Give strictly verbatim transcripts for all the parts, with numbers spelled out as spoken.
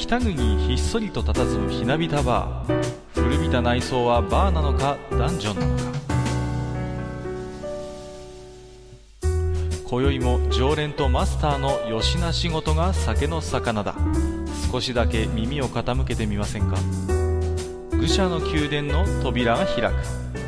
北国にひっそりと佇むひなびたバー。古びた内装はバーなのかダンジョンなのか。今宵も常連とマスターのよしな仕事が酒の魚だ。少しだけ耳を傾けてみませんか。愚者の宮殿の扉が開く。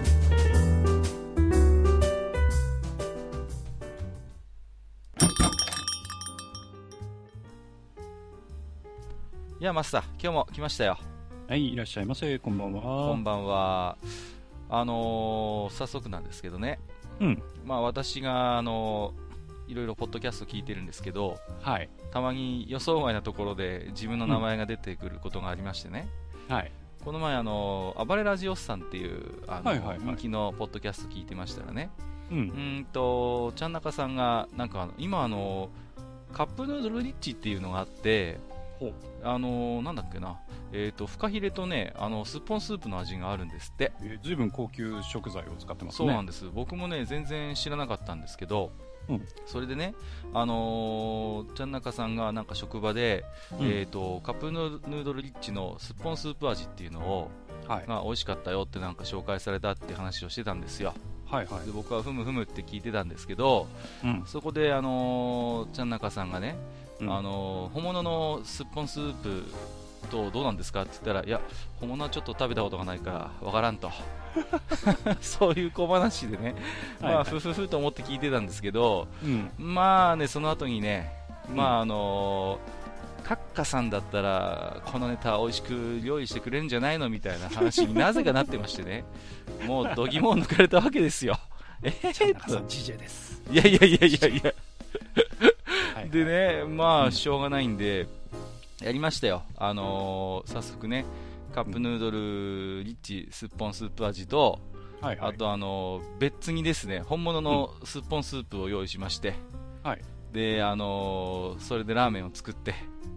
いやマスター、今日も来ましたよ。 はい、いらっしゃいませ。こんばんは。 こんばんは。あのー、早速なんですけどね、 うん、 まあ私があのー、いろいろポッドキャスト聞いてるんですけど、 はい、 たまに予想外なところで自分の名前が出てくることがありましてね、 うん、はい、 この前あのー、暴れラジオスさんっていうあの、 はいはいはい、 人気のポッドキャスト聞いてましたらね、 うん、 うんとちゃんなかさんがなんかあの今あのカップヌードルリッチっていうのがあって、あのー、なんだっけな、えーと、フカヒレとね、あのスッポンスープの味があるんですって。 えー、ずいぶん高級食材を使ってますね。 そうなんです。僕もね全然知らなかったんですけど、うん、それでね、あのー、ちゃんなかさんがなんか職場で、うん、えーと、カップヌードルリッチのスッポンスープ味っていうのを、はい、が美味しかったよってなんか紹介されたって話をしてたんですよ。はいはい、で僕はふむふむって聞いてたんですけど、うん、そこで、あのー、ちゃんなかさんがね、うん、あのー、本物のスッポンスープとどうなんですかって言ったら、いや本物はちょっと食べたことがないからわからんとそういう小話でね、まあ、はいはい、ふふふと思って聞いてたんですけど、うん、まあねその後にね、まああのー、カッカさんだったらこのネタ美味しく料理してくれるんじゃないのみたいな話になぜかなってましてねもう度肝を抜かれたわけですよ。 えーっとさん ジージェー です。 いやいやいやいやいやでね、まあしょうがないんでやりましたよ。あのー、早速ねカップヌードルリッチスッポンスープ味と、はいはい、あとあのー、別にですね本物のスッポンスープを用意しまして、うん、はい、であのー、それでラーメンを作って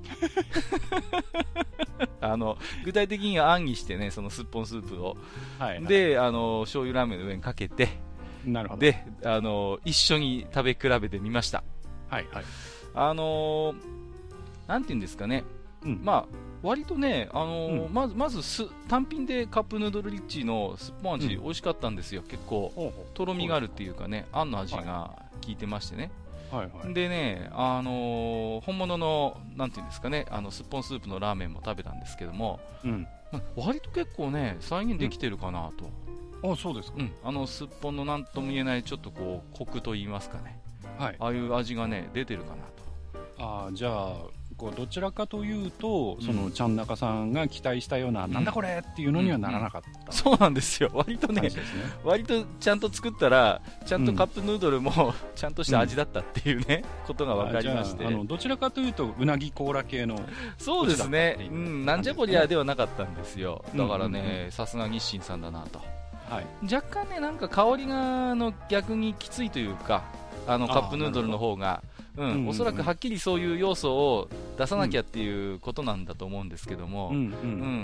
あの具体的にはあんにしてねそのスッポンスープを、はいはい、であのー、醤油ラーメンの上にかけて、なるほど、であのー、一緒に食べ比べてみました。はいはい、あのー、なんていうんですかね、うん、まあ割とね、あのーうん、まずまずす単品でカップヌードルリッチのスッポン味、うん、美味しかったんですよ。結構とろみがあるっていうかね、あんの味が効いてましてね、はいはい、でね、あのー、本物のなんていうんですかね、あのスッポンスープのラーメンも食べたんですけども、うん、まあ、割と結構ね再現できてるかなと、 うん、あ、そうですか、 うん、あのスッポンのなんとも言えないちょっとこうコクと言いますかね、はい、ああいう味がね出てるかなと。 ああ、じゃあこうどちらかというと、うん、そのちゃんなかさんが期待したような、うん、なんだこれっていうのにはならなかった、うんうん、 そうなんですよ。割と ね, ね割とちゃんと作ったらちゃんとカップヌードルも、うん、ちゃんとした味だったっていうね、うん、ことが分かりまして、 あのどちらかというとうなぎコーラ系のそうですね、うん、なんじゃこりゃではなかったんですよ。だからねさすが日清さんだなと、はい、若干ねなんか香りがの逆にきついというか、あのカップヌードルの方がうんうんうん、おそらくはっきりそういう要素を出さなきゃっていうことなんだと思うんですけども、うんうんうん、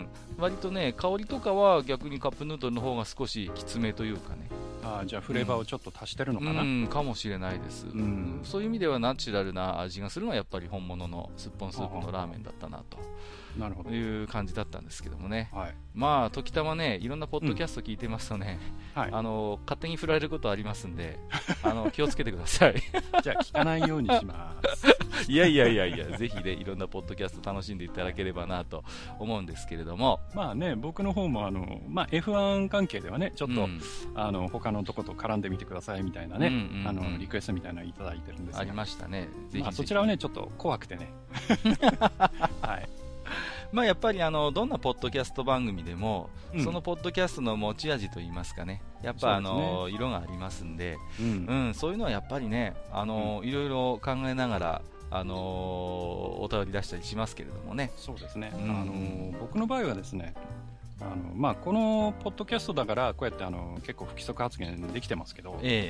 割とね香りとかは逆にカップヌードルの方が少しきつめというかね、 あ、じゃあフレーバーをちょっと足してるのかな、 うんうん、かもしれないです、うん、そういう意味ではナチュラルな味がするのはやっぱり本物のスッポンスープのラーメンだったなとなるほどいう感じだったんですけどもね、はい、まあ時たまねいろんなポッドキャスト聞いてますとね、うん、はい、あの勝手に振られることありますんであの気をつけてくださいじゃあ聞かないようにしますいやいやいやいやぜひねいろんなポッドキャスト楽しんでいただければなと思うんですけれども、 まあね僕の方もあの、まあ、エフワン 関係ではねちょっと、うん、あの他のとこと絡んでみてくださいみたいなね、うんうんうん、あのリクエストみたいなのいただいてるんですがありましたね。ぜひぜひ、 まあ、そちらはねちょっと怖くてねはい、 まあ、やっぱりあのどんなポッドキャスト番組でも、うん、そのポッドキャストの持ち味といいますかね、やっぱあの、ね、色がありますんで、うんうん、そういうのはやっぱりねあの、うん、いろいろ考えながらあのお便り出したりしますけれどもね。 そうですね、うん、あの僕の場合はですねあのまあ、このポッドキャストだからこうやってあの結構不規則発言できてますけど、ええ、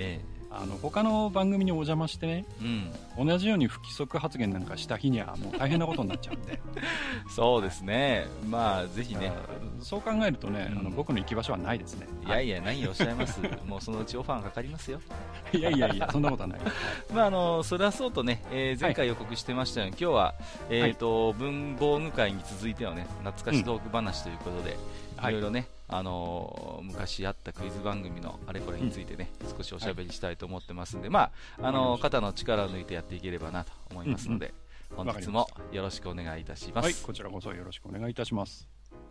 あの他の番組にお邪魔してね、うん、同じように不規則発言なんかした日にはもう大変なことになっちゃうんでそうですね、まあぜひね、 そう考えるとね、うん、あの僕の行き場所はないですね。 いやいや、何をおっしゃいますもうそのうちオファーがかかりますよいやいやいや、そんなことはないまああのそれはそうとね、えー、前回予告してましたように、はい、今日は、えーとはい、文房具会に続いてのね懐かしトーク話ということで、うん、いろいろね、あのー、昔あったクイズ番組のあれこれについてね、うん、少しおしゃべりしたいと思ってますんで、まああのー、肩の力を抜いてやっていければなと思いますので、うんうん、本日もよろしくお願いいたします。 はい、こちらこそよろしくお願いいたします。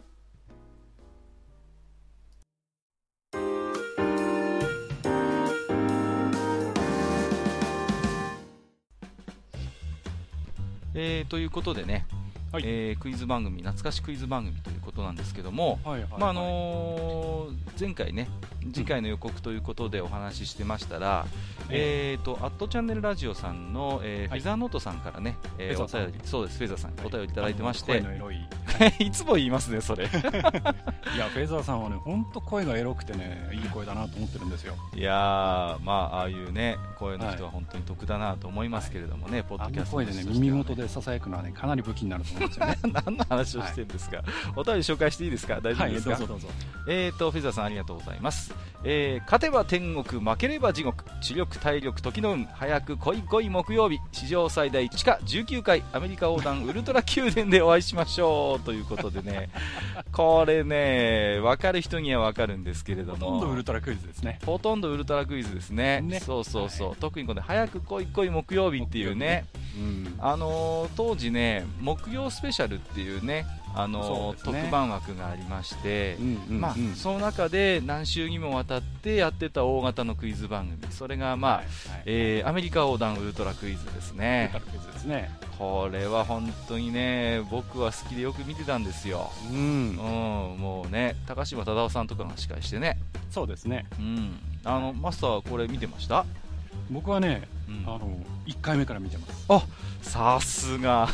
えー、ということでね、はい、えー、クイズ番組、懐かしクイズ番組ということなんですけども、はいはいはい、まああのー、前回ね、次回の予告ということでお話ししてましたら、うん、えーと、アットチャンネルラジオさんの、えーはい、フェザーノートさんからね、えー、お便り、そうです、フェザーさん、お便りいただいてまして、声のエロいいつも言いますね、それ。いや、フェザーさんはね、本当声がエロくてね、いい声だなと思ってるんですよ。 いやー、まあ、ああいうね、声の人は本当に得だなと思いますけれどもね、はい、ポッドキャストの人としてはね、 あの声でね、耳元でささやくのはね、かなり武器になると思うんですよね。 何の話をしてるんですか、はい、お便り紹介していいですか、大丈夫ですか。 はい、どうぞどうぞ。 えーと、フェザーさんありがとうございます。えー、勝てば天国、負ければ地獄、知力、体力、時の運、早く来い来い木曜日、史上最大地下じゅうきゅうかいアメリカ横断ウルトラ宮殿でお会いしましょうということでね、これね、分かる人には分かるんですけれども、 ほとんどウルトラクイズですね。 ほとんどウルトラクイズですね。ね、そうそうそう、はい、特にこの早く来い来い木曜日っていうね、うん、あのー、当時ね、木曜スペシャルっていうね、あのーね、特番枠がありまして、うんうんうん、まあ、その中で何週にもわたってやってた大型のクイズ番組、それが、まあ、はいはい、えー、アメリカ横断ウルトラクイズですね。 ウルトラクイズですね。 これは本当にね、僕は好きでよく見てたんですよ。うん、うん、もうね、高島忠夫さんとかが司会してね。 そうですね。 うん、あのマスターこれ見てました？ 僕はね、うん、あのいっかいめから見てます。 あ、さすが、はい、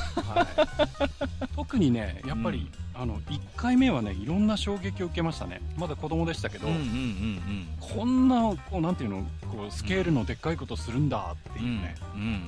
特にね、やっぱり、うん、あのいっかいめはね、いろんな衝撃を受けましたね。まだ子供でしたけど、うんうんうんうん、こんなこうなんていうの、こうスケールのでっかいことするんだっていうね。 うんうんうんうん、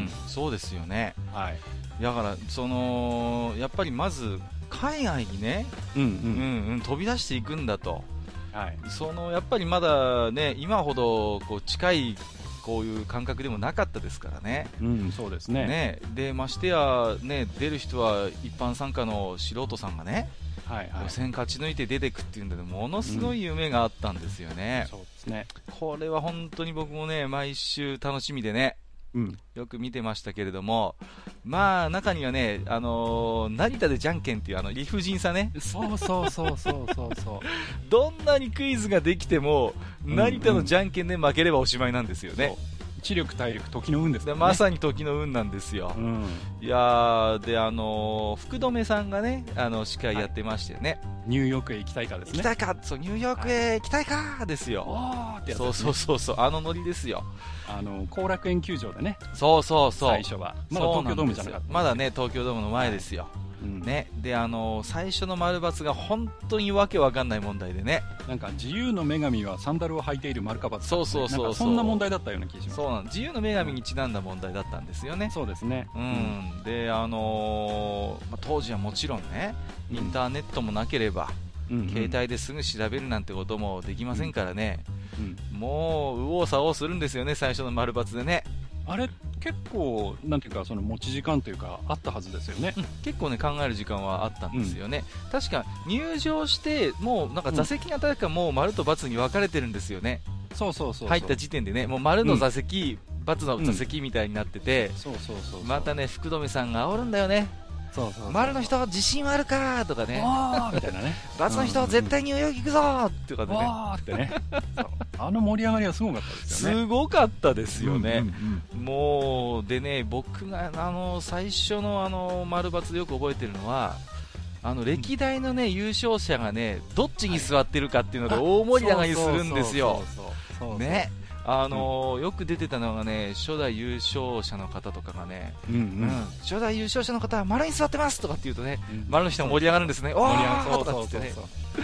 そうですよね。はい。だからそのやっぱりまず海外にね、うんうんうんうん、飛び出していくんだと。はい、そのやっぱりまだね、今ほどこう近いこういう感覚でもなかったですからね。 うん、そうですね。 ね、でましてやね、出る人は一般参加の素人さんがね、はいはい、予選勝ち抜いて出てくっていうんで、ものすごい夢があったんですよね。うん、そうですね。これは本当に僕もね、毎週楽しみでね、うん、よく見てましたけれども、まあ中にはね、あのー、成田でじゃんけんっていうあの理不尽さね。 そうそうそうそうそうそうどんなにクイズができても、うんうん、成田のじゃんけんで負ければおしまいなんですよね。 知力、体力、時の運ですね。 まさに時の運なんですよ。うん、いやーで、あのー、福留さんがね、あの司会やってましてね、はい、 ニューヨークへ行きたいかですね。 行きたいか、そう、ニューヨークへ行きたいかですよ。はい、そうそうそうそう、あのノリですよ。 あの後楽園球場でね。 そうそうそう。 最初はまだ東京ドームじゃなかった、ね、 まだね、東京ドームの前ですよ。はい、うん、ね、で、あのー、最初の丸抜が本当にわけわかんない問題でね、 なんか自由の女神はサンダルを履いている丸か×か、ね、 そうそうそうそう、 そんな問題だったような気がします。 そうなん、自由の女神にちなんだ問題だったんですよね。 そうですね。 うん、うん、で、あのーまあ、当時はもちろんね、インターネットもなければ、うん、携帯ですぐ調べるなんてこともできませんからね、うんうん、もう右往左往するんですよね、最初の丸抜でね。 あれ結構なんていうか、その持ち時間というかあったはずですよね。うん、 結構ね、考える時間はあったんですよね。うん、確か入場してもうなんか座席が確かもう丸と×に分かれてるんですよね。 そうそうそうそう、 入った時点でね、もう丸の座席、うん、×の座席みたいになってて、うん、そうそうそうそう、またね、福留さんが煽るんだよね。そうそうそうそう、丸の人自信はあるかとかね、 みたいなね、 ×の人絶対に泳ぎ行くぞとかでね、 わーってねあの盛り上がりはすごかったですよね。 すごかったですよね。うんうんうん、もうでね、僕があの最初のあの丸×でよく覚えてるのは、あの歴代のね、うん、優勝者がね、どっちに座ってるかっていうので大盛り上がりするんですよ。ね、あのーうん、よく出てたのがね、初代優勝者の方とかがね、うんうんうん、初代優勝者の方は丸に座ってますとかって言うとね、うん、丸の人も盛り上がるんですね。おーとかってね、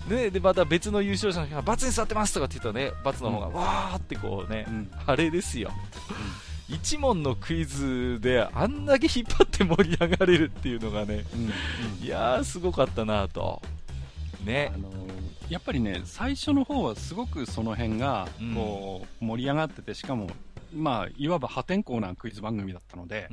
ね、でまた別の優勝者の人がバツに座ってますとかって言うとね、バツの方が、うん、わーってこうね、うん、あれですよ、うん、一問のクイズであんだけ引っ張って盛り上がれるっていうのがね、うんうん、いやーすごかったなと、ね、 あのー、やっぱりね最初の方はすごくその辺がこう盛り上がってて、しかもまあいわば破天荒なクイズ番組だったので、うん、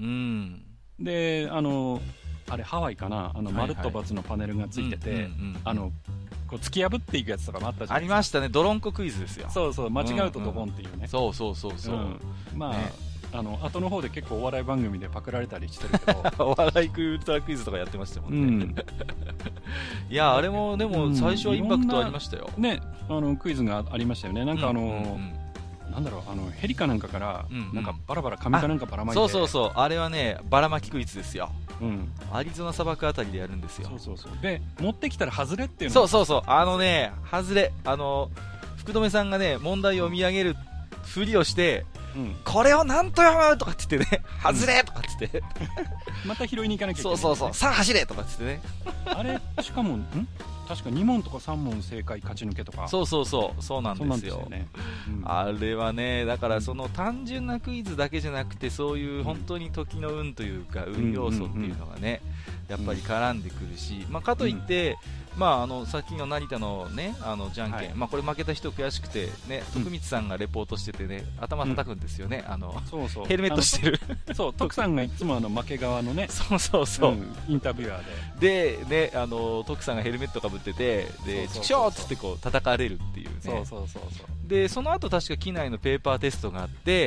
であのーあれハワイかな、あの、丸と×のパネルがついてて、あのこう突き破っていくやつとかもあったじゃないですか。 ありましたね、ドロンコクイズですよ。 そうそう、間違うとドボンっていうね、うんうん、 そうそうそうそう、うん、 まあ、ね、あの後の方で結構お笑い番組でパクられたりしてるけどお笑いクウルトラクイズとかやってましたもんね、うん、いやあれもでも最初はインパクトありましたよ、 うん、ね、あのクイズがありましたよね。なんかあの、うんうんうん、なんだろう、あのヘリかなんかから、うんうん、なんかバラバラ紙かなんかばらまいて、 そうそうそう、あれはねばらまきクイズですよ、うん、アリゾナ砂漠あたりでやるんですよ。 そうそうそう、で持ってきたら外れっていうの、 そうそうそう、あのね外れ、あの福留さんがね問題を読み上げるふりをして、うん、これをなんと読むとかって言ってね、外れとかって言ってまた拾いに行かなきゃいけない、ね、 そうそうそう、さあ走れとかって言ってねあれしかもん確かに問とかさん問正解勝ち抜けとか、 そうそうそうそうなんですよ、ね、うん、あれはね、だからその単純なクイズだけじゃなくて、そういう本当に時の運というか運要素っていうのがね、やっぱり絡んでくるし、まあ、かといって、うん、まあ、あのさっきの成田のね、あのじゃんけん、はい、まあ、これ負けた人悔しくてね、徳光さんがレポートしててね、頭叩くんですよね、あのそうそうヘルメットしてるそう徳さんがいつもあの負け側のねそうそうそう、うん、 インタビュアーでで、ね、あの徳さんがヘルメットかぶってて、でチクショーっつってこう叩かれるっていうね、 そうそうそうそう、 でその後確か機内のペーパーテストがあって、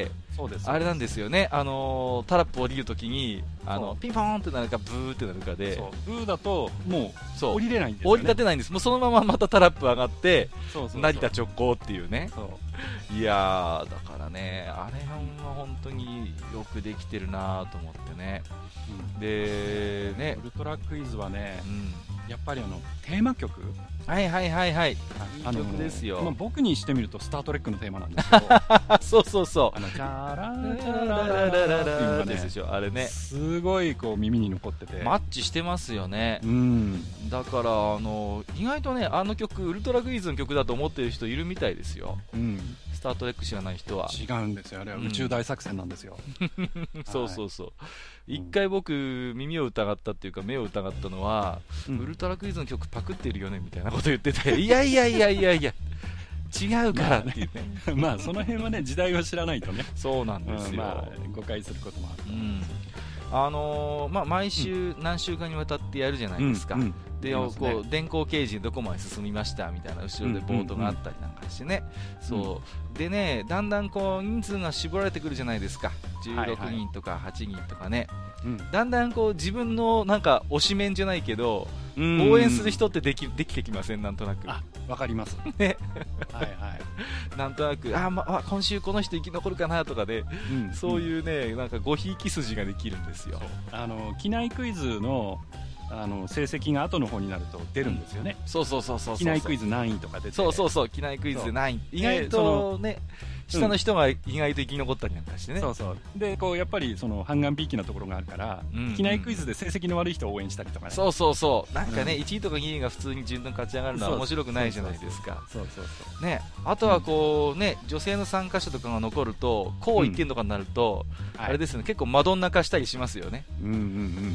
そうです、あれなんですよね、あのタラップ降りるときにあのピンポーンってなるかブーってなるかで、 そうブーだともう降りれないんですよね、 降り立てないんです、もうそのまままたタラップ上がってそうそうそう成田直行っていうね、そういやーだからね、あれは本当によくできてるなと思ってね、うん、でね、 ウルトラクイズはね、うん、やっぱりあのテーマ曲、 はいはいはいはい、いい曲ですよ、 まあ、僕にしてみるとスタートレックのテーマなんですけどそうそうそう、 あのチャラチャララララっていうのがね、 あれねすごいこう耳に残っててマッチしてますよね、うん、だからあの意外とねあの曲ウルトラクイズの曲だと思ってる人いるみたいですよ、うん、スタートレック知らない人は。 違うんですよ、あれは宇宙大作戦なんですよ、 うん、そうそうそう、一回僕耳を疑ったっていうか目を疑ったのは、うん、ウルトラクイズの曲パクってるよねみたいなこと言ってて、いやいやいやいやいや違うからっていうね、 まあ、ねまあその辺はね時代を知らないとね、 そうなんですよ、うんまあ、誤解することもある、 うんあのーまあ、毎週何週間にわたってやるじゃないですか、うんうん、でこう電光掲示どこまで進みましたみたいな後ろでボードがあったりなんかしてね、うんうんうん、そうでね、だんだんこう人数が絞られてくるじゃないですか、じゅうろくにんとかはちにんとかね、はいはい、だんだんこう自分のなんか推しメンじゃないけど応援する人ってでき、できてきません、なんとなく。 あ、わかります。 ね。 はいはい。 なんとなく、あ、まあ、今週この人生き残るかなとかで、うん、そういうね、なんかごひいき筋ができるんですよ。 あの、機内クイズの、あの、成績が後の方になると出るんですよね。 うん、そうそうそうそう。 機内クイズ何位とか出て。 そうそうそう、機内クイズで何位。意外とね、下の人が意外と生き残ったりなんかしてね、 うん、そうそうでこうやっぱりその半眼びいきなところがあるから、うんうん、機内クイズで成績の悪い人を応援したりとかね、 そうそうそうなんかね、うん、いちいとかにいが普通に順当に勝ち上がるのは面白くないじゃないですか。 そうそうそうね、あとはこうね、女性の参加者とかが残るとこういってんとかになると、うん、あれですよね、結構マドンナ化したりしますよね、うんうんうん、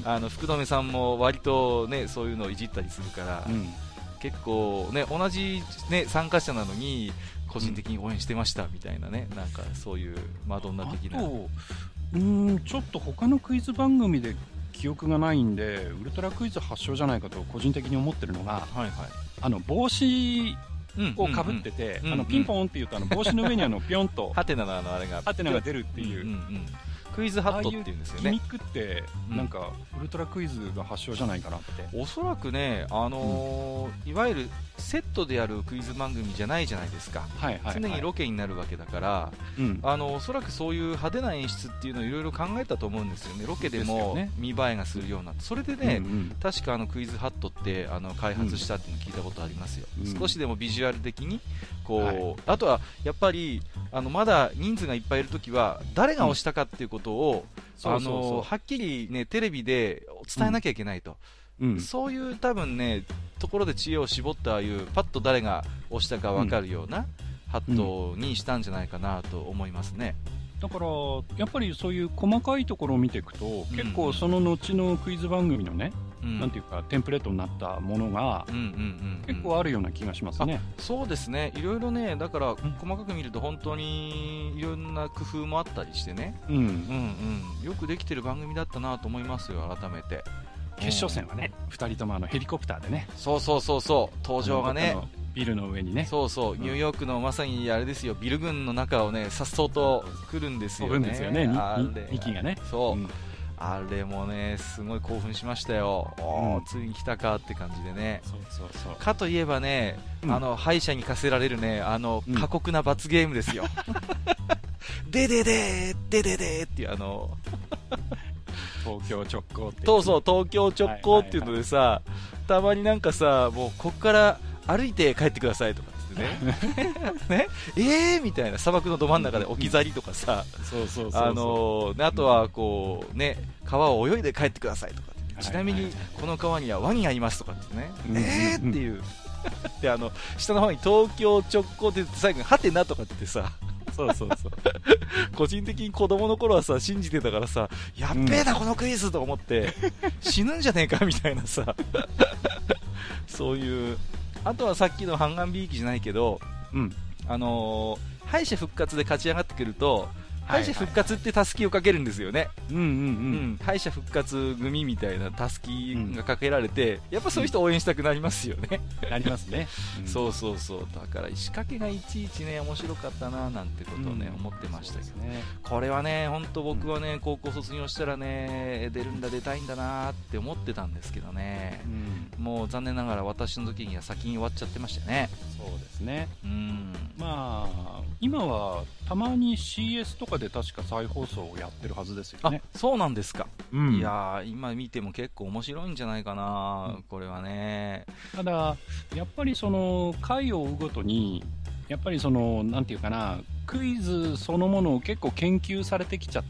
あの福留さんも割とねそういうのをいじったりするから、うん、結構ね同じね参加者なのに個人的に応援してましたみたいなね、うん、なんかそういうマドンナ的な。 あとうーんちょっと他のクイズ番組で記憶がないんでウルトラクイズ発祥じゃないかと個人的に思ってるのが、はいはい、あの帽子をかぶってて、あのピンポンって言うとあの帽子の上にあのピョンとハテナのあれがハテナが出るっていう、 うんうんうん、クイズハットっていうんですよね。 ああいうギミックってなんかウルトラクイズが発祥じゃないかなって、 おそらくね、あのーうん、いわゆるセットでやるクイズ番組じゃないじゃないですか、はいはいはい、常にロケになるわけだから、うん、あのおそらくそういう派手な演出っていうのをいろいろ考えたと思うんですよね。ロケでも見栄えがするような、それでね、うんうん、確かあのクイズハットってあの開発したっていうのを聞いたことありますよ、うん、少しでもビジュアル的にこう、はい、あとはやっぱりあのまだ人数がいっぱいいるときは誰が押したかっていうことを、うん、あのはっきり、ね、テレビで伝えなきゃいけないと、うん、そういう多分ねところで知恵を絞ったああいうパッと誰が押したか分かるような、うん、ハットにしたんじゃないかなと思いますね。 だからやっぱりそういう細かいところを見ていくと、うん、結構その後のクイズ番組のね、うん、なんていうかテンプレートになったものが結構あるような気がしますね。 そうですね、いろいろね、だから細かく見ると本当にいろんな工夫もあったりしてね、うんうんうん、よくできてる番組だったなと思いますよ、改めて。 決勝戦はね、ふたりともあのヘリコプターでね、 そうそうそうそう、登場がね、 ビルの上にね、 そうそう、ニューヨークのまさにあれですよ、ビル群の中をね、さっそうと来るんですよね。 飛ぶんですよね、にきがね。 そう、うん、あれもね、すごい興奮しましたよ。おー、うん、ついに来たかって感じでね。 そうそうそう。 かといえばね、うん、あの敗者に課せられるね、あの過酷な罰ゲームですよ。でででーでででーっていうあの。 東京直行って、ね、 そうそう、東京直行っていうのでさ、はいはいはい、たまになんかさ、もうこっから歩いて帰ってくださいとかってね、ね、えーみたいな、砂漠のど真ん中で置き去りとかさ、 そうそうそうそう、 あのー、あとはこうね、川を泳いで帰ってくださいとかって、ちなみにこの川にはワニがいますとかってね、はいはいはい、えーっていうで、あの下の方に東京直行って最後にハテナとかってさ、 そうそうそう個人的に子供の頃はさ信じてたからさ、やっべえな、うん、このクイズと思って死ぬんじゃねえかみたいなさそういう、あとはさっきの半眼美意気じゃないけど、うん、あのー、敗者復活で勝ち上がってくると、敗者復活ってたすきをかけるんですよね。うんうんうん、敗者復活組みたいなたすきがかけられて、うん、やっぱそういう人応援したくなりますよね。 なりますね、 うん、そうそうそう、だから仕掛けがいちいちね面白かったななんてことをね、うん、思ってましたけどね。これはね、本当僕はね、高校卒業したらね出るんだ出たいんだなって思ってたんですけどね、うん、もう残念ながら私の時には先に終わっちゃってましたね。 そうですね、うん、まあ今はたまに シーエス とかで確か再放送をやってるはずですよね。 あ、そうなんですか、うん、いや今見ても結構面白いんじゃないかな、うん、これはね。 ただやっぱりその回を追うごとにやっぱりそのなんていうかな、クイズそのものを結構研究されてきちゃって、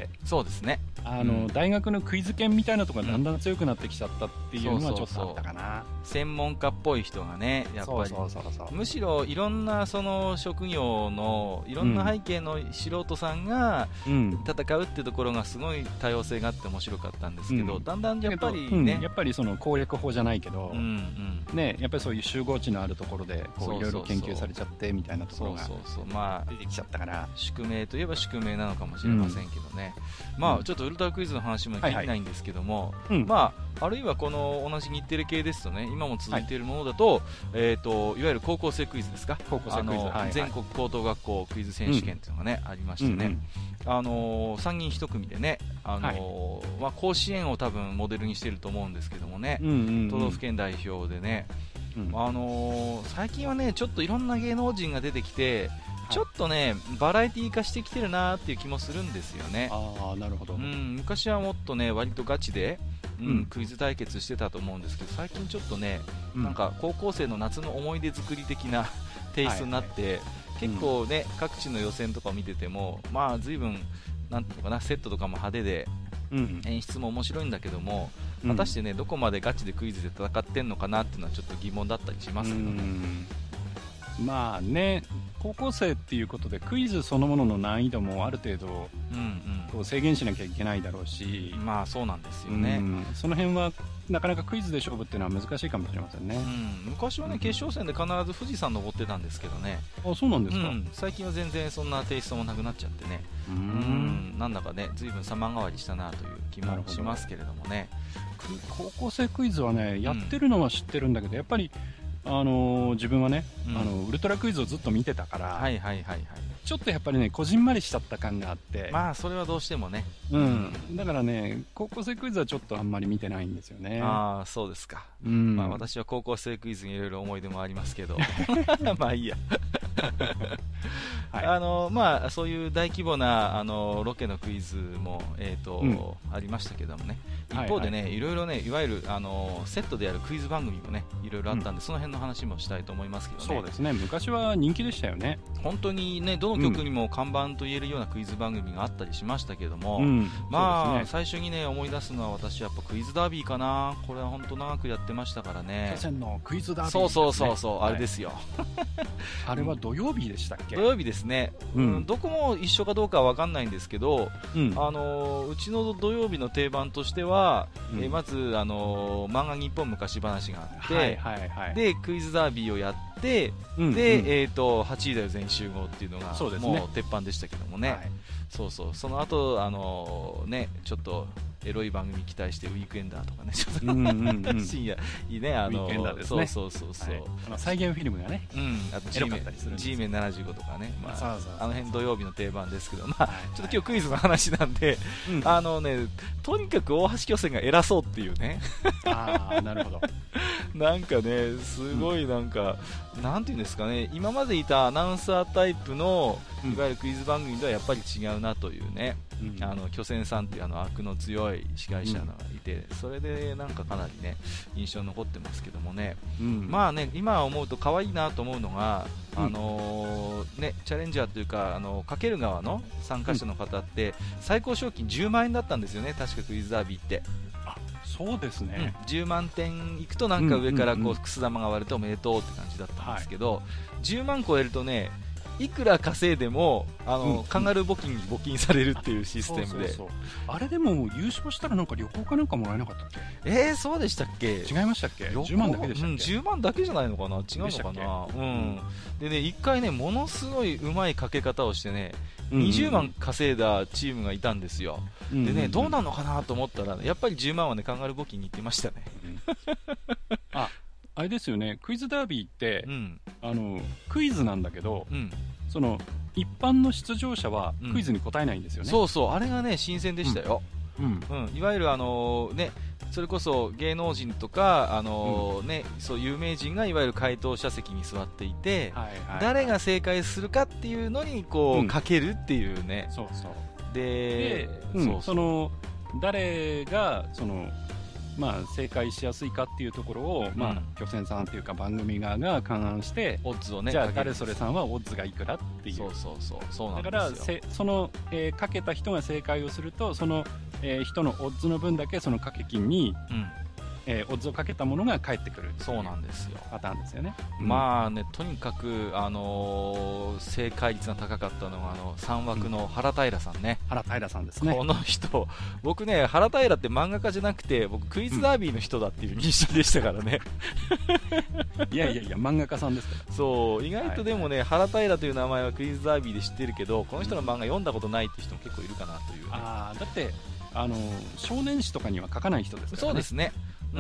そうですね、 あの、うん、大学のクイズ研みたいなところがだんだん強くなってきちゃったっていうのはちょっとあったかな。そうそうそう、 専門家っぽい人がね、やっぱりそうそうそうそう、むしろいろんなその職業のいろんな背景の素人さんが戦うっていうところがすごい多様性があって面白かったんですけど、うん、だんだんやっぱりね、 うん、やっぱりその攻略法じゃないけど、うんうん、ね、やっぱりそういう集合値のあるところでこういろいろ研究されちゃってみたいなところが出てきちゃったから、 宿命といえば宿命なのかもしれませんけどね、うん、まあちょっとウルトラクイズの話もできないんですけども、はいはい、まああるいはこの同じ日テレ系ですとね、今も続いているものだと、はい、えーといわゆる高校生クイズですか、 高校生クイズ、はいはい、 全国高等学校クイズ選手権というのがね、うん、ありましてね、うんうん、あのー、さんにんいち組でね、あのーはい、まあ、甲子園を多分モデルにしていると思うんですけどもね、うんうんうん、都道府県代表でね、うん、あのー、最近はねちょっといろんな芸能人が出てきて、ちょっとねバラエティー化してきてるなっていう気もするんですよね。 あー、なるほど、 うん、昔はもっとね割とガチで、うんうん、クイズ対決してたと思うんですけど、最近ちょっとね、うん、なんか高校生の夏の思い出作り的なテイストになって、はいはい、結構ね、うん、各地の予選とかを見てても、まあ随分なんていうのかな、セットとかも派手で、うん、演出も面白いんだけども、うん、果たしてねどこまでガチでクイズで戦ってんのかなっていうのはちょっと疑問だったりしますけどね。うん、 まあね、高校生っていうことでクイズそのものの難易度もある程度、うんうん、こう制限しなきゃいけないだろうし、 まあそうなんですよね、うん、 その辺はなかなかクイズで勝負っていうのは難しいかもしれませんね、 うん、昔はね、うん、決勝戦で必ず富士山登ってたんですけどね。 あ、そうなんですか、うん、 最近は全然そんなテイストもなくなっちゃってね、うん、うん、なんだかね随分様変わりしたなという気もしますけれどもね。 高校生クイズはねやってるのは知ってるんだけど、やっぱりあのー、自分はね、うん、あのウルトラクイズをずっと見てたから、はいはいはいはい、ちょっとやっぱりねこじんまりしちゃった感があって、 まあそれはどうしてもね、 うん、だからね高校生クイズはちょっとあんまり見てないんですよね。 ああそうですか、うん、まあ、私は高校生クイズにいろいろ思い出もありますけどまあいいやはい、あのまあ、そういう大規模なあのロケのクイズも、えーとうん、ありましたけどもね、一方でね、はいはい、いろいろね、いわゆるあのセットでやるクイズ番組もね、いろいろあったんで、うん、その辺の話もしたいと思いますけどね。 そうですね、昔は人気でしたよね。 本当にね、どの曲にも看板と言えるようなクイズ番組があったりしましたけども、うん、まあ、ね、最初にね、思い出すのは私はやっぱクイズダービーかな。これは本当長くやってましたからね。 去年のクイズダービー、ね、 そうそうそうそう、はい、あれですよ。 あれは土曜日でしたっけ？ 土曜日ですね、うんうん、どこも一緒かどうかは分かんないんですけど、うん、あのうちの土曜日の定番としては、うん、えまず、あの漫画日本昔話があって、はいはいはい、でクイズダービーをやって、うんうん、で、えー、とはちじだよ全集合っていうのがそうですね、もう鉄板でしたけどもね、はい、そうそう、その後、あのー、ね、ちょっとエロい番組期待してウィークエンダーとかね、ちょっと、うんうんうん、深夜いいね、あのー、 ウィークエンダーですね、 そうそうそうそう、はい、 あの再現フィルムがね、 うん、あと G メン G メンななじゅうごとかね、まあ、そうそうそう、あの辺土曜日の定番ですけど、まあ、はいはい、ちょっと今日クイズの話なんで、うん、あのね、とにかく大橋巨泉が偉そうっていうね。 ああ、なるほど。 なんかね、すごいなんか、うん、なんていうんですかね、今までいたアナウンサータイプのいわゆるクイズ番組とはやっぱり違うなというね、うん、あの巨泉さんっていうあの悪の強い司会者がいて、うん、それでなんかかなりね印象に残ってますけどもね、うん、まあね、今思うと可愛いなと思うのが、うん、あのー、ね、チャレンジャーというか、あのかける側の参加者の方って最高賞金じゅうまんえんだったんですよね、確かクイズダービーって。 そうですね、 うん、じゅうまんてんいくとなんか上からこうくす玉が割れておめでとうって感じだったんですけど、はい、じゅうまん超えるとね、いくら稼いでもあの、うん、カンガルー募金に募金されるっていうシステムで、そうそうそう、 あれでも優勝したらなんか旅行かなんかもらえなかったっけ？ えー、そうでしたっけ？ 違いましたっけ？じゅうまんだけでしたっけ？うん、 じゅうまんだけじゃないのかな、違うのかな、うん、でね、一回ね、ものすごいうまいかけ方をしてね、にじゅうまん稼いだチームがいたんですよ、うんうんうん、でね、どうなのかなと思ったら、やっぱりじゅうまんはね、カンガルー募金に行ってましたね。 あ、あれですよね、クイズダービーって、うん、あのクイズなんだけど、うん、その一般の出場者はクイズに答えないんですよね、 うん、そうそう、あれがね新鮮でしたよ、うんうん、いわゆるあのー、ね、それこそ芸能人とか、あのーうんね、そう有名人がいわゆる回答者席に座っていて、はいはいはい、誰が正解するかっていうのにこう、うん、かけるっていうね、 そうそうで、 で、うん、そうそう、その誰がそのまあ、正解しやすいかっていうところを、うん、まあ、巨泉さんというか番組側が勘案してオッズをね、 じゃあ誰それさんはオッズがいくらっていう、 そうそうそう、そうなんですよ。だからせその、えー、かけた人が正解をするとその、えー、人のオッズの分だけその掛け金に、うん、えー、オッズをかけたものが返ってくる、 そうなんですよ、 パターンですよね、 うん、まあね、とにかく、あのー、正解率が高かったのがあのさん枠の原平さんね、 うん、原平さんですね、 この人、僕ね、原平って漫画家じゃなくて僕クイズダービーの人だっていう認識でしたからね、 うん、いやいやいや漫画家さんですから、 そう、意外とでもね、はいはい、原平という名前はクイズダービーで知ってるけど、この人の漫画読んだことないって人も結構いるかなという、ね、 あだってあの少年誌とかには書かない人ですからね。 そうですね、うんうん、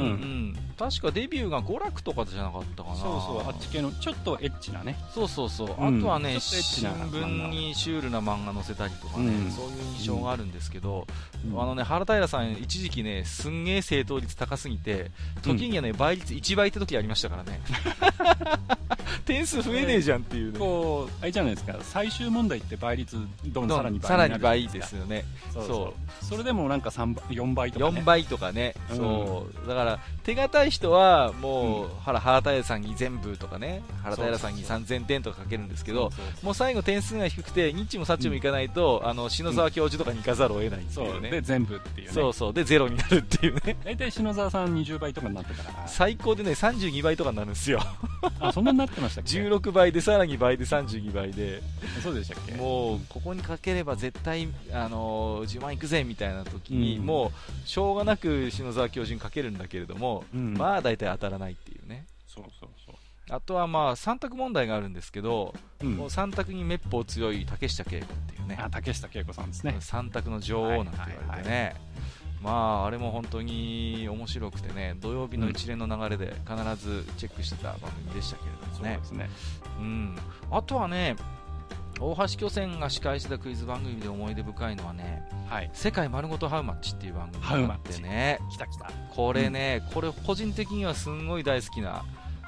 確かデビューが娯楽とかじゃなかったかな。 そうそう、あっち系のちょっとエッチなね、 そうそうそう、うん、あとはね、新聞にシュールな漫画載せたりとかね、うん、そういう印象があるんですけど、うん、あのね、原平さん一時期ね、すんげえ正答率高すぎて時にはね、倍率いちばいって時ありましたからね点数増えねえじゃんっていうね、 こうあれじゃないですか、最終問題って倍率どんどんさらに倍になる、 さらに倍ですよね。 そうそうそう、それでもなんかさんばいよんばいとかね、 よんばいとかね、うん、そうだから手堅い人はもう、うん、原平さんに全部とかね、原平さんにさんぜんてんとかかけるんですけど、そうそうそう、もう最後点数が低くてニッチもサッチもいかないと、うん、あの篠沢教授とかに行かざるを得ないっていうね、 そうで全部っていうね、 そうそうでゼロになるっていうね、 大体篠沢さんにじゅうばいとかになってたから最高でねさんじゅうにばいとかになるんですよあ、そんなになってましたっけじゅうろくばいでさらに倍でさんじゅうにばいで、 そうでしたっけ、 もうここにかければ絶対、あのー、じゅうまんいくぜみたいな時に、うん、もうしょうがなく篠沢教授にかけるんだけれども、うん、まあ大体当たらないっていうね。 そうそうそう、 あとはまあさん択問題があるんですけど、うん、もうさん択にめっぽう強い竹下恵子っていうね、 あ、竹下恵子さんですね、 さん択の女王なんて言われてね、はいはいはい、まああれも本当に面白くてね、土曜日の一連の流れで必ずチェックしてた番組でしたけれどもね、 そうですね、 うん、あとはね、大橋巨泉が司会してたクイズ番組で思い出深いのはね、はい、世界丸ごとハウマッチっていう番組があってね、 来た来た、 これね、うん、これ個人的にはすんごい大好きな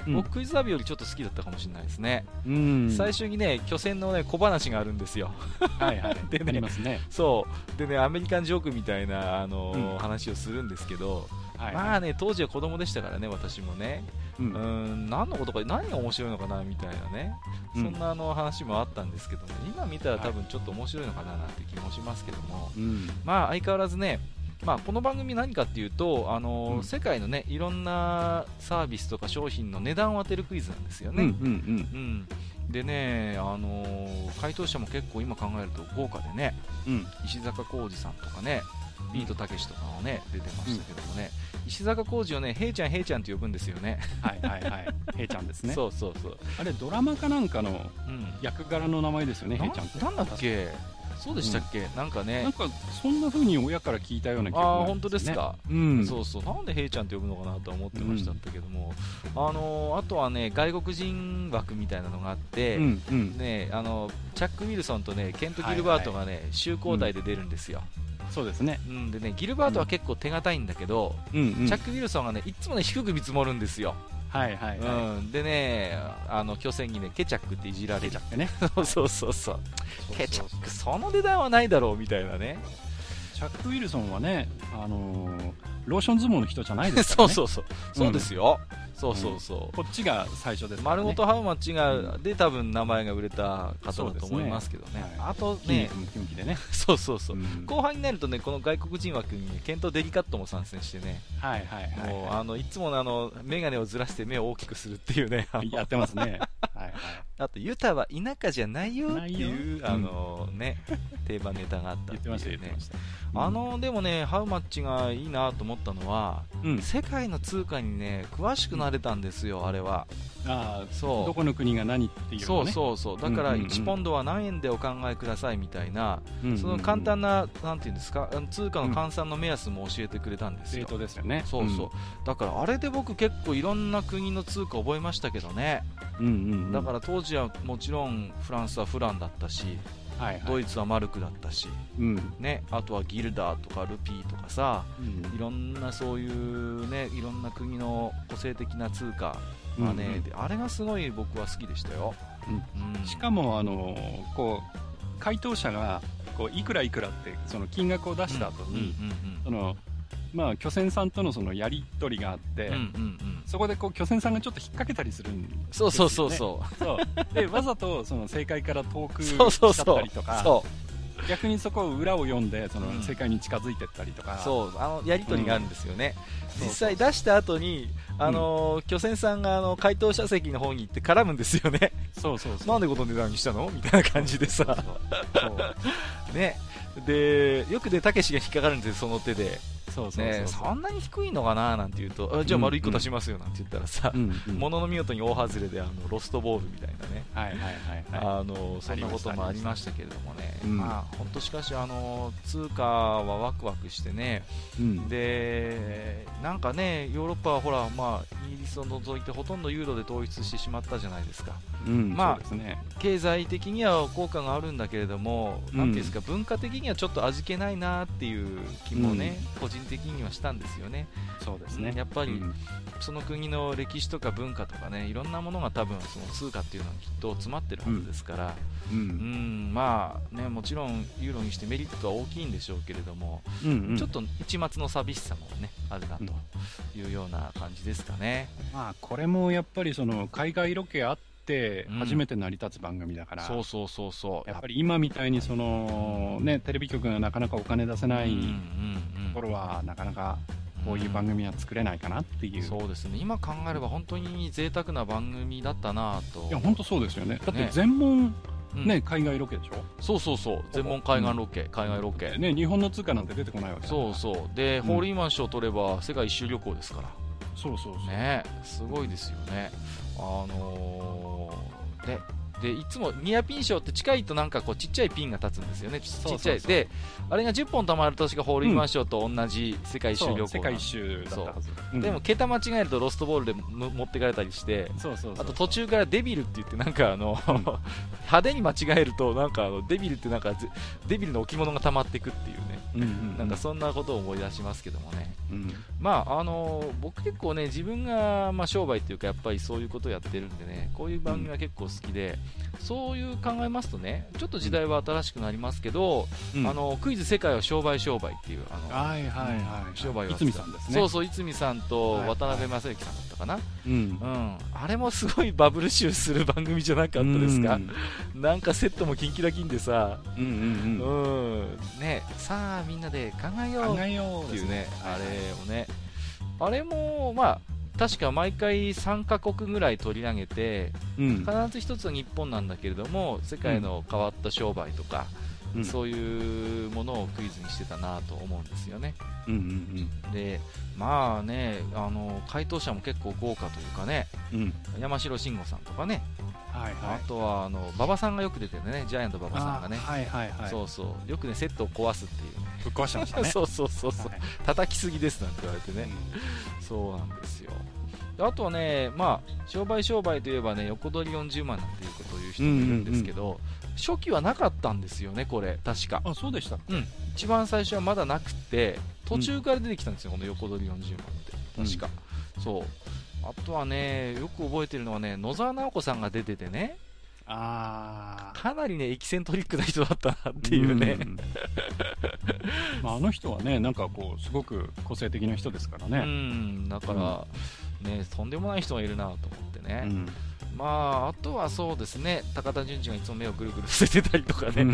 うん、僕クイズダービーよりちょっと好きだったかもしれないですね。 うん、 最初にね巨船のね小話があるんですよ。 はいはいでね、 ありますね。 そうでねアメリカンジョークみたいな、あのーうん、話をするんですけど、はいはい、まあね当時は子供でしたからね私もね、うん、うーん何のことか何が面白いのかなみたいなね、うん、そんなあの話もあったんですけどね、今見たら多分ちょっと面白いのかななんて気もしますけども、うん、まあ相変わらずね、まあ、この番組何かっていうと、あのーうん、世界のねいろんなサービスとか商品の値段を当てるクイズなんですよね。うんうんうんうん、でね、あのー、回答者も結構今考えると豪華でね、うん、石坂浩二さんとかねビートたけしとかもね出てましたけどもね、うん、石坂浩二をねヘイちゃんヘイちゃんって呼ぶんですよね。 はいはいはいヘイちゃんですね。 そうそうそう、あれドラマかなんかの役柄の名前ですよね、うん、ヘイちゃんって。 なんだっけ、そうでしたっけ、うん、なんかね、 なんかそんな風に親から聞いたような気がするんですね。 あ、本当ですか、うん、そうそう、なんでヘイちゃんって呼ぶのかなと思ってましたけども、うん、あのー、あとはね外国人枠みたいなのがあって、うんうん、ね、あのチャック・ウィルソンとねケント・ギルバートがね、はいはい、週交代で出るんですよ。 うん、そうですね、 うん、でねギルバートは結構手堅いんだけど、うんうん、チャック・ウィルソンがねいつもね低く見積もるんですよ。 はいはいはい、 うん、でね、あの巨船にねケチャックっていじられるってねそうそうそうそう、ケチャックその値段はないだろうみたいなね。 チャック・ウィルソンはね、あのー、ローション相撲の人じゃないですからね。 そうそうそうそうですよ、うん、そうそうそう、うん、 こっちが最初ですからね。 丸ごとハウマッチがで多分名前が売れた方だと思いますけどね、はい、あとねキムキでねそうそうそう、うん、後半になるとねこの外国人枠にケント・デリカットも参戦してね、 はいはいはい、はい、 もうあのいつものあの眼鏡をずらして目を大きくするっていうねやってますねはい、はい、 あとユタは田舎じゃないよっていうあの、ね、定番ネタがあったっていうねあのでもねハウマッチがいいなと思ったのは、うん、世界の通貨にね詳しくなれたんですよ、あれは。 あそうどこの国が何っていうのね。 そうそうそう、だからいちポンドは何円でお考えくださいみたいな、うんうん、その簡単ななんていうんですか通貨の換算の目安も教えてくれたんですよ。 レートですよね。 そうそう、うん、だからあれで僕結構いろんな国の通貨覚えましたけどね、うんうんうん、だから当時はもちろんフランスはフランだったし、はいはい、ドイツはマルクだったし、うんね、あとはギルダーとかルピーとかさ、うん、いろんなそういう、ね、いろんな国の個性的な通貨が、ね、うんうん、あれがすごい僕は好きでしたよ、 うんうん、しかもあのこう回答者がこういくらいくらってその金額を出した後に、そのまあ、巨船さんとのそのやり取りがあって、うんうんうん、そこでこう巨船さんがちょっと引っ掛けたりするんですよね。 そうそうそうそうそうでわざとその正解から遠くしちゃったりとか、そうそうそう逆にそこを裏を読んでその正解に近づいていったりとか、うん、 そうあのやり取りがあるんですよね、うん、実際出した後にあのー、巨船さんがあの回答者席の方に行って絡むんですよね。 そうそうそう、 なんでこの値段にしたのみたいな感じでさそうそうそうね、でよくねたけしが引っかかるんですよその手で。そうそうそうそう、ね、そんなに低いのかななんて言うと、あじゃあ丸いっこ出しますよなんて言ったらさ、うんうん、ものの見事に大外れであのロストボールみたいなね、はいはいはいはい、あのそんなこともありましたけれどもね、まあ本当しかしあの通貨はワクワクしてね、うん、でなんかねヨーロッパはほら、まあ、イギリスを除いてほとんどユーロで統一してしまったじゃないですか、うん、まあそうですね、経済的には効果があるんだけれども、うん、なんていうんですか文化的にはちょっと味気ないなっていう気もね、うん、個人的にはしたんですよね。 そうですね、 やっぱり、うん、その国の歴史とか文化とかねいろんなものが多分その通貨っていうのはきっと詰まってるはずですから、うんうん、まあねもちろんユーロにしてメリットは大きいんでしょうけれども、うんうん、ちょっと一末の寂しさもねあるなというような感じですかね、 うん、まあこれもやっぱりその海外ロケあって初めて成り立つ番組だから、 うん、そうそうそうそうやっぱり今みたいにその、ね、テレビ局がなかなかお金出せないところはなかなかこういう番組は作れないかなっていう、 うん、そうですね今考えれば本当に贅沢な番組だったなと。 いや本当そうですよね。だって全問、ねね、うん、海外ロケでしょ。 そうそうそう全問海岸ロケ、うん、海外ロケ、 ね、日本の通貨なんて出てこないわけだから。 そうそうで、うん、ホールインワン賞取れば世界一周旅行ですから。 そうそうそうねすごいですよね。あのー、ででいつもニアピン賞って近いとなんかこうちっちゃいピンが立つんですよね。ちっちゃいであれがじゅっぽんたまるとしかホールインワン賞と同じ世界一周旅行、 世界一周だったはず、 うん、でも桁間違えるとロストボールで持ってかれたりして、そうそうそうそう、あと途中からデビルって言ってなんかあの、うん、派手に間違えるとなんかあのデビルってなんかデビルの置物が溜まっていくっていうね、うんうんうん、なんかそんなことを思い出しますけどもね、うん、 まああのー、僕結構ね自分が、まあ、商売というかやっぱりそういうことをやってるんでね、こういう番組は結構好きで、うん、そういう考えますとね、ちょっと時代は新しくなりますけど、うん、あのクイズ世界は商売商売っていうあの、 はいはいはい、 商売は逸見さんですね。 そうそう、逸見さんと渡辺正行さんだったかな、はいはい、うんうん、あれもすごいバブル集する番組じゃなかったですか、うん、なんかセットもキンキラキンでさ、うんうんうんうん、ね、さあみんなで考えようっていうね、あれをね、あれもまあ確か毎回さんカ国ぐらい取り上げて、うん、必ず一つは日本なんだけれども世界の変わった商売とか、うん、そういうものをクイズにしてたなと思うんですよね、うんうんうん、でまあね、あの回答者も結構豪華というかね、うん、山城慎吾さんとかね、はいはい、あとはあの馬場さんがよく出てるね、ジャイアント馬場さんがね、はいはいはい、そうそうよくねセットを壊すっていうね、 ぶっ壊してましたねそうそうそうそう、はい、叩きすぎですなんて言われてね、うん、そうなんですよ。あとはね、まあ、商売商売といえばね、横取りよんじゅうまんなんていうことを言う人もいるんですけど、うんうんうん、初期はなかったんですよね、これ確か。 あ、そうでしたっけ。 うん、一番最初はまだなくて途中から出てきたんですよ、うん、この横取りよんじゅうまんって確か、うん、そう。あとはね、よく覚えてるのはね、野沢直子さんが出ててね、あかなりねエキセントリックな人だったなっていうね、うんまあ、あの人はねなんかこうすごく個性的な人ですからね、 うん、だから、うん、ね、とんでもない人がいるなと思ってね、うん、まああとはそうですね、高田純次がいつも目をぐるぐる伏せてたりとかね、うん、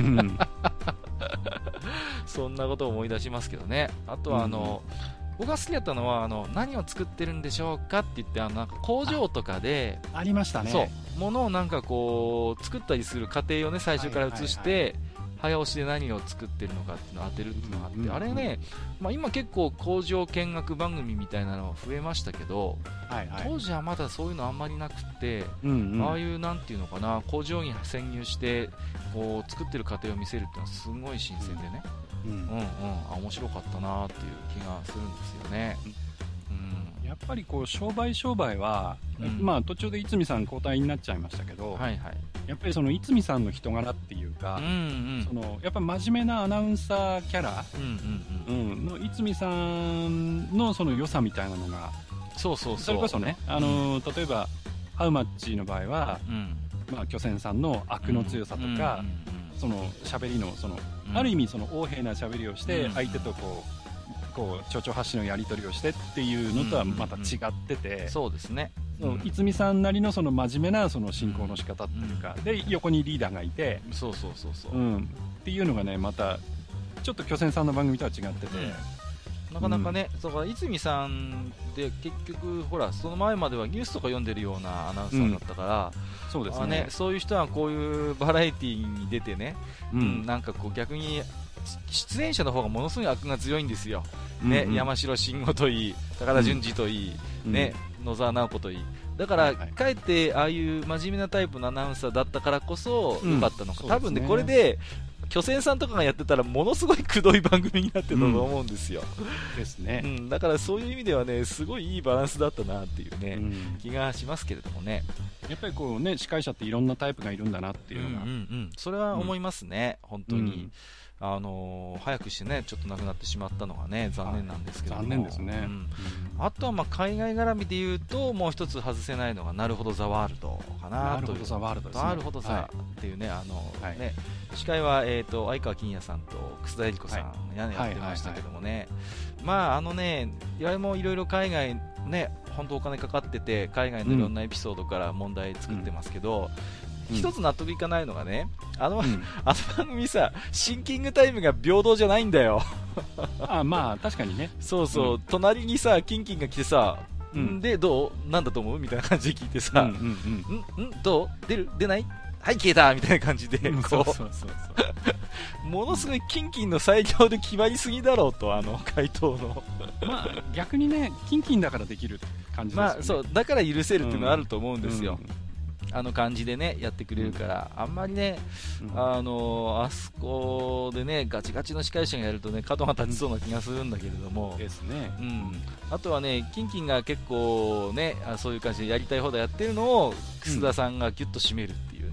そんなことを思い出しますけどね。あとはあの、うん僕が好きだったのはあの何を作ってるんでしょうかって言って、あのなんか工場とかであ, ありましたね。 そう物をなんかこう作ったりする過程をね最初から映して、はいはいはい、早押しで何を作ってるのかっていうのを当てるっていうのがあって、うんうんうん、あれね、まあ、今結構工場見学番組みたいなの増えましたけど、はいはい、当時はまだそういうのあんまりなくて、うんうん、ああいうなんていうのかな、工場に潜入してこう作ってる過程を見せるっていうのはすごい新鮮でね、うんうんうん、あ面白かったなっていう気がするんですよね、 うん、やっぱりこう商売商売は、うん、まあ途中で逸見さん交代になっちゃいましたけど、はいはい、やっぱりその逸見さんの人柄っていうか、うんうん、そのやっぱ真面目なアナウンサーキャラ、うんうんうん、の逸見さんのその良さみたいなのが、 そうそうそう、 それこそね、あのー、例えばハウマッチの場合は、うんまあ、巨泉さんの悪の強さとか、うんうんうんうん、その喋りのその、うん、ある意味その横柄な喋りをして相手とこう、こう丁々発止のやり取りをしてっていうのとはまた違ってて、うんうんうん、 そうですね、 逸見さんなりのその真面目なその進行の仕方っていうか、うん、で横にリーダーがいて、 そうそうそうそう、 うん、っていうのがねまたちょっと巨泉さんの番組とは違ってて、 うん、なかなかね、うん、だから逸見さんで結局ほらその前まではニュースとか読んでるようなアナウンサーだったから、うん、そうですね、ね、そういう人はこういうバラエティーに出てね、うんうん、なんかこう逆に出演者の方がものすごい悪が強いんですよ、ね、うんうん、山城慎吾といい高田純次といい、うんね、野沢直子といい、だから、はいはい、かえってああいう真面目なタイプのアナウンサーだったからこそ良かったのか、うん、多分ね、ねこれで巨泉さんとかがやってたらものすごいくどい番組になってたと思うんですよ、 うん、ですね、 うん、だからそういう意味ではねすごいいいバランスだったなっていうね、うん、気がしますけれどもね、 やっぱりこうね司会者っていろんなタイプがいるんだなっていうのが、 うんうんうん、それは思いますね、うん、本当に、うん、あのー、早くしてねちょっと亡くなってしまってしまったのがね残念なんですけども、 残念ですね、うん、 あとはまあ海外絡みで言うともう一つ外せないのがなるほどザワールドかなという、なるほどザワールドですね、なるほどザ、はい、っていうね、あのーはい、ね司会は、えー、と相川金也さんと楠田絵理子さん、はい、やってましたけどもね、はいはいはい、まああのねいわもいろいろ海外ね本当お金かかってて海外のいろんなエピソードから問題作ってますけど、うん、一つ納得いかないのがね、あの、うん、あの番組さシンキングタイムが平等じゃないんだよあまあ確かにね、 そうそう、うん、隣にさキンキンが来てさ、うん、でどうなんだと思うみたいな感じで聞いてさ、うんうんうん、んんどう出る出ないはい消えたみたいな感じでこう、そうそうそうそうものすごいキンキンの裁量で決まりすぎだろうと、あの回答のまあ逆にねキンキンだからできる感じですよね、 まあ、そうだから許せるっていうのはあると思うんですよ、うんうん、あの感じでねやってくれるから、うん、あんまりね、うん、あのあそこでねガチガチの司会者がやるとね角が立ちそうな気がするんだけれども、 うん、ですね、 うん、あとはねキンキンが結構ねそういう感じでやりたい放題やってるのを楠田さんがギュッと締めるっていうね、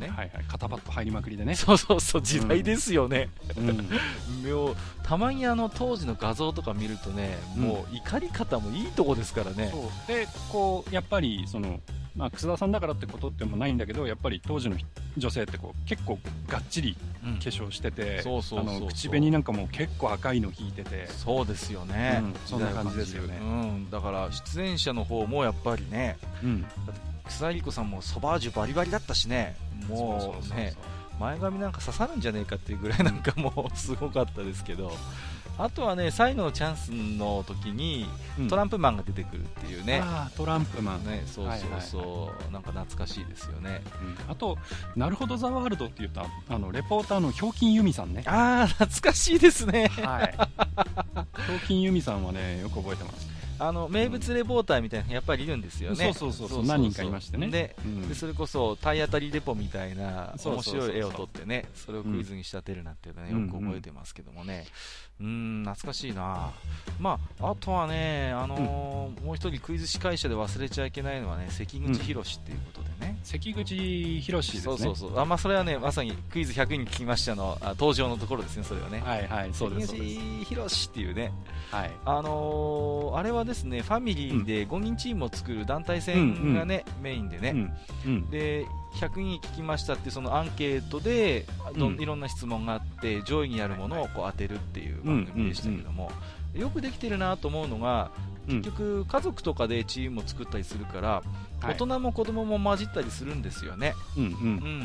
ね、 はいはい、肩パッド入りまくりでね、 そうそうそう、時代ですよね、 うんうん、 たまにあの当時の画像とか見るとね、もう怒り方もいいとこですからね。 そうでこうやっぱりそのまあ、楠田さんだからってことってもないんだけど、やっぱり当時の女性ってこう結構がっちり化粧してて、口紅なんかも結構赤いの引いてて、 そうですよね、 うん、そんな感じですよね、 うん、だから出演者の方もやっぱりね、うん、草薙子さんもソバージュバリバリだったしね、もうね、前髪なんか刺さるんじゃねえかっていうぐらいなんかもうすごかったですけど、あとはね、最後のチャンスの時にトランプマンが出てくるっていうね、うん、 あトランプマンね、そうそうそう、はいはいはい、なんか懐かしいですよね、 うん、あとなるほどザワールドって言ったあのレポーターのひょうきん由美さんね、 ああ懐かしいですね、 はい、ひょうきん由美さんはねよく覚えてます。 あの名物レポーターみたいなのやっぱりいるんですよね、 うん、そうそうそうそう、何人かいましてね、 で、うん、でそれこそ体当たりレポみたいな面白い絵を撮ってね、それをクイズに仕立てるなんていうのね、よく覚えてますけどもね、うーん懐かしいな。まああとはね、あのーうん、もう一人クイズ司会者で忘れちゃいけないのはね、関口宏っていうことでね、 関口宏ですね。 そうそうそう、あ、まあ、それはねまさにクイズひゃくに聞きましたのあ登場のところですね、それはね、 はいはい、そうです、 関口宏っていうね、 はい、 あのー、あれはですねファミリーでごにんチームを作る団体戦がね、うんうん、メインでね、うんうん、でひゃくにん聞きましたっていうそのアンケートでど、うん、いろんな質問があって上位にあるものをこう当てるっていう番組でしたけども、うんうんうん、よくできてるなと思うのが、結局家族とかでチームを作ったりするから、うん、大人も子供も混じったりするんですよね、はい、うんうんうん、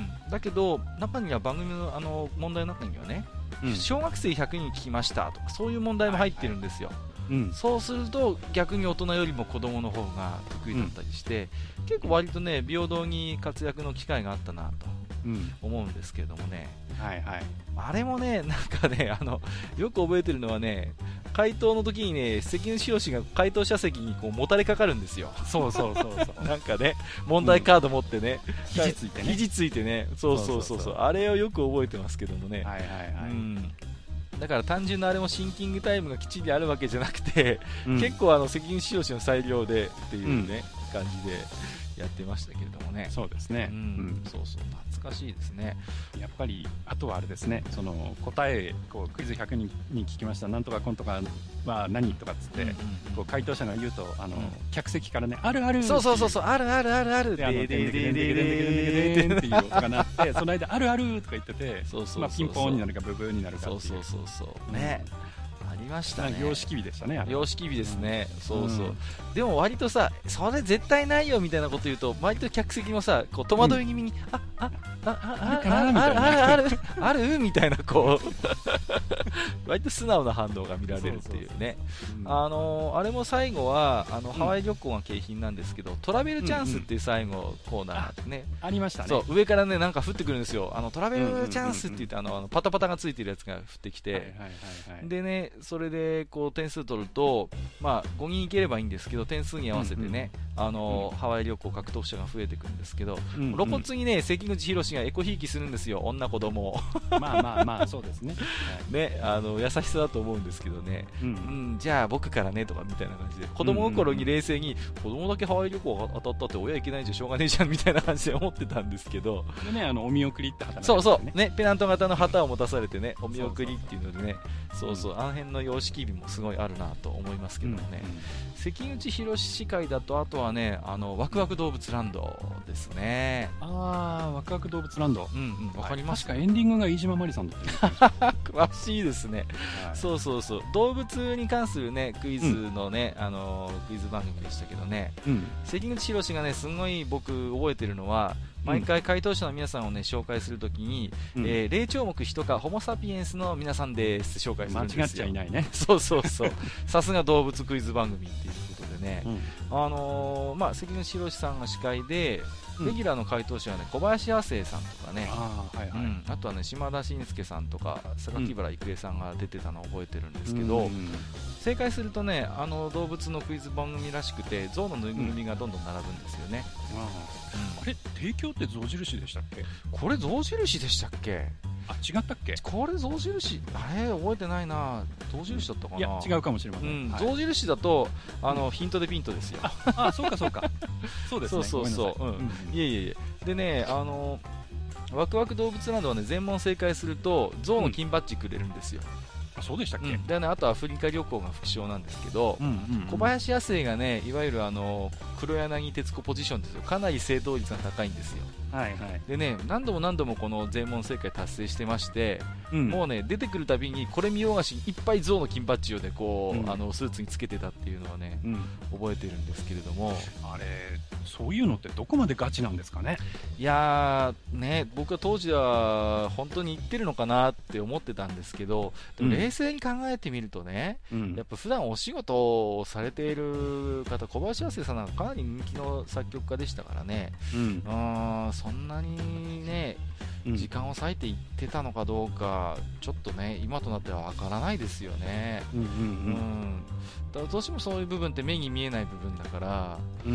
だけど中には番組の、あの問題の中にはね、うん、小学生ひゃくにん聞きましたとかそういう問題も入ってるんですよ、はいはい、うん、そうすると逆に大人よりも子供の方が得意だったりして、うん、結構割とね平等に活躍の機会があったなと思うんですけれどもね、 うん、はいはい、 あれもねなんかねあのよく覚えてるのはね、回答の時にね関口宏が回答者席にこうもたれかかるんですよ。 そうそうそうそうなんかね問題カード持ってね、 うん、肘ついてね肘ついてね、そうそうそうそう、あれをよく覚えてますけどもね、 はいはいはい、うん、 だから単純なあれもシンキングタイムがきっちりあるわけじゃなくて、うん、結構あの関口宏の裁量でっていうね、うん、感じでやってましたけれどもね。 そうですね、 うんうん、そうそう懐かしいですね。 やっぱりあとはあれですね、その答えこうクイズひゃくにんに聞きましたなんとかコンとかは何とかっつって、うんうんうん、こう回答者が言うとあの、うん、客席からねあるあるそうそうそうそうあるあるあるあるってでででででででででっていう音が鳴ってその間あるあるとか言ってて、そうそうそうそう、まあ、ピンポンになるかブブーになるかっていう、 そうそうそうそうね、ありましたね。 様式美でしたね。 様式美ですね、うん、そうそう、うん、でも割とさそれ絶対ないよみたいなこと言うと割と客席もさこう戸惑い気味に、うん、ああああああああるあるみたいなこう割と素直な反応が見られるっていうね。あのあれも最後はあの、うん、ハワイ旅行が景品なんですけどトラベルチャンスっていう最後コーナーね、 ありましたね。 そう上からねなんか降ってくるんですよ。あのトラベルチャンスって言ってあのパタパタがついてるやつが降ってきて、はいはいはいはい、でねそれでこう点数取ると、まあ、ごにんいければいいんですけど点数に合わせてね、うんうん、あのうん、ハワイ旅行獲得者が増えていくんですけど、うんうん、露骨にね関口宏がエコひいきするんですよ、女子供をまあまあまあそうですね、 ねあの優しさだと思うんですけどね、うんうん、じゃあ僕からねとかみたいな感じで子供心に冷静に、うんうんうん、子供だけハワイ旅行当たったって親いけないじゃしょうがねえじゃんみたいな感じで思ってたんですけどで、ね、あのお見送りって旗、 ね、そうそうねペナント型の旗を持たされてねお見送りっていうのでねそうそう、うん、あの辺の様式美もすごいあるなと思いますけどもね、うんうん、関口宏司会だとあとはねあのワクワク動物ランドですね。 ああワクワク動物ランド、 うんうん、わかります。 確かエンディングが飯島まりさんだった詳しいですね、はい、そうそうそう動物に関するねクイズのね、うん、あのクイズ番組でしたけどね、うん、関口宏がねすごい僕覚えてるのは毎回回答者の皆さんをね紹介するときに、うん、えー、霊長目人かホモサピエンスの皆さんですって紹介するんですよ。 間違っちゃいないね。 そうそうそうさすが動物クイズ番組っていうことでね、うん、あのー、まあ関口宏さんが司会でレギュラーの回答者はね小林亜生さんとかね、あ、はいはい、うん、あとはね島田紳介さんとか榊原郁恵さんが出てたのを覚えてるんですけど、うん、正解するとねあの動物のクイズ番組らしくて象のぬいぐるみがどんどん並ぶんですよね、うん、あ, うん、あれ提供って象印でしたっけ。 これ象印でしたっけ。 あ違ったっけ。 これ象印あれ覚えてないな。象印だったかな。 いや違うかもしれません、うんはい、象印だとあの、うん、ヒントでピントですよ。 ああそうかそうかそうですね。 そうそうそう、うん、いえいえいえでねあのワクワク動物ランドはね、全問正解すると象の金バッジくれるんですよ。 あ、そうでしたっけ。 うん、でね、あとアフリカ旅行が副賞なんですけど、うんうんうん、小林亜生がね、いわゆるあの黒柳徹子ポジションですよ。かなり正答率が高いんですよ。はいはい、でね、何度も何度もこの全問正解達成してまして、うん、もうね、出てくるたびにこれ見よがしいっぱい象の金バッジをね、こう、うん、あのスーツにつけてたっていうのはね、うん、覚えてるんですけれども、 あれ、そういうのってどこまでガチなんですかね。 いやーね、僕は当時は本当に言ってるのかなって思ってたんですけど、でも冷静に考えてみるとね、うん、やっぱ普段お仕事をされている方、小林亜生さんなんかかなり人気の作曲家でしたからね、うん、あそんなにね、時間を割いていってたのかどうか、ちょっとね、今となってはわからないですよね。うんうんうんうん、だどうしてもそういう部分って目に見えない部分だから、うんうん、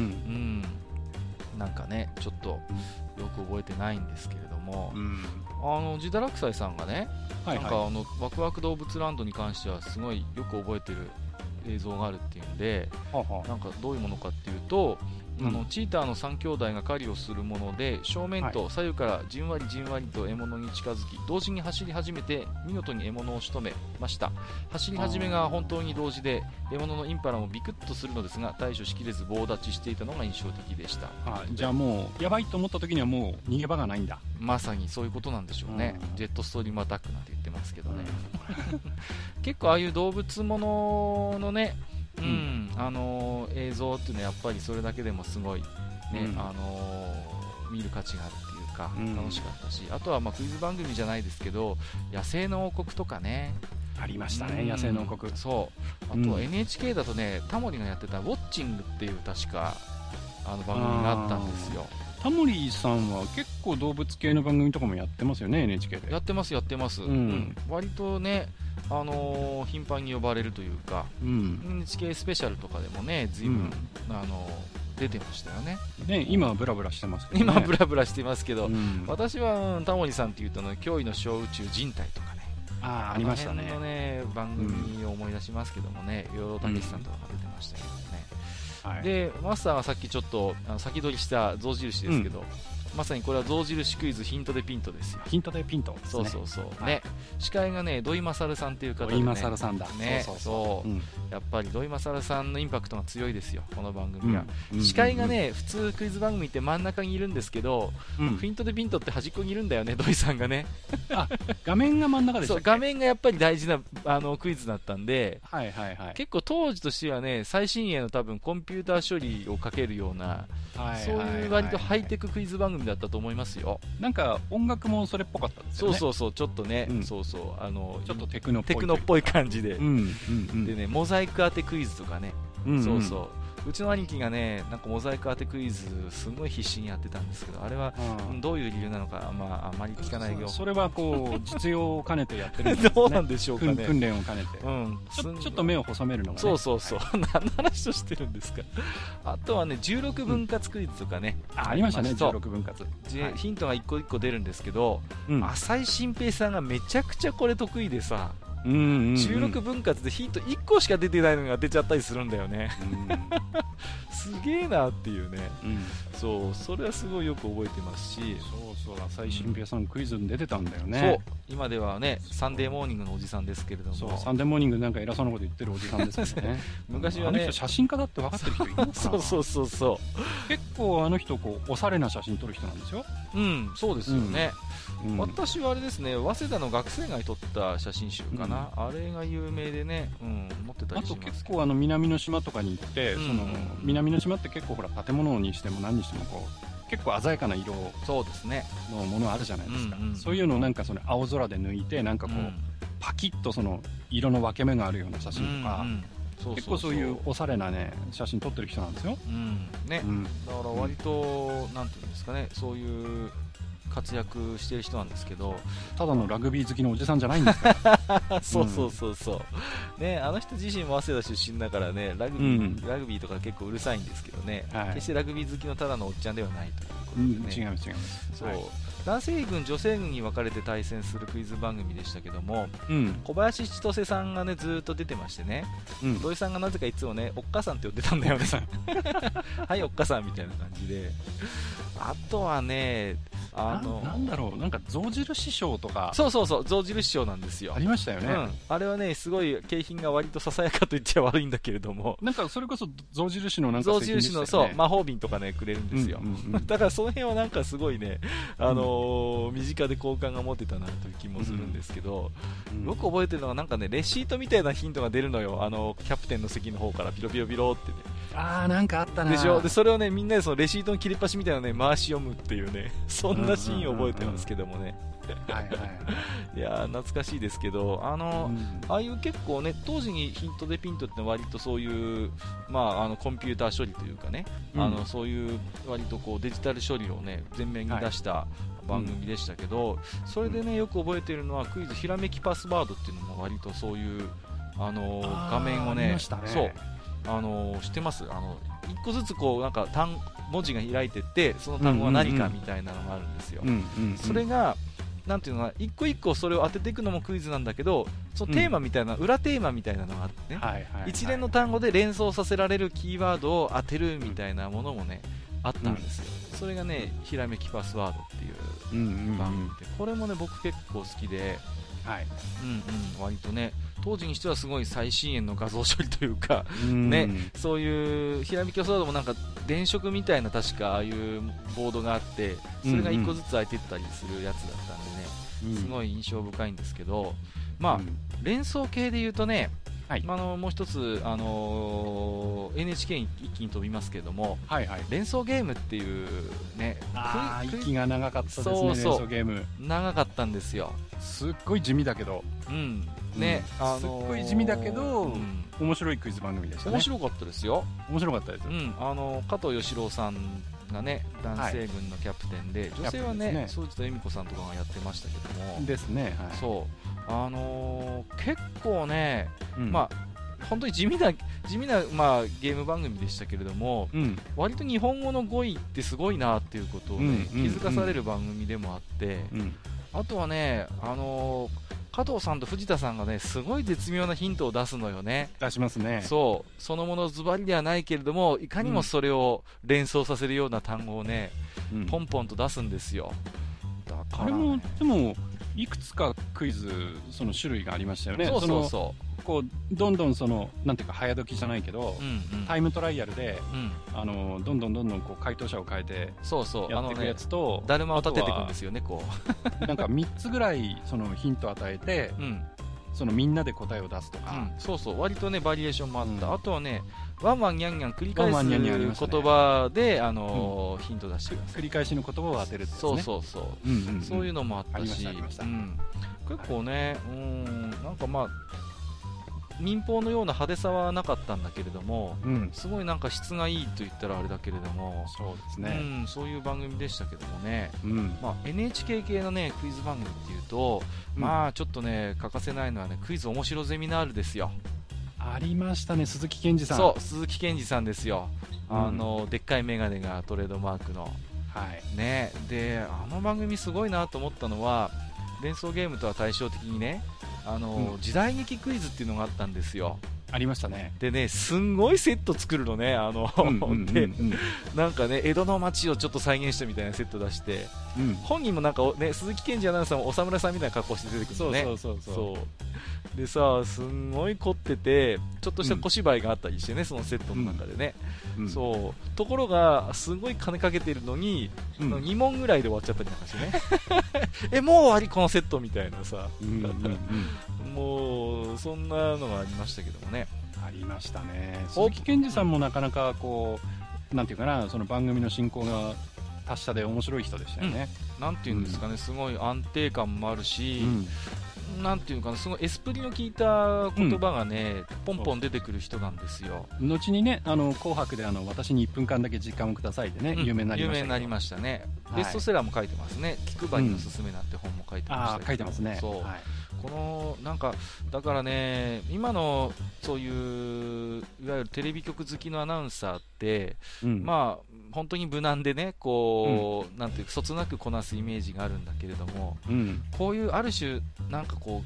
なんかね、ちょっとよく覚えてないんですけれども、うん、あのジダラクサイさんがね、はいはい、なんかあのワクワク動物ランドに関してはすごいよく覚えてる映像があるっていうんで、はあはあ、なんかどういうものかっていうと、あのチーターのさん兄弟が狩りをするもので、正面と左右からじんわりじんわりと獲物に近づき、同時に走り始めて見事に獲物を仕留めました。走り始めが本当に同時で獲物のインパラもビクッとするのですが、対処しきれず棒立ちしていたのが印象的でした。 あ、じゃあもうやばいと思った時にはもう逃げ場がないんだ。 まさにそういうことなんでしょうね。ジェットストリームアタックなんて言ってますけどね結構ああいう動物もののね、うん、あのー、映像っていうのはやっぱりそれだけでもすごい、ね、うん、あのー、見る価値があるっていうか、うん、楽しかったし、あとはまあクイズ番組じゃないですけど、野生の王国とかね、 ありましたね、うん、野生の王国。 そう、あと エヌエイチケー だとね、タモリがやってたウォッチングっていう確かあの番組があったんですよ。 タモリさんは結構動物系の番組とかもやってますよね、エヌエイチケー で。 やってますやってます、うんうん、割とね、あのー、頻繁に呼ばれるというか、うん、エヌエイチケー スペシャルとかでもね、随分、うん、あのー、出てましたよね。 ね、今はブラブラしてますけどね。 今はブラブラしてますけど、うん、私は、うん、タモリさんっていうと、ね、驚異の小宇宙人体とかね、 ああ、ありましたね。 あの辺のね、番組を思い出しますけどもね、養老たけしさんとかが出てましたけどね。はい、でマスターはさっきちょっとあの先取りした象印ですけど、うん、まさにこれは象印クイズヒントでピントですよ。 ヒントでピントですね。 そうそうそう、はい、ね、司会がね土井勝さんっていう方で、ね、 土井勝さんだ、 ね、そうそうそう、うん、やっぱり土井勝さんのインパクトが強いですよ、この番組は。うん、司会がね、うん、普通クイズ番組って真ん中にいるんですけど、うん、ヒントでピントって端っこにいるんだよね、土井さんがね。 あ、画面が真ん中でしたっけ。 そう、画面がやっぱり大事なあのクイズだったんで、 はいはいはい、結構当時としてはね、最新鋭の多分コンピューター処理をかけるような、そういう割とハイテククイズ番組だったと思いますよ。 なんか音楽もそれっぽかったですよね。 そうそうそう、ちょっとね、うん、そうそうあのちょっとテクノっぽいテクノっぽい感じで、うんうんうん、でね、モザイク当てクイズとかね、うんうん、そうそう、うちの兄貴がね、なんかモザイク当てクイズすごい必死にやってたんですけど、あれは、うん、どういう理由なのか、まあ、あまり聞かないよ。 そ, それはこう実用を兼ねてやってるんですね。 どうなんでしょうかね。 訓練を兼ねて、うん、ちょ、ちょっと目を細めるのがね。 そうそうそう、はい、何の話をしてるんですか。あとはね、じゅうろくぶん割クイズとかね、 うん、あ, ありましたね、じゅうろくぶん割、 はい、ヒントが一個一個出るんですけど、うん、浅井新平さんがめちゃくちゃこれ得意でさ、うんうんうん、じゅうろくぶん割でヒントいっこしか出てないのが出ちゃったりするんだよね。うん、すげえなっていうね、うん、そう、それはすごいよく覚えてますし、 そうそう、浅井新平さんクイズに出てたんだよね。 そう、今ではね、サンデーモーニングのおじさんですけれども、 そう、サンデーモーニングなんか偉そうなこと言ってるおじさんですけどね。昔はね、あの人写真家だって分かってる人いるのかな。 そうそうそうそう、 結構あの人こうおしゃれな写真撮る人なんですよ。 うん、そうですよね。うん、私はあれですね、早稲田の学生街撮った写真集かな、うん、あれが有名でね、うん、持ってたりします。 あと結構あの南の島とかに行って、うん、その南の島って結構ほら建物にしても何にしてもこう結構鮮やかな色のものあるじゃないですか。そうですね、うんうん、そういうのをなんかその青空で抜いてなんかこう、うん、パキッとその色の分け目があるような写真とか、うんうん、そうそうそう、結構そういうおしゃれなね写真撮ってる人なんですよ。 うんね、うん、だから割と、うん、なんていうんですかね、そういう活躍してる人なんですけど、 ただのラグビー好きのおじさんじゃないんですよ。 そうそうそうそう、ね、あの人自身も早稲田出身だからね、ラグビー、うん、ラグビーとか結構うるさいんですけどね、はい、決してラグビー好きのただのおっちゃんではないということでね、うん、 違います違います。 そう、はい、男性軍女性軍に分かれて対戦するクイズ番組でしたけども、うん、小林千歳さんがねずっと出てましてね、うん、土井さんがなぜかいつもねおっかさんって呼んでたんだよね。はい、おっかさんみたいな感じで、あとはね、 あのな、なんだろう、なんか象印賞とか、 そうそうそう、象印賞なんですよ。 ありましたよね、うん、 あれはね、すごい景品が割とささやかと言っちゃ悪いんだけれども、 なんかそれこそ象印のなんか、ね、 象印のそう魔法瓶とかねくれるんですよ、うんうんうん、だからその辺はなんかすごいね、あのーうん、身近で好感が持てたなという気もするんですけど、うん、よく覚えてるのはなんかねレシートみたいなヒントが出るのよ、あのキャプテンの席の方からピロピロピロってね、 あーなんかあったなでしょ。でそれをねみんなでそのレシートの切れっ端みたいなね回し読むっていうね、そんなシーンを覚えてますけどもね、はいはいはい、いや懐かしいですけど、あの、うん、ああいう結構ね当時にヒントでピントって割とそういう、まあ、あのコンピューター処理というかね、うん、あのそういう割とこうデジタル処理をね前面に出した番組でしたけど、はい、それでねよく覚えているのはクイズひらめきパスワードっていうのも割とそういうあの画面を ね, ねそうあの知ってます、あのいっこずつこうなんか単文字が開いてってその単語は何かみたいなのがあるんですよ、うんうんうん、それがなんていうのか一個一個それを当てていくのもクイズなんだけど、そのテーマみたいな、うん、裏テーマみたいなのがあってね、はいはいはい、一連の単語で連想させられるキーワードを当てるみたいなものもねあったんですよ、うん、それがねひらめきパスワードっていう番組で、これもね僕結構好きで、はいうんうん、割とね当時にしてはすごい最新鋭の画像処理というか、ね、そういうひらめきパスワードもなんか電飾みたいな確かああいうボードがあってそれがいっこずつ開いていったりするやつだったんでね、うん、すごい印象深いんですけど、まあ、うん、連想系で言うとね、はい、あのもう一つ、あのー、エヌエイチケー に一気に飛びますけれども、はいはい、連想ゲームっていうね、 あ息が長かったですね。 そうそう連想ゲーム長かったんですよ。 すっごい地味だけど、 うんねうんあのー、 すっごい地味だけど、うん、面白いクイズ番組でしたね。 面白かったですよ。 面白かったです、 うんあのー、加藤義郎さんがね男性軍のキャプテンで、はい、女性はね庄司恵美子さんとかがやってましたけどもですね、はい、 そうあのー、結構ね、うん、まあ本当に地味な地味な、まあ、ゲーム番組でしたけれども、うん、割と日本語の語彙ってすごいなっていうことを、ねうん、気づかされる番組でもあって、うん、あとはね、あのー、加藤さんと藤田さんがねすごい絶妙なヒントを出すのよね。 出しますね。 そうそのものズバリではないけれどもいかにもそれを連想させるような単語をね、うん、ポンポンと出すんですよ。 だからね、あれもでもいくつかクイズその種類がありましたよね。 そうそうそうこうどんどんそのなんていうか早解きじゃないけど、うんうん、タイムトライアルで、うん、あのどんどんどんどんこう回答者を変えてそうそうやっていくやつと、 ね、だるまを立てていくんですよね。こうなんかみっつぐらいそのヒントを与えて、うん、そのみんなで答えを出すとか、うん、 そうそう割とねバリエーションもあった、うん、あとはねワンワンニャンニャン繰り返す言葉で、あのーうん、ヒント出してください。 繰り返しの言葉を当てるってやつね。 そうそうそう、うんうんうん、そういうのもあったし、うん、結構ね、はい、うんなんかまあ民放のような派手さはなかったんだけれども、うん、すごいなんか質がいいと言ったらあれだけれども、 そうですね、 うん、そういう番組でしたけどもね、うんまあ、エヌエイチケー 系の、ね、クイズ番組っていうと、うん、まあちょっとね欠かせないのはねクイズ面白ゼミナールですよ。 ありましたね、鈴木健二さん。 そう鈴木健二さんですよ、うん、あのでっかいメガネがトレードマークの、はいね、であの番組すごいなと思ったのは連想ゲームとは対照的にねあの、うん、時代劇クイズっていうのがあったんですよ。 ありましたね。 でねすんごいセット作るのね、あの、うんうんうんうん、でなんかね江戸の街をちょっと再現したみたいなセット出して、うん、本人もなんか、ね、鈴木健二アナウンサーもお侍さんみたいな格好して出てくるのね。そうそうそうそうでさすんごい凝っててちょっとした小芝居があったりしてね、うん、そのセットの中でね、うん、そうところがすごい金かけてるのに、うん、に問ぐらいで終わっちゃったりなんかしてねえもう終わりこのセットみたいなさ、うんうんうん、もうそんなのがありましたけどもね。 ありましたね。鈴木健二さんもなかなかこうなんていうかな、その番組の進行が達者で面白い人でしたよね、 うん、なんていうんですかね、すごい安定感もあるし、うん、なんていうかな、すごいエスプリの効いた言葉がね、うん、ポンポン出てくる人なんですよ。 後にね、あの紅白であの私にいっぷんかんだけ時間をくださいでね、うん、有名になりました。 有名になりましたね、はい、ベストセラーも書いてますね。気配りのすすめなんて本も書いてましたけど、 あ書いてますね。 そう、はい、このなんかだからね今のそういういわゆるテレビ局好きのアナウンサーって、うん、まあ本当に無難でねこう、うん、なんていうかそつなくこなすイメージがあるんだけれども、うん、こういうある種なんかこうガッ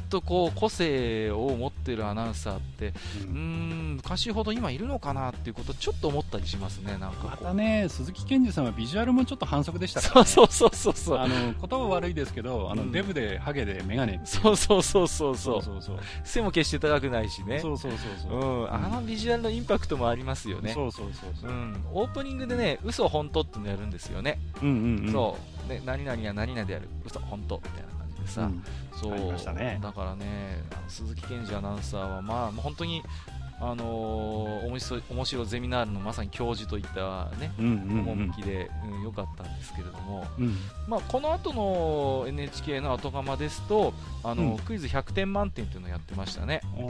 とこう個性を持ってるアナウンサーって、うん、うーん昔ほど今いるのかなっていうことをちょっと思ったりしますね。なんかまたね、鈴木健二さんはビジュアルもちょっと反則でしたからね。 そうそうそうそう、 あの言葉は悪いですけど、あの、うん、デブでハゲでメガネ、 そうそうそうそうそうそうそう、背も決して高くないしね。 そうそうそうそう、 うん、あのビジュアルのインパクトもありますよね。 そうそうそうそう、うん、 オープニングでね、嘘本当ってのやるんですよね。うんうんうん、そうね、何々は何々でやる、嘘本当みたいな感じでさ、うん、そうありましたね。だからね、鈴木健二アナウンサーはまあ本当にあのー、面白い面白ゼミナールのまさに教授といったね、うんうんうん、趣で良、うん、かったんですけれども、うん、まあ、この後の エヌエイチケー の後釜ですとあの、うん、クイズひゃくてん満点というのをやってましたね。 うん、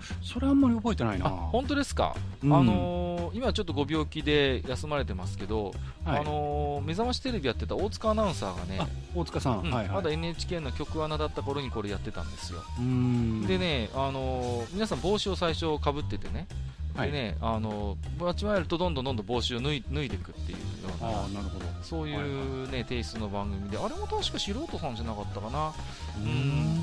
それあんまり覚えてないな。あ、 本当ですか。うん、あのー、今ちょっとご病気で休まれてますけど、はい、あのー、目覚ましテレビやってた大塚アナウンサーがね、 大塚さん、うん、はいはい、 まだ エヌエイチケー の局アナだった頃にこれやってたんですよ。うーんでね、あのー、皆さん帽子を最初かぶっててね、はい、でね、あの間違えるとどんどんどんどん帽子を脱い、脱いでいくっていうような、 あ、なるほど、 そういう、ね、はいはい、テイストの番組で、あれも確か素人さんじゃなかったかな。 うん、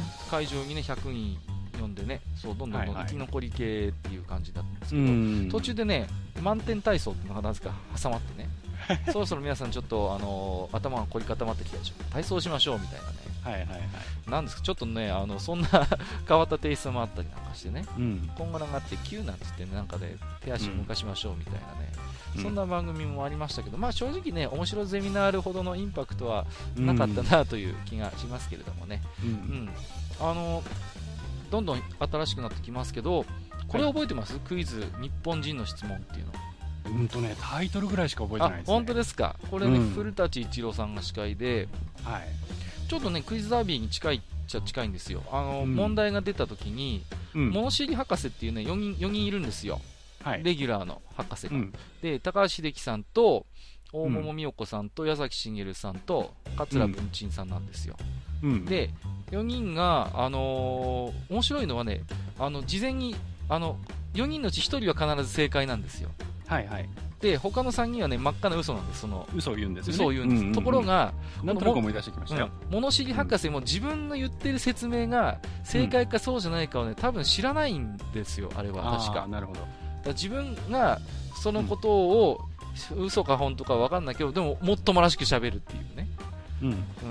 会場にねひゃくにん呼んでね、そうどんどんどん生き残り系っていう感じだったんですけど、はいはい、途中でね満点体操っていうのがなぜか挟まってねそろそろ皆さんちょっと、あのー、頭が凝り固まってきたでしょ、体操しましょうみたいなね、 はいはいはい、 なんですか、ちょっとね、あのそんな変わったテイストもあったりなんかしてね、うん、こんがらがってキューなんて言って、ね、なんかで、ね、手足を動かしましょうみたいなね、うん、そんな番組もありましたけど、まあ、正直ね、面白ゼミナールほどのインパクトはなかったなという気がしますけれどもね、うんうん、あのどんどん新しくなってきますけど、これ覚えてます、はい、クイズ日本人の質問っていうの。 うんとね、タイトルぐらいしか覚えてないですね。 本当ですか。これね、うん、古舘一郎さんが司会で、はい、ちょっとねクイズダービーに近いっちゃ近いんですよ。あの、うん、問題が出た時に、うん、物知り博士っていうねよにん、よにんいるんですよ、はい、レギュラーの博士が、うん、で高橋英樹さんと大桃美代子さんと矢崎茂さんと桂文珍さんなんですよ、うん、でよにんが、あのー、面白いのはね、あの事前にあのよにんのうちひとりは必ず正解なんですよ。 はいはい、 で他のさんにんはね真っ赤な嘘なんです。その嘘を言うんですよね。 嘘を言うんです、うんうんうん、ところがなんとなく思い出してきましたよ、 うん、物知り博士も自分の言ってる説明が正解かそうじゃないかをね多分知らないんですよ、あれは確か。 なるほど。だから自分がそのことを、うん、嘘か本当か分かんないけどでももっともらしく喋るっていうね、うんうん、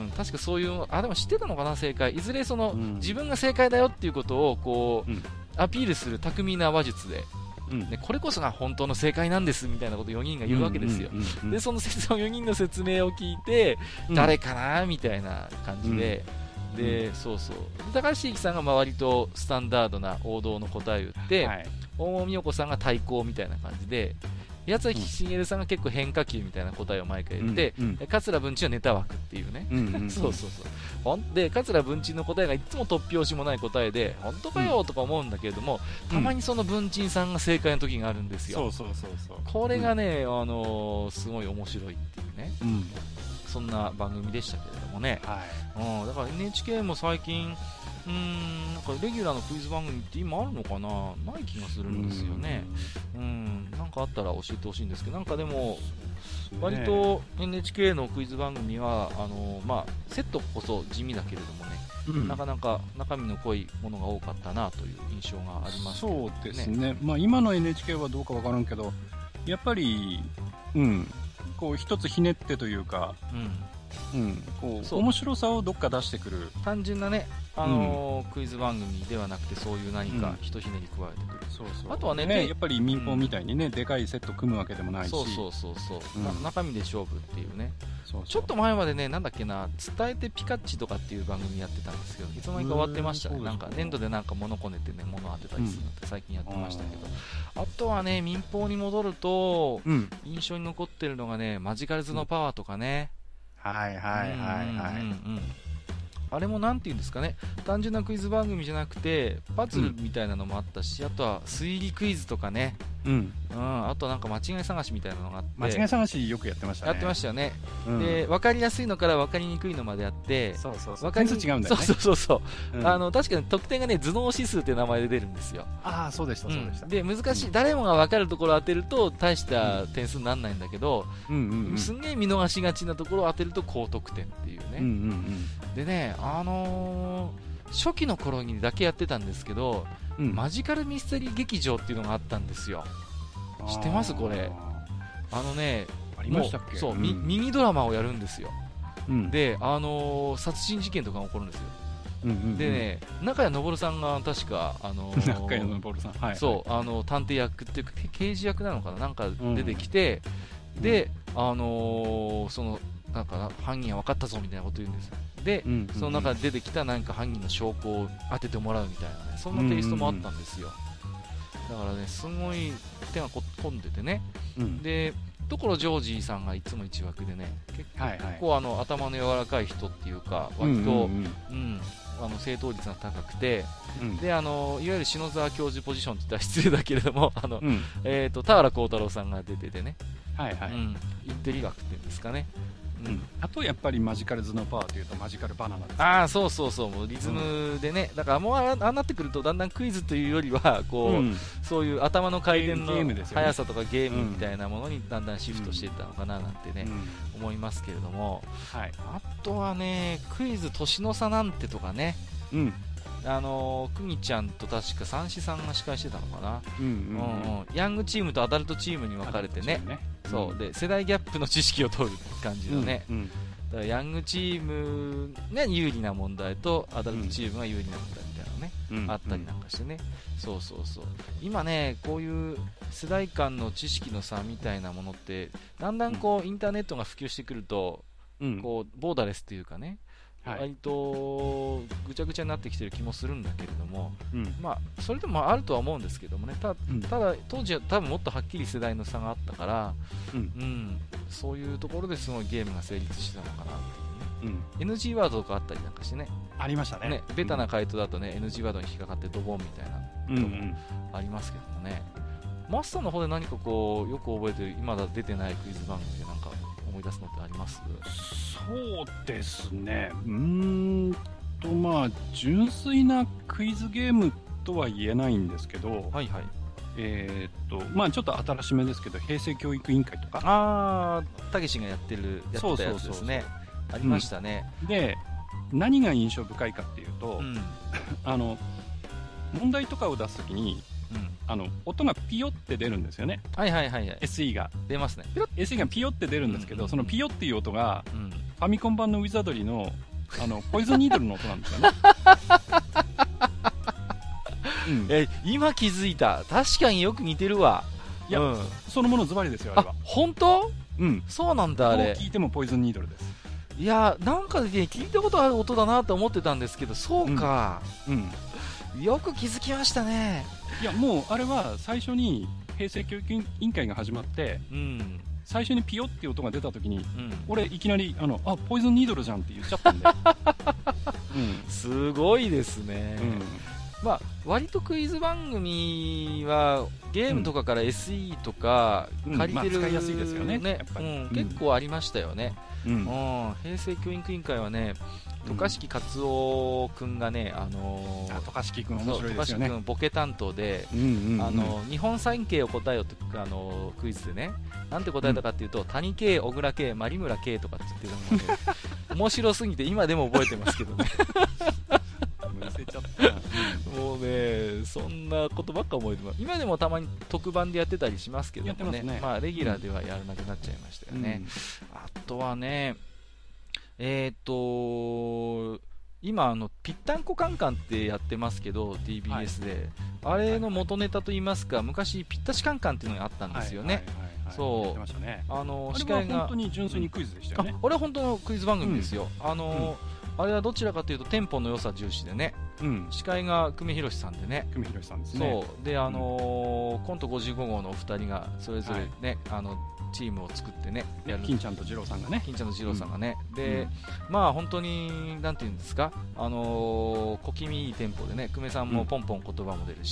確かそういう、あでも知ってたのかな正解、いずれその、うん、自分が正解だよっていうことをこう、うん、アピールする巧みな話術で、うん、でこれこそが本当の正解なんですみたいなことをよにんが言うわけですよ、うんうんうんうん、でその説明よにんの説明を聞いて、うん、誰かなみたいな感じで、うん、でそうそう高橋英樹さんが割とスタンダードな王道の答えを言って、はい、大桃美代子さんが対抗みたいな感じで、八崎茂さんが結構変化球みたいな答えを毎回言って、うんうん、桂文珍はネタ枠っていうね、うんうんうん、そうそうそうほんで桂文珍の答えがいつも突拍子もない答えで本当かよとか思うんだけれども、うん、たまにその文珍さんが正解の時があるんですよ、 そうそうそうそうこれがね、うん、あのー、すごい面白いっていうね、うん、そんな番組でしたけれどもね、はい、うん、だから エヌエイチケー も最近うーんなんかレギュラーのクイズ番組って今あるのかな、ない気がするんですよね。うん、なんかあったら教えてほしいんですけど、なんかでも割と エヌエイチケー のクイズ番組はあの、まあ、セットこそ地味だけれどもね、うん、なかなか中身の濃いものが多かったなという印象がありますけどね。 そうですね、まあ、今の エヌエイチケー はどうかわからんけどやっぱり、うん、こう一つひねってというか、うんうん、こう面白さをどっか出してくる単純なね、あのーうん、クイズ番組ではなくてそういう何かひとひねり加えてくる、うん、そうそうあとは ね, ねやっぱり民放みたいにね、うん、でかいセット組むわけでもないし、 そうそうそうそう、うん、中身で勝負っていうね、そうそうちょっと前までねなんだっけな伝えてピカッチとかっていう番組やってたんですけどいつの間にか終わってましたね。なんか粘土でなんか物こねてね物当てたりするのって最近やってましたけど、うん、あとはね民放に戻ると、うん、印象に残ってるのがねマジカルズのパワーとかね、 うん、はいはいはいはい、うんうんうんあれもなんていうんですかね単純なクイズ番組じゃなくてパズルみたいなのもあったし、うん、あとは推理クイズとかね、うんうん、あとなんか間違い探しみたいなのがあって間違い探しよくやってましたねやってましたよね、うん、で分かりやすいのから分かりにくいのまであってそうそうそう点数違うんだよねそうそうそう、うん、あの確かに得点がね頭脳指数って名前で出るんですよ。 ああそうでしたそうでした、うん、 で難しい、うん、誰もが分かるところを当てると大した点数にならないんだけど、うんうんうん、すんげえ見逃しがちなところを当てると高得点っていうね、うんうんうん、でねあのー初期の頃にだけやってたんですけど、うん、マジカルミステリー劇場っていうのがあったんですよ。知ってますこれ？あのね、 ありましたっけ？ そう、うん、ミニドラマをやるんですよ、うん、で、あのー、殺人事件とかが起こるんですよ、うんうんうん、でね、中谷昇さんが確か、あのー、 中谷昇さん、はいはい、 そう、あの探偵役っていうか刑事役なのかな、なんか出てきて、うん、で、あのー、そのなんか犯人は分かったぞみたいなこと言うんですよ。で、うんうんうん、その中で出てきたなんか犯人の証拠を当ててもらうみたいなね、そんなテイストもあったんですよ、うんうんうん、だからね、すごい手が込んでてね、うん、で所ジョージさんがいつも一枠でね、結構、はいはい、結構あの頭の柔らかい人っていうか、割と、うんうんうんうん、あの正答率が高くて、うん、であのいわゆる篠沢教授ポジションって言ったら失礼だけれども、あの、うん、えーと、田原幸太郎さんが出ててね、はいはい、うん、インテリ学っていうんですかね、 うん、あとやっぱりマジカル頭脳パワーというとマジカルバナナです、ね、 ああそうそうそう、もうリズムでね、うん、だからもうああなってくるとだんだんクイズというよりはこう、うん、そういう頭の回転の速さとかゲームみたいなものにだんだんシフトしていったのかななんてね、うん、思いますけれども、はい、あとはね、クイズ年の差なんてとかね、うん、あのー、くにちゃんと確か三枝さんが司会してたのかな、うんうんうんうん、ヤングチームとアダルトチームに分かれてね、そうで世代ギャップの知識を取る感じのね、うんうん、だからヤングチームが有利な問題とアダルトチームが有利な問題みたいなのね、うん、あったりなんかしてね、うん、そうそうそう、今ねこういう世代間の知識の差みたいなものってだんだんこう、うん、インターネットが普及してくると、うん、こうボーダレスというかね、はい、割とぐちゃぐちゃになってきてる気もするんだけれども、うん、まあそれでもあるとは思うんですけどもね、 た, ただ当時は多分もっとはっきり世代の差があったから、うんうん、そういうところですごいゲームが成立してたのかなっていうね、うん、エヌジー ワードとかあったりなんかしてね、 ありました ね, ねベタな回答だとね、うん、エヌジー ワードに引っかかってドボンみたいなこともありますけどもね、うんうん、マスターの方で何かこうよく覚えてる今だ出てないクイズ番組でなんか思い出すのってあります？ そうですね、うーんとまあ純粋なクイズゲームとは言えないんですけど、はいはい、えー、っとまあちょっと新しめですけど、平成教育委員会とか、 ああたけしがやってるやってたやつですね、ありましたね、 うん、で何が印象深いかっていうと、うん、あの問題とかを出すときに、うん、あの音がピヨって出るんですよね、 はいはいはい、はい、 エスイー が出ますね、 エスイー がピヨって出るんですけど、うんうんうん、そのピヨっていう音が、うん、ファミコン版のウィザードリーのあのポイズンニードルの音なんですよね、 うん、え今気づいた、確かによく似てるわ、 いや、うん、そのものズバリですよ、あれは。 あ、本当？うん、そうなんだ、あれ。 どう聞いてもポイズンニードルです。 いや、なんかで、ね、聞いたことある音だなと思ってたんですけど、そうか、うんうん、よく気づきましたね。 いや、もうあれは最初に平成教育委員会が始まって、うん、最初にピヨっていう音が出た時に、うん、俺いきなりあのあポイズンニードルじゃんって言っちゃったんで、 うん、すごいですね、うんまあ、割とクイズ番組はゲームとかから エスイー とか借りてる、 うんまあ、使いやすいですよね、 ね、うん、結構ありましたよね、うんうん、平成教育委員会はね、渡嘉敷勝夫君がね、あのー、 渡嘉敷君面白いですよね、 君ボケ担当で、うんうんうん、あの日本三景を答えよと、あのー、クイズでね、なんて答えたかっていうと、うん、谷圭、小倉圭、有村圭とかって言ってるのが、ね、面白すぎて今でも覚えてますけどね忘れちゃった、 もうね、そんなことばっか覚えてます。今でもたまに特番でやってたりしますけども ね, ね、まあ、レギュラーではやらなくなっちゃいましたよね、うん、あとはね、えっ、ー、と今あのぴったんこカンカンってやってますけど ティービーエス で、はい、あれの元ネタといいますか、昔ぴったしカンカンっていうのがあったんですよね、そう、 ね、 あの司会があれは本当に純粋にクイズでしたよね、 あ、あれは本当のクイズ番組ですよ、うん、あの、うん、あれはどちらかというとテンポの良さ重視でね、うん、司会が久米宏さんでね、 久米宏さんですね、 そうで、あのーうん、コントごじゅうご号のお二人がそれぞれね、はい、あのチームを作ってね、 やる、金ちゃんと二郎さんがね、 金ちゃんと二郎さんがね、うん、で、うん、まあ本当になんていうんですか、あのー、小気味いいテンポでね、久米さんもポンポン言葉も出るし、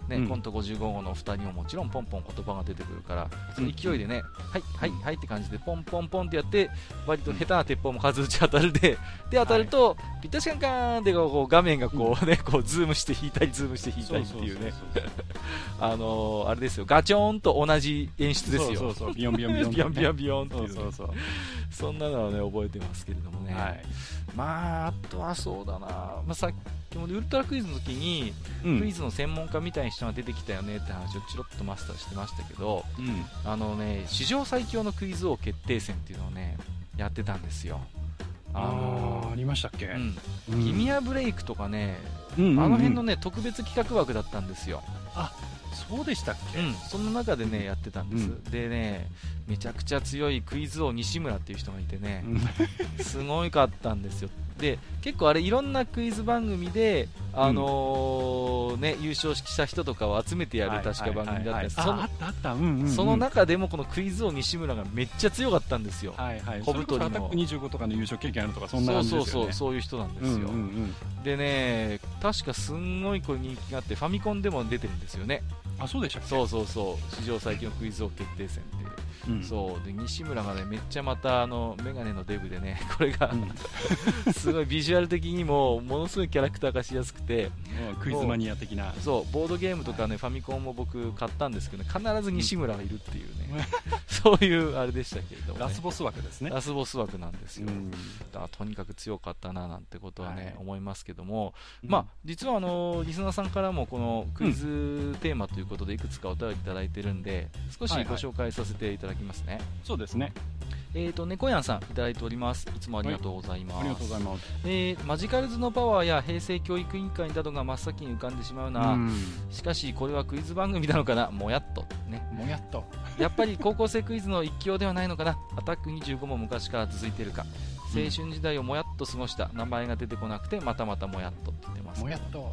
ね、うん、コントごじゅうご号のお二人ももちろんポンポン言葉が出てくるから、その勢いでね、うん、はいはいはいって感じでポンポンポンってやって、割と下手な鉄砲も数打ち当たるで、で当たると、はい、ピッタシカンカーンってこう画面がこうね、こうズームして引いたりズームして引いたりっていうね、あのー、あれですよ、ガチョーンと同じ演出ですよ。 そうそうそう、ビヨンビヨンビヨン、 ビヨンビヨンビヨンっていう、ね、 そうそうそう、 そんなのはね覚えてますけれどもね。はい、まああとはそうだな、まあ、さっきもウルトラクイズの時に、うん、クイズの専門家みたいな人が出てきたよねって話をチロッとマスターしてましたけど、うん、あのね、史上最強のクイズ王決定戦っていうのをねやってたんですよ。 あのー、あ, ありましたっけ、 うんうん、ギミアブレイクとかね、うんうんうん、あの辺のね特別企画枠だったんですよ。 あ、そうでしたっけ、 うん、その中でねやってたんです、うん、でね、めちゃくちゃ強いクイズ王西村っていう人がいてね、うん、すごいかったんですよ。で結構あれいろんなクイズ番組で、あのーね、優勝した人とかを集めてやる確か番組だったんです。その中でもこのクイズ王西村がめっちゃ強かったんですよ。 はいはい、小太りのアタックにじゅうごとかの優勝経験あるとかそんな感じですよね。 そうそうそう、そういう人なんですよ、うんうんうん、でね、確かすんごいこれ人気があってファミコンでも出てるんですよね。 あ、そうでしたっけ。 そうそうそう、史上最強のクイズ王決定戦って、うん、そうで西村がねめっちゃまたあのメガネのデブでね、これが、うん、すごいビジュアル的にもものすごいキャラクター化しやすくて、 うん、クイズマニア的な、 そうボードゲームとかね、はい、ファミコンも僕買ったんですけど、ね、必ず西村がいるっていうね、うん、そういうあれでしたけれども、ね、 ラスボス枠ですね。 ラスボス枠なんですよ、うん、だとにかく強かったななんてことはね、はい、思いますけども、うん、まあ実はあのリスナーさんからもこのクイズテーマということでいくつかお便りいただいてるんで、少しご紹介させていただきますね。はいはい、 そうですね。 えーと、猫やんさんいただいております。いつもありがとうございます。はい、 ありがとうございます。 えー、マジカルズのパワーや平成教育委員会などが真っ先に浮かんでしまうな。うしかしこれはクイズ番組なのかな、もやっとね。 もやっと。やっぱり高校生クイズの一強ではないのかな。アタックにじゅうごも昔から続いているか。青春時代をもやっと過ごした、名前が出てこなくてまたまたもやっとって言ってます。 もやっと、はい、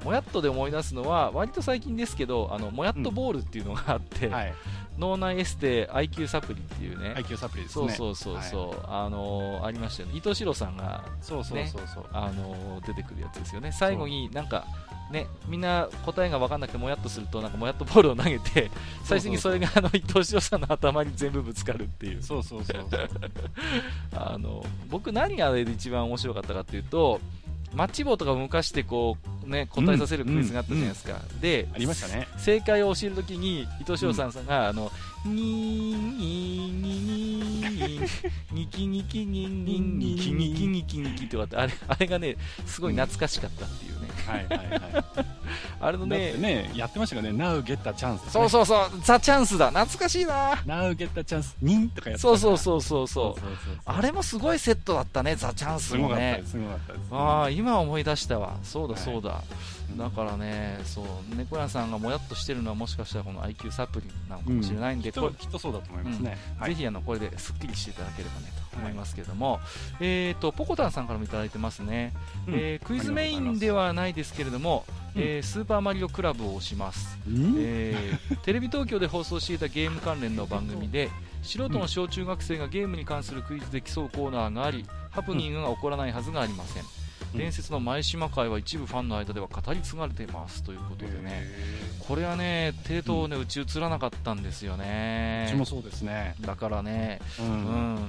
もやっとで思い出すのは割と最近ですけど、あのもやっとボールっていうのがあって、うん、はい、脳内エステ アイキュー サプリっていうね、 アイキュー サプリですね。 そうそうそうそう、はい、あのー、ありましたよね。伊藤四郎さんが、ね、 そうそうそうそう、 あのー、出てくるやつですよね。最後になんかね、みんな答えが分かんなくてもやっとするとなんかもやっとボールを投げて最終的にそれがあの伊藤四郎さんの頭に全部ぶつかるっていう。 そうそうそうそうあの僕何があれで一番面白かったかっていうと、マッチ棒とかを動かしてこう、ね、答えさせるクイズがあったじゃないですか、うんうん、でありましたね。 正解を教えるときに伊藤四郎さんが、うん、あのニーニーニーニキニキニンニンニキニキニキニキとかってあれ、あれがねすごい懐かしかったっていうね、 うん、はいはいはいあれのね、 ねやってましたかね。 Now get a chance、ね、 そうそうそう、ザチャンスだ、懐かしいな。 Now get a chance ニンとかやってた。 そうそうそうそうそう、あれもすごいセットだったね、ザチャンスもね。 すごかったです、すごかったです、ね、 ああ今思い出したわ。そうだそうだ、はい、だからね、そう猫屋さんがもやっとしてるのはもしかしたらこの アイキュー サプリなのかもしれないんで、 うん、きっと、きっとそうだと思いますね、 うん、はい、ぜひあのこれですっきりしていただければねと思いますけども、はい、えーとポコタンさんからもいただいてますね、うん、えー、クイズメインではないですけれども、えー、スーパーマリオクラブを推します、うん、えー、テレビ東京で放送していたゲーム関連の番組で素人の小中学生がゲームに関するクイズで競うコーナーがあり、ハプニングが起こらないはずがありません。伝説の前島会は一部ファンの間では語り継がれていますということでね、これはねテレ東ね、うん、うち映らなかったんですよね。 うちもそうですね。 だからね、うんうん、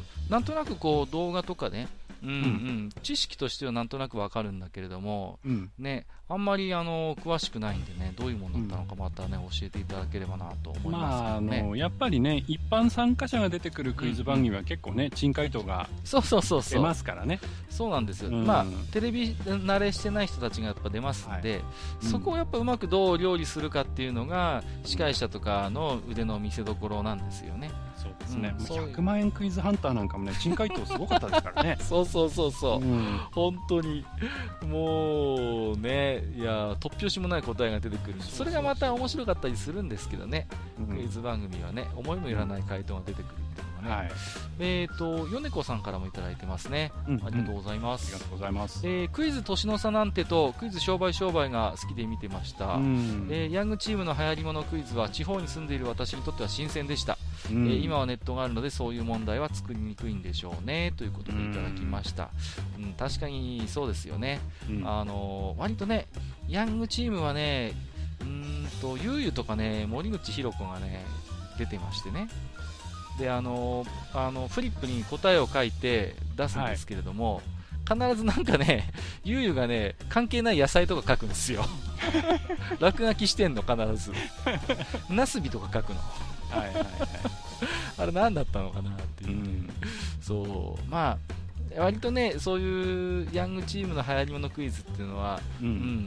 なんとなくこう動画とかね、うんうんうん、知識としてはなんとなくわかるんだけれども、うん、ね、あんまりあの詳しくないんでね、どういうものだったのかまたね、うん、教えていただければなと思いますけどね。まあ、あのやっぱりね、一般参加者が出てくるクイズ番組は結構ね、珍回答が出ますからね。 そうなんですよ、うん、まあテレビ慣れしてない人たちがやっぱ出ますんで、はいうん、そこをやっぱうまくどう料理するかっていうのが司会者とかの腕の見せ所なんですよね。 そうですね、うん、ひゃくまんえんクイズハンターなんかもね、珍回答すごかったですからね。 そうそうそうそう、うん、本当にもうね、いや突拍子もない答えが出てくる。それがまた面白かったりするんですけどね、うん、クイズ番組はね、思いもよらない回答が出てくるっていうのがね、はい、えーと米子さんからもいただいてますね、うん、ありがとうございます、 うん、ありがとうございます。 えー、クイズ年の差なんてとクイズ商売商売が好きで見てました、うん、えー、ヤングチームの流行り物クイズは地方に住んでいる私にとっては新鮮でした、うん、えー、今はネットがあるのでそういう問題は作りにくいんでしょうねということでいただきました、うんうん、確かにそうですよね、うん、あのー、割とねヤングチームはね、うーんとゆうゆとかね森口博子がね出てましてね、であのあのフリップに答えを書いて出すんですけれども、はい、必ずなんかねゆうゆがね関係ない野菜とか書くんですよ落書きしてんの必ずナスビとか書くのはいはい、はい、あれ何だったのかなっていう、うん、そうまあ割とねそういうヤングチームの流行り物クイズっていうのは、うんうん、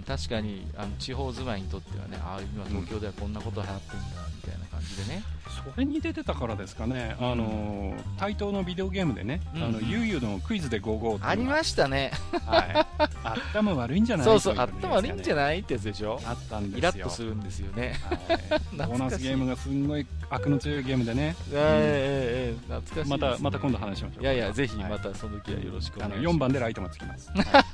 確かにあの地方住まいにとってはね、あ今東京ではこんなこと流行ってるんだみたいな感じでね、 それに出てたからですかね、あの対等のビデオゲームでね、うんうん、あのゆうゆのクイズでゴーゴーってありましたね、 はい、頭悪いんじゃないそうそう、頭悪いんじゃないってやつでしょ、 あったんですよ、 イラッとするんですよね、 はい、ボーナスゲームがすんごい悪の強いゲームでね、 えーうん、えー、懐かしいですね、 またまた今度話しましょう。 いやいやぜひまたその時はよろしくお願いします。 よんばんでライトもつきます。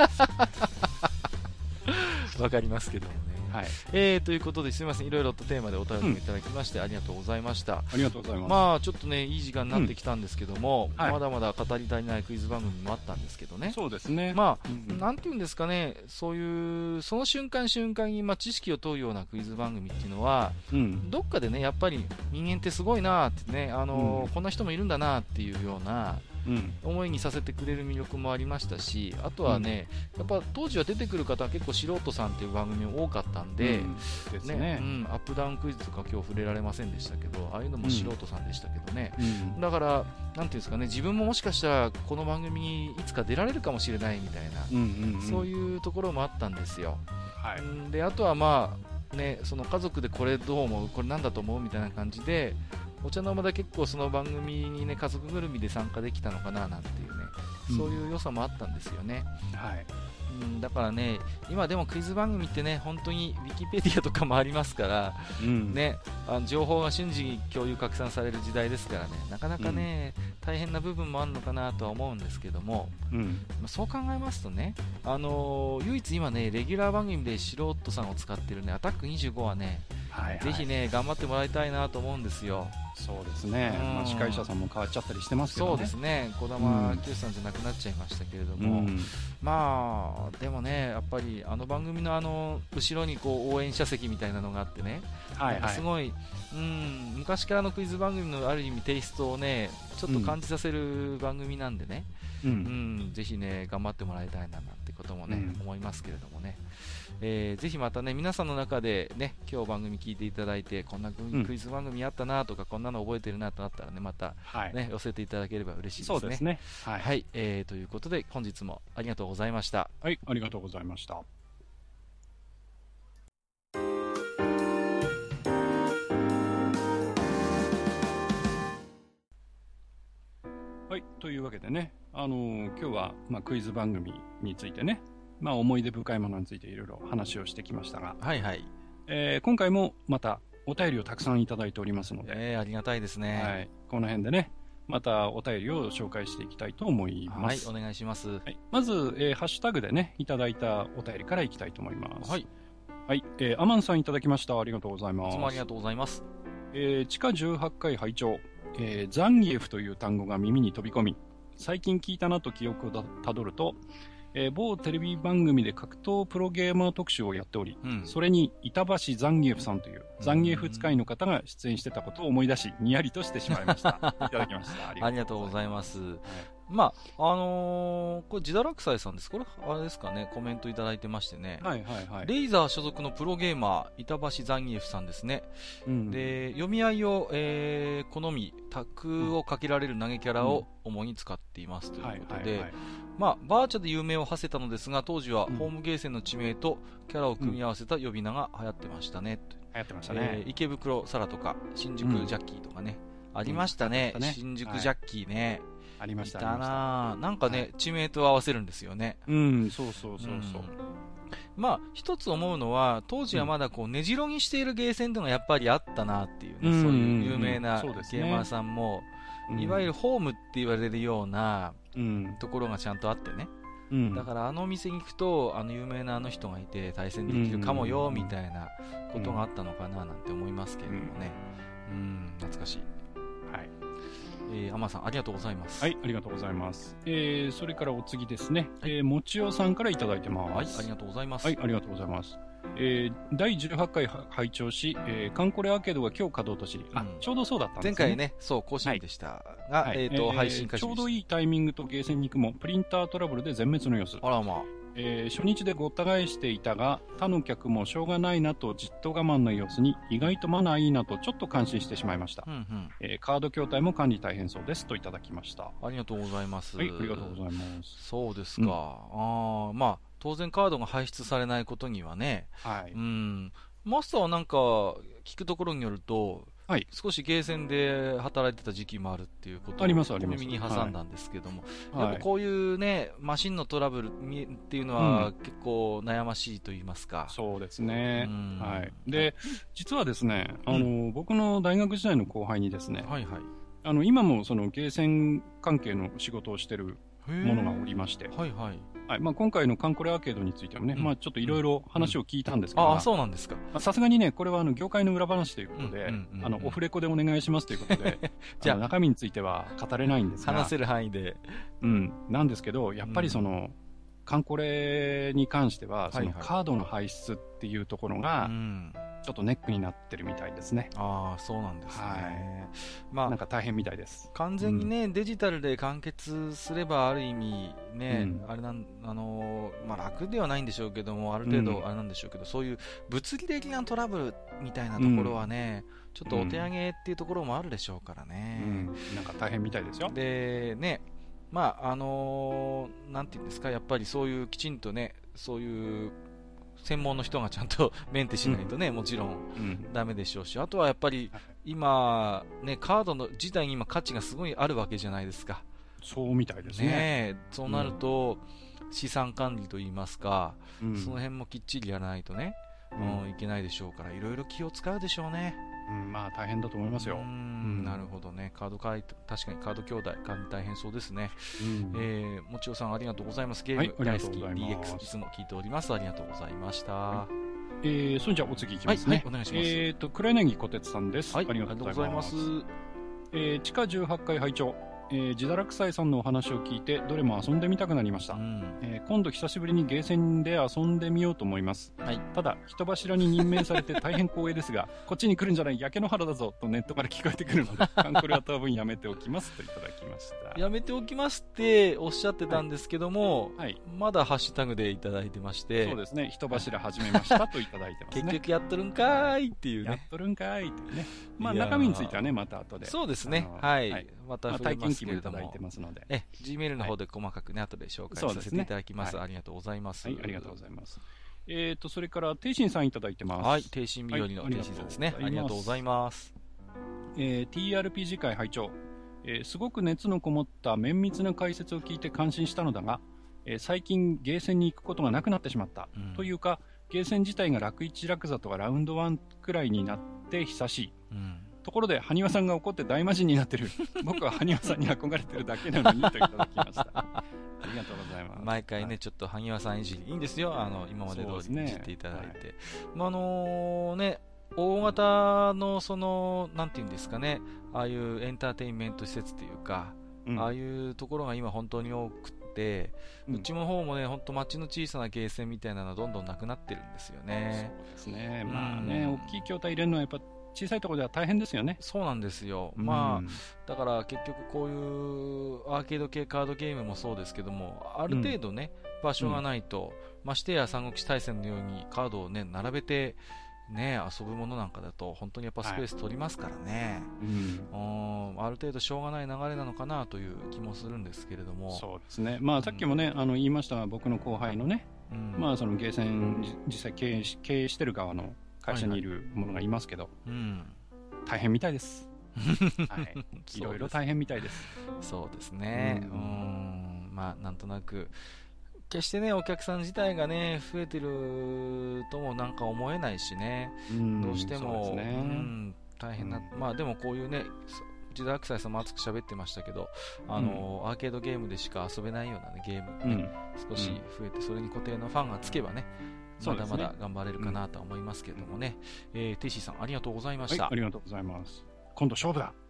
わかりますけどもね。はい、えー、ということですみません、いろいろとテーマでお便りもいただきまして、うん、ありがとうございました。 ありがとうございます。 まあちょっとねいい時間になってきたんですけども、うんはい、まだまだ語り足りないクイズ番組もあったんですけどね。 そうですね。 まあ、うん、なんていうんですかね、そういうその瞬間瞬間にまあ知識を問うようなクイズ番組っていうのは、うん、どっかでねやっぱり人間ってすごいなってね、あのーうん、こんな人もいるんだなっていうような。うん、思いにさせてくれる魅力もありましたし、あとはね、うん、やっぱ当時は出てくる方は結構素人さんという番組も多かったんで、うんですねねうん、アップダウンクイズとか今日触れられませんでしたけど、ああいうのも素人さんでしたけどね、うん、だからなんていうんですかね、自分ももしかしたらこの番組にいつか出られるかもしれないみたいな、うんうんうん、そういうところもあったんですよ、はい、であとはまあね、その家族でこれどう思う、これなんだと思うみたいな感じで、お茶の間で結構その番組にね家族ぐるみで参加できたのかななんていうね、うん、そういう良さもあったんですよね、はいうん、だからね今でもクイズ番組ってね本当にウィキペディアとかもありますから、うんね、あの情報が瞬時に共有拡散される時代ですからね、なかなかね、うん、大変な部分もあるのかなとは思うんですけども、うん、そう考えますとね、あのー、唯一今ねレギュラー番組で素人さんを使ってるねアタックにじゅうごはね、はいはい、ぜひね頑張ってもらいたいなと思うんですよ。 そうですね、うんまあ、司会者さんも変わっちゃったりしてますけどね。 そうですね、児玉清さんじゃなくなっちゃいましたけれども、うん、まあでもねやっぱりあの番組のあの後ろにこう応援者席みたいなのがあってね、はいはい、すごい、うん、昔からのクイズ番組のある意味テイストをねちょっと感じさせる番組なんでね、うんうん、ぜひね頑張ってもらいたいななんてこともね、うん、思いますけれどもね、えー、ぜひまたね皆さんの中でね今日番組聞いていただいてこんなクイズ番組あったなとか、うん、こんなの覚えてるなとなったらねまた、ねはい、寄せていただければ嬉しいですね。そうですね、はい、はい、えー、ということで本日もありがとうございました。 はい、ありがとうございました。はい、というわけでね、あのー、今日は、まあ、クイズ番組についてね、まあ、思い出深いものについていろいろ話をしてきましたが、はいはい、えー、今回もまたお便りをたくさんいただいておりますので、 えー、ありがたいですね、 はい、この辺でねまたお便りを紹介していきたいと思います。 はい、お願いします。はい、 まず、えー、ハッシュタグでねいただいたお便りからいきたいと思います。はい、はい、えー、アマンさんいただきました。ありがとうございます。 いつもありがとうございます。 えー、地下じゅうはちかい拝聴、えー、ザンギエフという単語が耳に飛び込み、最近聞いたなと記憶をたどると、えー、某テレビ番組で格闘プロゲーマー特集をやっており、うん、それに板橋ザンギエフさんというザンギエフ使いの方が出演してたことを思い出し、にやりとしてしまいました。いただきました。 ありがとうございます。はい、まあ、あのー、これ、ジダラクサイさんです。これ、あれですかね、コメントいただいてましてね。はいはいはい。レイザー所属のプロゲーマー、板橋ザンギエフさんですね。うん、で、読み合いを、えー、好み、卓をかけられる投げキャラを主に使っていますということで、まあ、バーチャで有名を馳せたのですが、当時はホームゲーセンの地名とキャラを組み合わせた呼び名が流行ってましたね。 流行ってましたね。 えー、池袋サラとか、新宿ジャッキーとかね。うん、ありましたね、うん、新宿ジャッキーね。 はい、ありました。 いたななんかね、はい、地名と合わせるんですよね。 うん、そうそうそうそう。うん、 まあ、一つ思うのは、当時はまだこう、ねじろにしているゲーセンというのがやっぱりあったなっていうね、うん、そういう有名なゲーマーさんも、うん、いわゆるホームって言われるような、うん、ところがちゃんとあってね。うん、だからあのお店に行くとあの有名なあの人がいて対戦できるかもよみたいなことがあったのかななんて思いますけれどもね、うん、うん懐かしい。はい、えー、アマさんありがとうございます。 はい、ありがとうございます。えー、それからお次ですね、はい、えー、もちおさんからいただいてます。 はい、ありがとうございます。 はい、ありがとうございます。 えー、だいじゅうはちかい拝聴し、えー、カンコレアーケードが今日稼働と知り、あ、うん、ちょうどそうだったんですね。 前回ね、そう、更新でしたが、はい、えっ、ー、と、えー、配信開始ちょうどいいタイミングとゲーセンに行くも、プリンタートラブルで全滅の様子。 あらまあ。 えー、初日でごった返していたが、他の客もしょうがないなとじっと我慢の様子に、意外とマナーいいなとちょっと感心してしまいました。うんうん、えー、カード筐体も管理大変そうですといただきました。 ありがとうございます。 はい、ありがとうございます。 そうですか。うん、あまあ、当然カードが排出されないことにはね、 はい。 うん。マスターはなんか、聞くところによると、はい、少しゲーセンで働いてた時期もあるっていうことを小耳に挟んだんですけども、はい、やっぱこういうね、マシンのトラブルっていうのは結構悩ましいと言いますか。 うん、そうですね。はい。で、実はですね、あの、うん、僕の大学時代の後輩にですね、はいはい、あの、今もそのゲーセン関係の仕事をしてるものがおりまして、 はいはい。 はい。まあ、今回のカンコレアーケードについてもね、うん、まあ、ちょっといろいろ話を聞いたんですけど、 うんうん、あ、そうなんですか。 さすがにね、これはあの、業界の裏話ということで、あの、オフレコでお願いしますということで、じゃあ、中身については語れないんですが、 話せる範囲で。 うん。なんですけど、やっぱりその、うん、カンコレに関しては、そのカードの排出っていうところが、ちょっとネックになってるみたいですね。 ああ、そうなんですね。はい、 まあ、なんか大変みたいです。 完全にね、うん、デジタルで完結すればある意味ね、うん、あれなん、あのー、まあ楽ではないんでしょうけども、ある程度あれなんでしょうけど、うん、そういう物理的なトラブルみたいなところはね、うん、ちょっとお手上げっていうところもあるでしょうからね。 うん、なんか大変みたいですよ。 で、ね、まあ、あのー、なんていうんですか、やっぱりそういうきちんとね、そういう専門の人がちゃんとメンテしないとね、うん、もちろんダメでしょうし、あとはやっぱり今、ね、カードの自体に今価値がすごいあるわけじゃないですか。 そうみたいですね。 ね、そうなると、うん、資産管理といいますか、うん、その辺もきっちりやらないとね、うんうん、いけないでしょうから、いろいろ気を使うでしょうね。 うん、まあ大変だと思いますよ。うんうんなるほどね。カードかい確かにカード兄弟管理大変そうですね。うん、えー、もちおさんありがとうございます。ゲーム大好き ディーエックス いつも聞いております。ありがとうございました。はい、 えー、それじゃあお次いきますね。 はい、はい、お願いします。 えっ、ー、と黒柳小鉄さんです。 はい、ありがとうございます。 えー、地下じゅうはちかい拝聴。えー、自堕落斎さんのお話を聞いてどれも遊んでみたくなりました、うんえー、今度久しぶりにゲーセンで遊んでみようと思います、はい、ただ人柱に任命されて大変光栄ですがこっちに来るんじゃない焼け野原だぞとネットから聞こえてくるのでカンコレは多分やめておきますといただきましたやめておきますっておっしゃってたんですけども、はいはい、まだハッシュタグでいただいてましてそうですね人柱始めましたといただいてますね結局やっとるんかーいっていうねやっとるんかーいっていうねまあ中身についてはねまた後でそうですねはい、はい、また触れますけれども、 まあ、体験記もいただいてますのでえ Gmail の方で細かくね、はい、後で紹介させていただきます、はい、ありがとうございます、 はい、ありがとうございます。えっ、ー、とそれからていしんさんいただいてます。 はい、ていしん日和のていしんさんですね、はい、ありがとうございます。 えー、ティーアールピージー 会拝聴、えー、すごく熱のこもった綿密な解説を聞いて感心したのだが、えー、最近ゲーセンに行くことがなくなってしまった、うん、というかゲーセン自体が楽一楽座とかラウンドワンくらいになって久しい、うんところで、埴輪さんが怒って大魔神になってる。僕は埴輪さんに憧れてるだけなのにといただきました。ありがとうございます。 毎回ね、はい、ちょっと埴輪さんいじり、いいんですよ。あの、今まで通りいじっていただいて。ねはい、まあ、あのー、ね、大型の、その、なんていうんですかね、ああいうエンターテインメント施設というか、うん、ああいうところが今本当に多くて、うん、うちの方もね、本当街の小さなゲーセンみたいなのはどんどんなくなってるんですよね。 そうですね。まあね、うん、大きい筐体入れるのはやっぱ小さいところでは大変ですよね。 そうなんですよ、うん、まあだから結局こういうアーケード系カードゲームもそうですけどもある程度ね、うん、場所がないと、うん、ましてや三国志大戦のようにカードをね並べてね遊ぶものなんかだと本当にやっぱスペース取りますからね、はいうん、ある程度しょうがない流れなのかなという気もするんですけれどもそうですね、まあ、さっきもね、うん、あの言いましたが僕の後輩のね、うんまあ、そのゲーセン実際経営し、経営してる側の会社にいるものがいますけど、はいはいうん、大変みたいです、はい、いろいろ大変みたいですそうですね、うん、うんまあなんとなく決してねお客さん自体がね増えてるともなんか思えないしね、うん、どうしても、ねうん、大変な、うん、まあでもこういうねジダークサイさんも熱く喋ってましたけどあの、うん、アーケードゲームでしか遊べないような、ね、ゲームが、ねうん、少し増えてそれに固定のファンがつけばねまだまだ頑張れるかなと思いますけれどもね、うんえー、テイシーさんありがとうございました、 はい、ありがとうございます今度勝負だ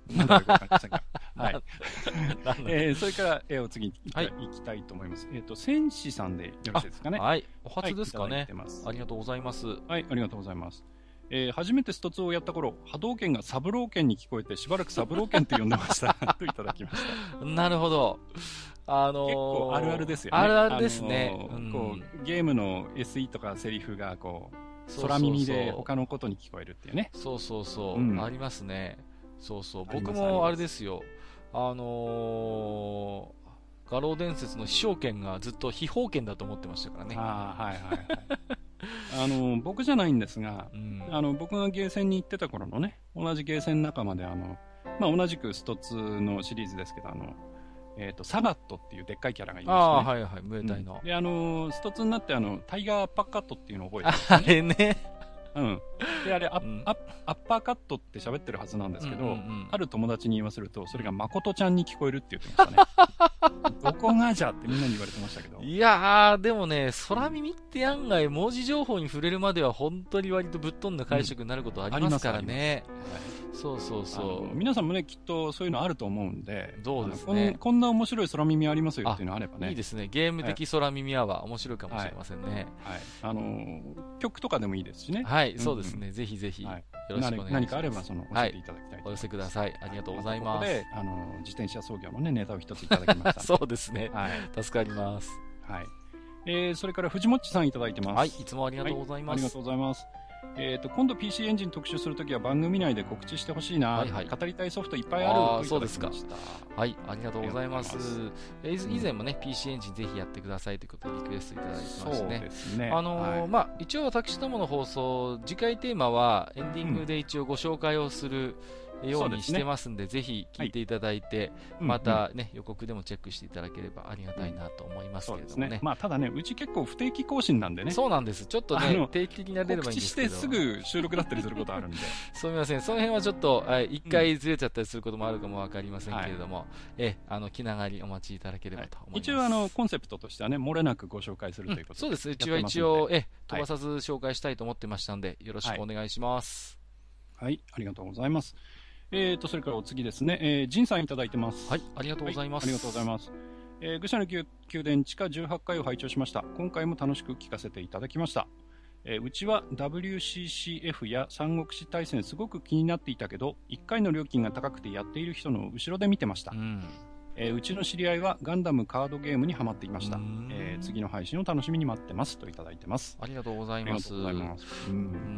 なんだかわかりませんが。はい。えー、それから、えー、お次に行、はい、きたいと思います。えっ、ー、と、戦士さんでよろしいですかね。 はい。お初ですかね、はい、ありがとうございます。 はい、ありがとうございます。えー、初めてストツーをやった頃、波動拳がサブロー拳に聞こえて、しばらくサブロー拳と呼んでました。といただきました。 なるほど。あのー、 結構あるあるですよね。 あるあるですね。 あのーうん、こうゲームの エスイー とかセリフがこう空耳で他のことに聞こえるっていうね。 そうそうそう、うん、ありますね。そうそう、僕もあれですよ。あのー、画廊伝説の飛翔剣がずっと秘宝剣だと思ってましたからね。 ああ、はいはいはい。あのー、僕じゃないんですが、うん、あの僕がゲーセンに行ってた頃のね、同じゲーセン仲間であの、まあ、同じくストツーのシリーズですけど、あのえっ、ー、と、サガットっていうでっかいキャラがいましたね。ああ、はいはい、ムエタイの。 うん、で、あのー、ストツーになって、あの、タイガーパッカットっていうのを覚えてます、 ね。あれね。 うん。で、あれ、アッ、うん、アッ、アッパーカットって喋ってるはずなんですけど、うんうんうん、ある友達に言わせると、それが誠ちゃんに聞こえるって言ってましたね。どこがじゃってみんなに言われてましたけど。 いやー、でもね、空耳って案外、文字情報に触れるまでは、本当に割とぶっ飛んだ解釈になることありますからね。うん、そうそうそう。 皆さんもね、きっとそういうのあると思うんで、 そうですね。 こんな面白い空耳ありますよっていうのあればね。 いいですね。ゲーム的空耳アワー、面白いかもしれませんね。はい。はい、 あのー、曲とかでもいいですしね。 はい、そうですね。うん、ぜひぜひ、はい、よろしくお願いします。 何かあれば、その、教えていただきたい、はい。 お寄せください。ありがとうございます。 ここで、あのー、自転車操業のね、ネタを一ついただきました。 そうですね。はい。助かります。 はい。えー、それから藤もっちさんいただいてます。 はい、いつもありがとうございます。はい、 ありがとうございます。えーと、今度 ピーシー エンジン特集するときは番組内で告知してほしいな、はいはい、語りたいソフトいっぱいあるといただきました。そうですか。 はい、ありがとうございます。えー、以前もね、うん、ピーシー エンジンぜひやってくださいということでリクエストいただいてましてね。そうですね。あのーはい、まあ、一応私どもの放送、次回テーマはエンディングで一応ご紹介をする、うん、ようにしてますんで、ぜひ聞いていただいて、はい、またね、うんうん、予告でもチェックしていただければありがたいなと思いますけれどもね。そうですね。 まあ、ただね、うち結構不定期更新なんでね。 そうなんです。ちょっとね、定期的になれればいいんですけど。 告知してすぐ収録だったりすることあるんで。 すみません。その辺はちょっと、一回ずれちゃったりすることもあるかもわかりませんけれども、はい、え、あの、気長にお待ちいただければと思います。 はい、一応、あの、コンセプトとしてはね、漏れなくご紹介するということで、うん、 そうです。うちは一応、え、飛ばさず紹介したいと思ってましたんで、よろしくお願いします。 はい、はい、ありがとうございます。えーと、それからお次ですね、えー、ジンさんいただいてます。 はい、ありがとうございます。 はい、ありがとうございます。えー、愚者の宮殿地下じゅうはちかいを拝聴しました。今回も楽しく聞かせていただきました。えー、うちは ダブリューシーシーエフ や三国志大戦すごく気になっていたけど、いっかいの料金が高くてやっている人の後ろで見てました。うん、えー、うちの知り合いはガンダムカードゲームにハマっていました。えー、次の配信を楽しみに待ってますといただいてます。 ありがとうございます。ありがとうございます。うん、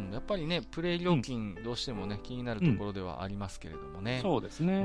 やっぱりね、プレイ料金どうしてもね、うん、気になるところではありますけれどもね。 うん、そうですね。 うん、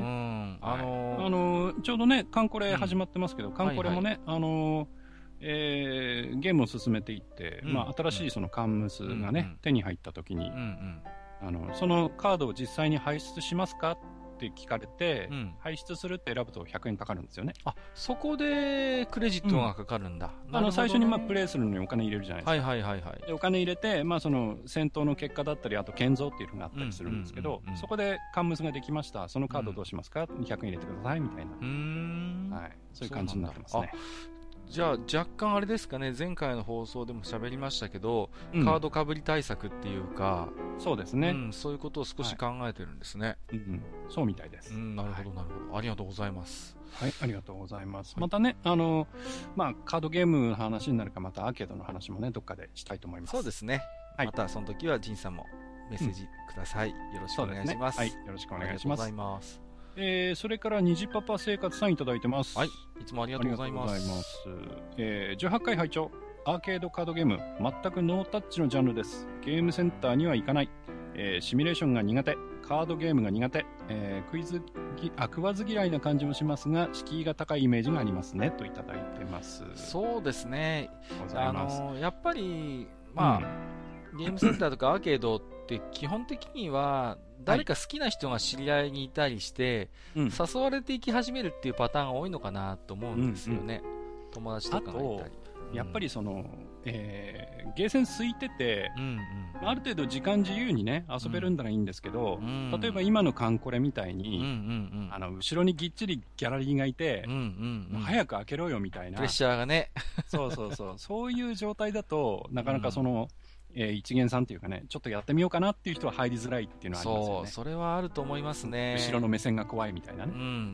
あのーはい、あのー、ちょうどね、カンコレ始まってますけど、うん、カンコレもね、はいはい、あのーえー、ゲームを進めていって、うん、まあ、新しいそのカンムスがね、うんうん、手に入った時に、うんうん、あのそのカードを実際に排出しますかって聞かれて、うん、排出するって選ぶとひゃくえんかかるんですよね。 あ、そこでクレジットがかかるんだ。 うん、あの最初にまあプレイするのにお金入れるじゃないですか。 はいはいはいはい。 でお金入れて、まあ、その戦闘の結果だったり、あと建造っていうのがあったりするんですけど、そこでカンムスができました。そのカードどうしますか、うん、ひゃくえん入れてくださいみたいな。うーん、はい、そういう感じになってますね。 じゃあ若干あれですかね、前回の放送でも喋りましたけど、うん、カードかぶり対策っていうか、 そうですね、うん、 そういうことを少し考えてるんですね。 はい、うん、そうみたいです。 うん、なるほどなるほど、ありがとうございます。 はい、ありがとうございます。はい、またね、あのまあカードゲームの話になるか、またアーケードの話もねどっかでしたいと思います。 そうですね。はい、またその時はジンさんもメッセージください。うん、よろしくお願いします。 ね、はい、よろしくお願いします。 ありがとうございます。 えー、それから虹パパ生活さんいただいてます。 はい、いつもありがとうございます。ありがとうございます。 えー、じゅうはちかい拝聴。アーケードカードゲーム、全くノータッチのジャンルです。ゲームセンターには行かない。えー、シミュレーションが苦手。カードゲームが苦手。えー、クイズぎ、あ、食わず嫌いな感じもしますが、敷居が高いイメージがありますね。といただいてます。 そうですね。あのー、やっぱり、まあ、うん、ゲームセンターとかアーケードって基本的には、誰か好きな人が知り合いにいたりして、はい、誘われていき始めるっていうパターンが多いのかなと思うんですよね。うんうん、友達とかがいたり。 うん、やっぱりその、えー、ゲーセン空いてて、うんうん、ある程度時間自由にね、遊べるんならいいんですけど、うん、例えば今のカンコレみたいに、うんうんうん、あの、後ろにぎっちりギャラリーがいて、うんうんうん、早く開けろよみたいな。 プレッシャーがね。 そうそうそう。そういう状態だと、なかなかその、うんえー、一元さんっていうかね、ちょっとやってみようかなっていう人は入りづらいっていうのはありますよね。 そう、それはあると思いますね。 後ろの目線が怖いみたいなね。 うん、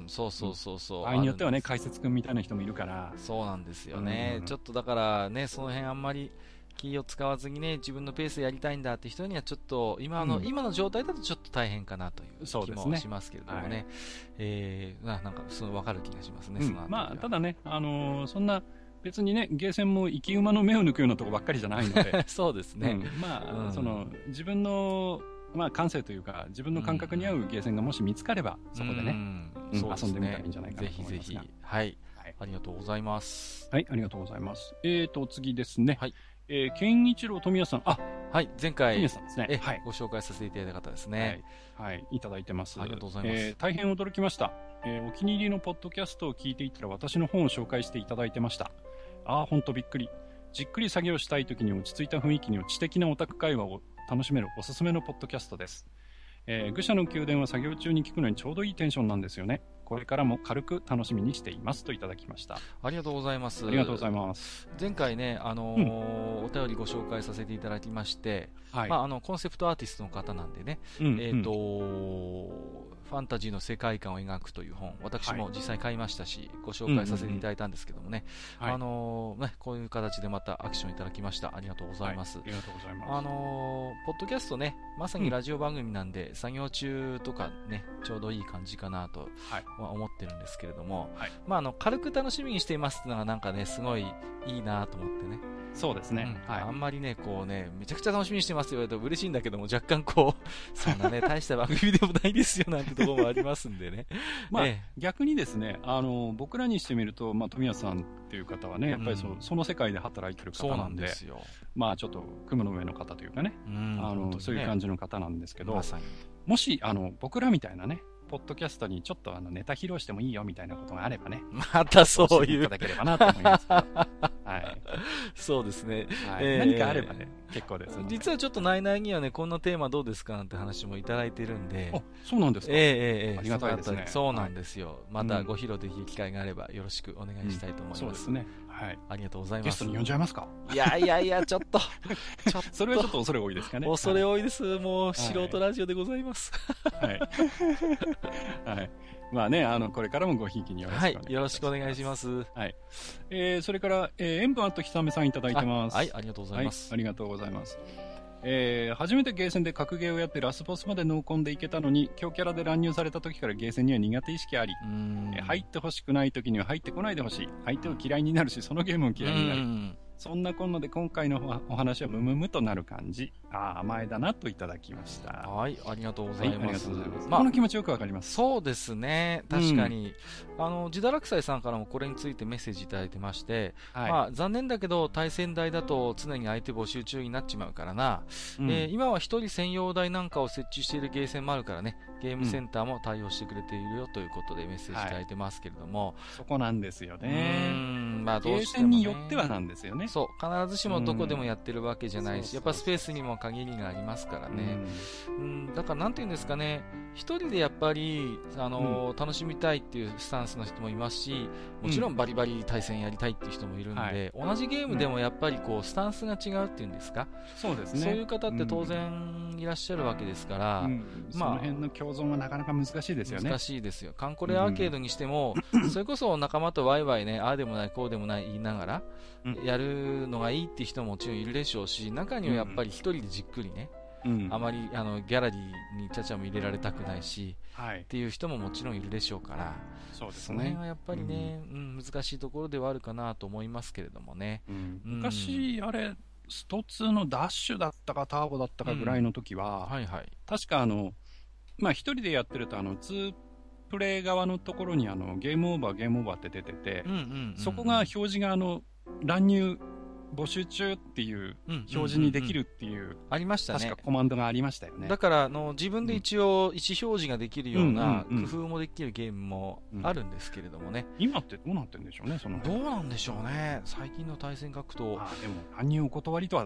そうそうそうそう。 場合によってはね、解説君みたいな人もいるから。 そうなんですよね。ちょっとだからね、その辺あんまり気を使わずにね、自分のペースでやりたいんだって人にはちょっと、今の、うん、今の状態だとちょっと大変かなという気もしますけれどもね。ねはい、えー、ななんか、その分かる気がしますね、うん、そのあたりは。 まあ、ただね、あのー、そんな、別にね、ゲーセンも生き馬の目を抜くようなとこばっかりじゃないので。 そうですね。 うん、まあ、うん、その、自分の、まあ、感性というか、自分の感覚に合うゲーセンがもし見つかれば、そこでね、うんうん、そうですね、遊んでみたらいいんじゃないかなと思いますが。 ぜひぜひ。はい。はい、ありがとうございます。 はい、ありがとうございます。えーと、次ですね。 はい。 えー、健一郎富谷さん。あ、 はい、前回、 富谷さんですね。 はい。ご紹介させていただいた方ですね。 はい。はい、いただいてます。 ありがとうございます。 えー、大変驚きました。えー、お気に入りのポッドキャストを聞いていたら私の本を紹介していただいてました。ああ、ほんとびっくり。じっくり作業したい時に落ち着いた雰囲気に知的なオタク会話を楽しめるおすすめのポッドキャストです。えー、愚者の宮殿は作業中に聞くのにちょうどいいテンションなんですよね。これからも軽く楽しみにしていますといただきました。 ありがとうございます。 ありがとうございます。 前回ね、あのーうん、お便りご紹介させていただきまして、はい、まあ、あの、コンセプトアーティストの方なんでね、うん、えっと、うんファンタジーの世界観を描くという本、私も実際買いましたし、はい、ご紹介させていただいたんですけどもね、うんうんうん、あのー、ね、こういう形でまたアクションいただきました。ありがとうございます。 はい、ありがとうございます。 あのー、ポッドキャストね、まさにラジオ番組なんで、うん、作業中とかね、ちょうどいい感じかなとは思ってるんですけれども、はい、まあ、あの、軽く楽しみにしていますっていうのがなんかね、すごいいいなと思ってね。 そうですね、 うんはい、あんまりね、こうね、めちゃくちゃ楽しみにしてますって言われると嬉しいんだけども、若干こう、そんなね、大した番組でもないですよなんてところもありますんでね。 まあ、ええ、逆にですね、あの、僕らにしてみると、まあ、富谷さんっていう方はね、やっぱり そ,、うん、その世界で働いてる方なんで、そうなんですよ。まあ、ちょっと雲の上の方というかね、うん、あの、ね、そういう感じの方なんですけど、まさにもし、あの、僕らみたいなね、ポッドキャストにちょっとあのネタ披露してもいいよみたいなことがあればね。 またそういう。 いただければなと思いますけど。はい。 そうですね。 はいえー、何かあればね、結構です。 実はちょっとナイナイにはね、こんなテーマどうですかなんて話もいただいてるんで。 あ、そうなんですか。 えー、えー、えー、 ありがたいですね。 そうなんですよ。はい、またご披露できる機会があればよろしくお願いしたいと思います。 うん、そうですね。はい。 ありがとうございます。 ゲストに呼んじゃいますか。 いやいやいや、ちょっと。 ちょっとそれはちょっと恐れ多いですかね。 恐れ多いです。もう素人ラジオでございます。 はい。はい。まあね、あの、これからもごひいきによろしくお願いします。 はい、よろしくお願いします。 はい。えー、それから、えー、塩分あとひさめさんいただいてます。 はい、ありがとうございます。 はい、ありがとうございます。えー、初めてゲーセンで格ゲーをやってラスボスまでノーコンでいけたのに、強キャラで乱入された時からゲーセンには苦手意識あり、えー、入ってほしくない時には入ってこないでほしい。相手を嫌いになるし、そのゲームも嫌いになる。そんなこんなで今回のお話はムムムとなる感じ。ああ、甘えだなといただきました。 はい、ありがとうございます。はい、ありがとうございます。 まあ、この気持ちよくわかります。 そうですね、確かに。うん、あの、ジダラクサイさんからもこれについてメッセージいただいてまして、はい、まあ、残念だけど対戦台だと常に相手募集中になっちまうからな。うん、えー、今は一人専用台なんかを設置しているゲーセンもあるからね、ゲームセンターも対応してくれているよということでメッセージいただいてますけれども。はい、 そこなんですよね。 うん、まあ、どうしても、ね、ゲーセンによってはなんですよね。 そう、必ずしもどこでもやってるわけじゃないし、やっぱスペースにも限りがありますからね。うん、だからなんていうんですかね、一人でやっぱり、あのーうん、楽しみたいっていうスタンスの人もいますし、もちろんバリバリ対戦やりたいっていう人もいるんで、うん、同じゲームでもやっぱりこう、スタンスが違うっていうんですか。 そうですね。 そういう方って当然いらっしゃるわけですから、うん、 まあ、その辺の共存はなかなか難しいですよね。 難しいですよ。カンコレアーケードにしても、うん、それこそ仲間とワイワイね、ああでもない、こうでもない言いながら、やるのがいいっていう人ももちろんいるでしょうし、中にはやっぱり一人でじっくりね、うん、あまりあのギャラリーにちゃちゃも入れられたくないし、はい、っていう人ももちろんいるでしょうから、 そうですね、 その辺はやっぱりね、うんうん、難しいところではあるかなと思いますけれどもね。 うんうん、昔、あれ、ストツーのダッシュだったかターボだったかぐらいの時は、うんはいはい、確かあの、まあ一人でやってると、あの、ツープレイ側のところにあのゲームオーバー、ゲームオーバーって出てて、うんうんうんうん、そこが表示があの、乱入、募集中っていう表示にできるっていう、 ありましたね。 確かコマンドがありましたよね。 だからあの自分で一応意思表示ができるような工夫もできるゲームもあるんですけれどもね。 うんうん、今ってどうなってるんでしょうね、その。 どうなんでしょうね。最近の対戦格闘。 あでも乱入お断りとは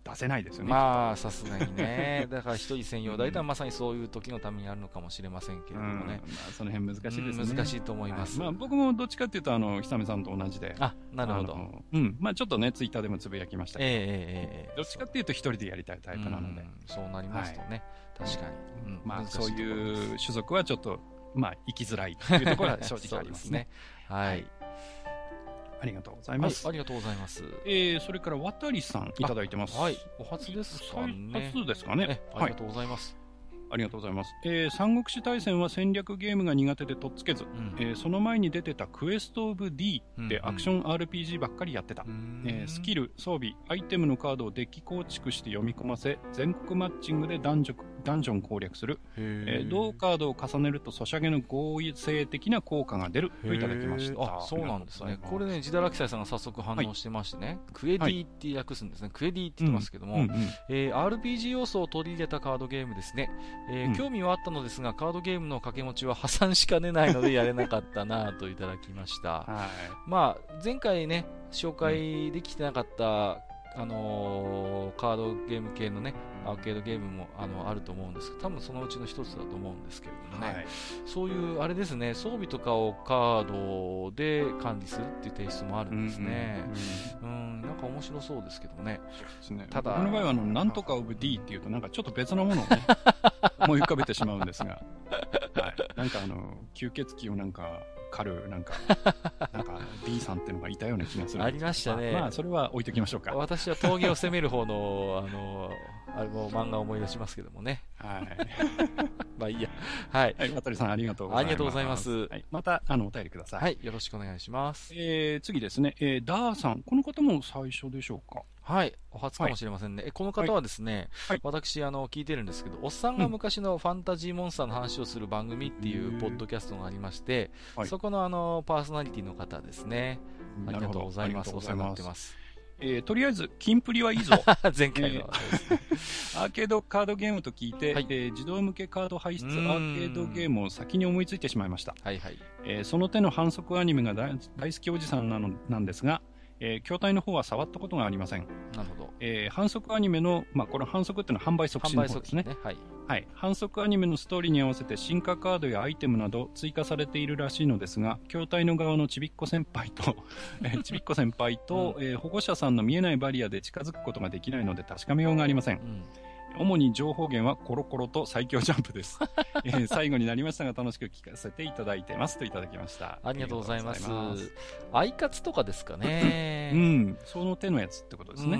出せないですよね。 まあさすがにね。だから一人専用、大体まさにそういう時のためにあるのかもしれませんけれどもね。 うん、まあ、その辺難しいですね。 うん、難しいと思います。 はい、まあ、僕もどっちかっていうと、あの、久米さんと同じで。 あ、なるほど。 うん。まあちょっとね、ツイッターでもつぶやきましたけど。 えー、えー、えー、 どっちかっていうと一人でやりたいタイプなので。 そうなりますとね。はい、確かに。 うん、まあそういう種族はちょっと、まあ生きづらいというところは正直ありますね。 はい。 ありがとうございます。 はい、ありがとうございます。 えー、それから渡さんいただいてます。 はい。お初ですかね。 初ですかね。 ありがとうございます。 ありがとうございます。えー、三国志大戦は戦略ゲームが苦手でとっつけず、うん、えー、その前に出てたクエストオブ D でアクション アールピージー ばっかりやってた。うん、えー、スキル、装備、アイテムのカードをデッキ構築して読み込ませ、全国マッチングでダンジョンダンジョン攻略する。えー、同カードを重ねるとソシャゲの合意性的な効果が出るといただきました。 あ、そうなんですね。これね、自堕落斎さんが早速反応してましてね、はい、クエディって訳すんですね。はい、クエディって言ってますけども、うんうんうん、えー、アールピージー 要素を取り入れたカードゲームですね。えーうん、興味はあったのですが、カードゲームの掛け持ちは破産しかねないのでやれなかったなといただきました。はい、まあ、前回ね、紹介できてなかった、うんあのー、カードゲーム系のね、アーケードゲームも あのあると思うんですけど、多分そのうちの一つだと思うんですけれどもね、はい、そういうあれですね、装備とかをカードで管理するっていうテイストもあるんですね。うん、うん、なんか面白そうですけどね。 ですね。ただ、僕の場合はあのなんとかオブ D っていうとなんかちょっと別のものを、ね、思い浮かべてしまうんですが、はい、なんかあの吸血鬼をなんか狩るなんかなんか D さんっていうのがいたような気がする。 ありましたね。 まあ、まあ、それは置いときましょうか。 私は峠を攻める方のあのあれも漫画を思い出しますけどもね。はい。まあいいや。はい。 はい、渡さんありがとうございます。 ありがとうございます。 はい、またあのお便りください。 はい、よろしくお願いします。 えー、次ですね、えー、ダーさん、この方も最初でしょうか。 はい、お初かもしれませんね。はい、えこの方はですね、はい、私あの聞いてるんですけど、おっさんが昔のファンタジーモンスターの話をする番組っていうポッドキャストがありまして、はい、そこのあのパーソナリティの方ですね。ありがとうございます。お世話になってます。 えー、とりあえず、キンプリはいいぞ。 前回の、えー、 アーケードカードゲームと聞いて、はい、えー、児童向けカード排出アーケードゲームを先に思いついてしまいました。はいはい、えー、その手の反則アニメが 大, 大好きおじさんなのなんですが、えー、筐体の方は触ったことがありません。 なるほど。 えー、反則アニメの、まあ、これ反則っていうのは販売促進の方ですね。販売促進ね。はい。はい。反則アニメのストーリーに合わせて進化カードやアイテムなど追加されているらしいのですが、筐体の側のちびっこ先輩と、えー、ちびっこ先輩と、うん、えー、保護者さんの見えないバリアで近づくことができないので確かめようがありません。うん、主に情報源はコロコロと最強ジャンプです。えー、最後になりましたが楽しく聞かせていただいてますといただきました。 ありがとうございます。アイカツとかですかね。 うん、その手のやつってことですね。 うんうんうん、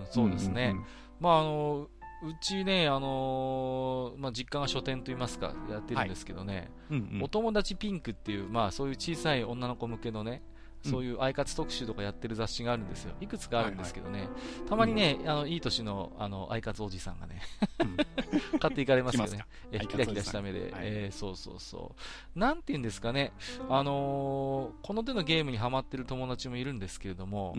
そうですね。うんうんうん、まああのうちね、あのーまあ、実家が書店といいますかやってるんですけどね、はいうんうん、お友達ピンクっていう、まあ、そういう小さい女の子向けのね、そういうアイカツ特集とかやってる雑誌があるんですよ。いくつかあるんですけどね。はいはい、たまにね、うん、あの、いい年の、あの、アイカツおじさんがね、うん、買っていかれますよね。え、キラキラした目で。はい、えー、そうそうそう。なんて言うんですかね、あのー、この手のゲームにハマってる友達もいるんですけれども、うん、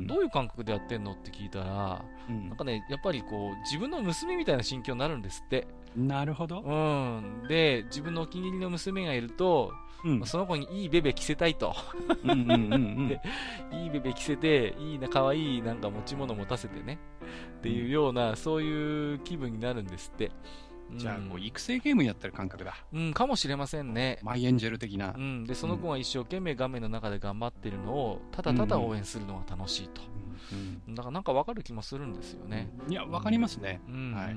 どういう感覚でやってんのって聞いたら、うん、なんかね、やっぱりこう、自分の娘みたいな心境になるんですって。 なるほど。 うん。で、自分のお気に入りの娘がいると、うんまあ、その子にいいベベ着せたいと。うんうんうんうん、でいいベベ着せて、いいな、可愛いなんか持ち物持たせてね。っていうような、そういう気分になるんですって。 じゃあ、こう育成ゲームやってる感覚だ。 うん、かもしれませんね。 マイエンジェル的な。 うん。で、その子が一生懸命画面の中で頑張ってるのを、ただただ応援するのが楽しいと。うんうん、だからなんか分かる気もするんですよね。 いや、分かりますね。うんはい、うん、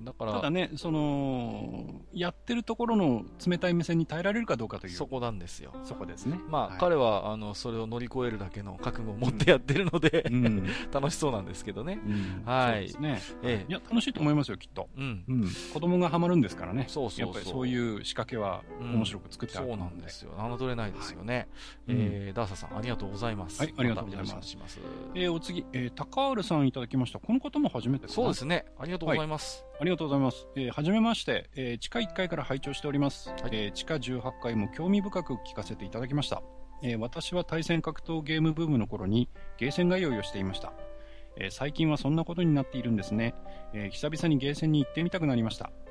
だからただね、そのやってるところの冷たい目線に耐えられるかどうかというそこなんですよ。 そこですね。 まあ、はい、彼はあのそれを乗り越えるだけの覚悟を持ってやってるので、うん、楽しそうなんですけどね。うん、はい。そうですね。ええ、 いや楽しいと思いますよきっと。うんうん、子供がハマるんですからね。 そうそうそう。 やっぱりそういう仕掛けは面白く作ってあるので、 うん、そうなんですよ。侮れないですよね。はい、えー、ダーサさんありがとうございます。 はい、ありがとうございます。えー、お次、えー、高原さんいただきました。この方も初めてですか？ そうですね。ありがとうございます。 はい、ありがとうございます。えー、はじめまして、えー、地下いっかいから拝聴しております。はい、えー、地下じゅうはちかいも興味深く聞かせていただきました。えー、私は対戦格闘ゲームブームの頃にゲーセン通いをしていました。えー、最近はそんなことになっているんですね。えー、久々にゲーセンに行ってみたくなりました。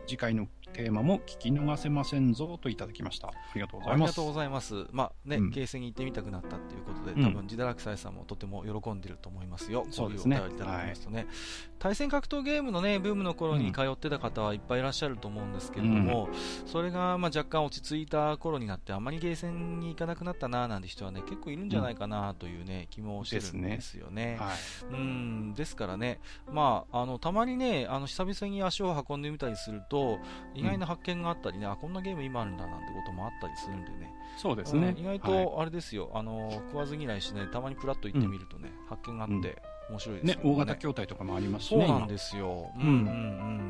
次回のテーマも聞き逃せませんぞといただきました。ありがとうございます。 ありがとうございます。まあね、うん、ゲーセンに行ってみたくなったということで、うん、多分ジダラクサイさんもとても喜んでると思いますよ。 そうですね。 こういうお便りいただきますとね、はい、対戦格闘ゲームのねブームの頃に通ってた方はいっぱいいらっしゃると思うんですけれども、うん、それがまあ若干落ち着いた頃になってあまりゲーセンに行かなくなったななんて人はね結構いるんじゃないかなというね、うん、気もしてるんですよね。はい、うんですからね、まああのたまにねあの久々に足を運んでみたりすると意外な発見があったりね、うん、あこんなゲーム今あるんだなんてこともあったりするんでね。 そうですね、 うん、意外とあれですよ、はい、あの食わず嫌いしねたまにプラッと行ってみるとね、うん、発見があって面白いですよね。 ね、大型筐体とかもありますしね。 そうなんですよ、うんうんうん、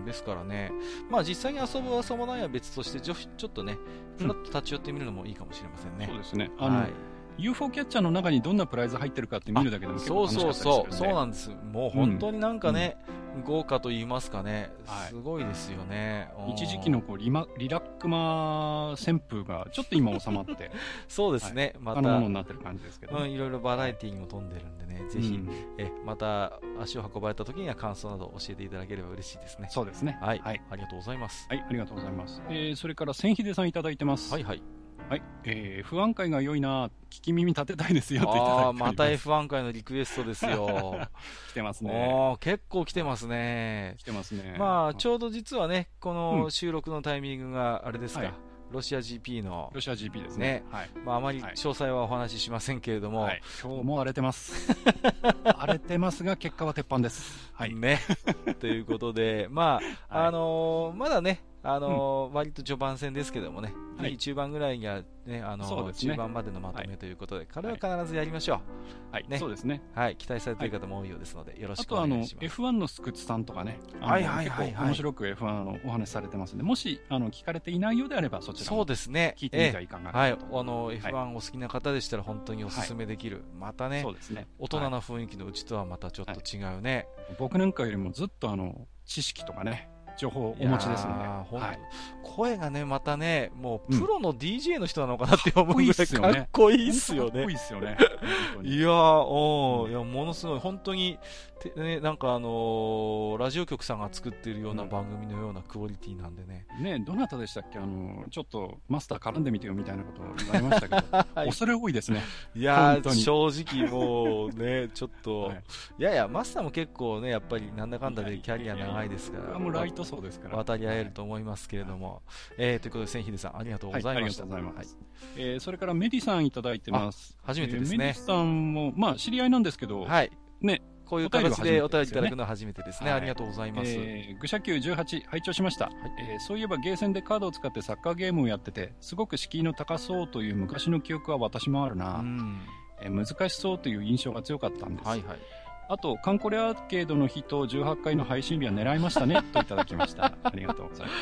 ですからね、まあ、実際に遊ぶ遊ばないは別としてちょ、ちょっとねプラッと立ち寄ってみるのもいいかもしれませんね。 そうですね、あの、はい、ユーフォー キャッチャーの中にどんなプライズ入ってるかって見るだけでも結構楽しかったりするんで。 そうそうそう、そうなんです。もう本当になんかね、うん、豪華と言いますかね、すごいですよね。 はい、一時期のこうリマリラックマ旋風がちょっと今収まってそうですね、はい、またあのものになってる感じですけど、ね、 うん、いろいろバラエティーにも富んでるんでね、はい、ぜひ、うん、えまた足を運ばれた時には感想など教えていただければ嬉しいですね。 そうですね、 はい、はい、ありがとうございます。 はい、ありがとうございます。えー、それから千秀さんいただいてます。 はいはい、 はい、えー、不安会が良いな、聞き耳立てたいですよといただいております。あ、 また エフワン 会のリクエストですよ。 来てますね。 結構来てますね。 来てますね。 まあ、ちょうど実はね、この収録のタイミングがあれですか、うん、はい、ロシア ジーピー の。 ロシア ジーピー ですね。 はい。まあ、あまり詳細はお話ししませんけれども。はい、 今日も荒れてます。荒れてますが、結果は鉄板です。はい。 ね。ということで、まあ、はい、あのー、まだね、あのーうん、割と序盤戦ですけどもね、はい、中盤ぐらいには、ね、あのーね、中盤までのまとめということで、はい、これは必ずやりましょう。 はい、ね、そうですね。 はい、期待されている方も多いようですので、よろしくお願いします。 あとあの エフワン のスクツさんとかね、 はいはいはい、はい、 結構面白く エフワン のお話されてますので、もしあの聞かれていないようであればそちらも聞いてみてはいかがかなと。 はい、あの エフワン お好きな方でしたら本当におすすめできる。はい、またね、そうですね、大人な雰囲気のうちとはまたちょっと違うね。はい、 僕なんかよりもずっとあの知識とかね。情報をお持ちですので、はい、 声がねまたねもうプロの ディージェー の人なのかなって思うぐらいかっこいいっすよね。かっこいいっすよね。いやーおー、うん、いやものすごい本当にね、なんかあのー、ラジオ局さんが作っているような番組のようなクオリティなんでね。 ね、どなたでしたっけ、あのー、ちょっとマスター絡んでみてよみたいなことを言われましたけど、はい、恐れ多いですね。 いやー正直もうねちょっと、はい、いやいやマスターも結構ねやっぱりなんだかんだでキャリア長いですから。 もうライトそうですから。 渡り合えると思いますけれども、はい、えー、ということで千秀さんありがとうございました。 はい、ありがとうございます。はい、えー、それからメディさんいただいてます。 初めてですね。 えー、メディさんもまあ知り合いなんですけど、 はい、 ね。 こういう形でお便りいただくのは初めてですね。はい、ありがとうございます。 えー、愚者級じゅうはち拝聴しました、はい、えー。そういえばゲーセンでカードを使ってサッカーゲームをやってて、すごく敷居の高そうという昔の記憶は私もあるな。うん、えー、難しそうという印象が強かったんです。はいはい、あと、カンコレアーケードの日とじゅうはちかいの配信日は狙いましたねといただきました。ありがとうございます。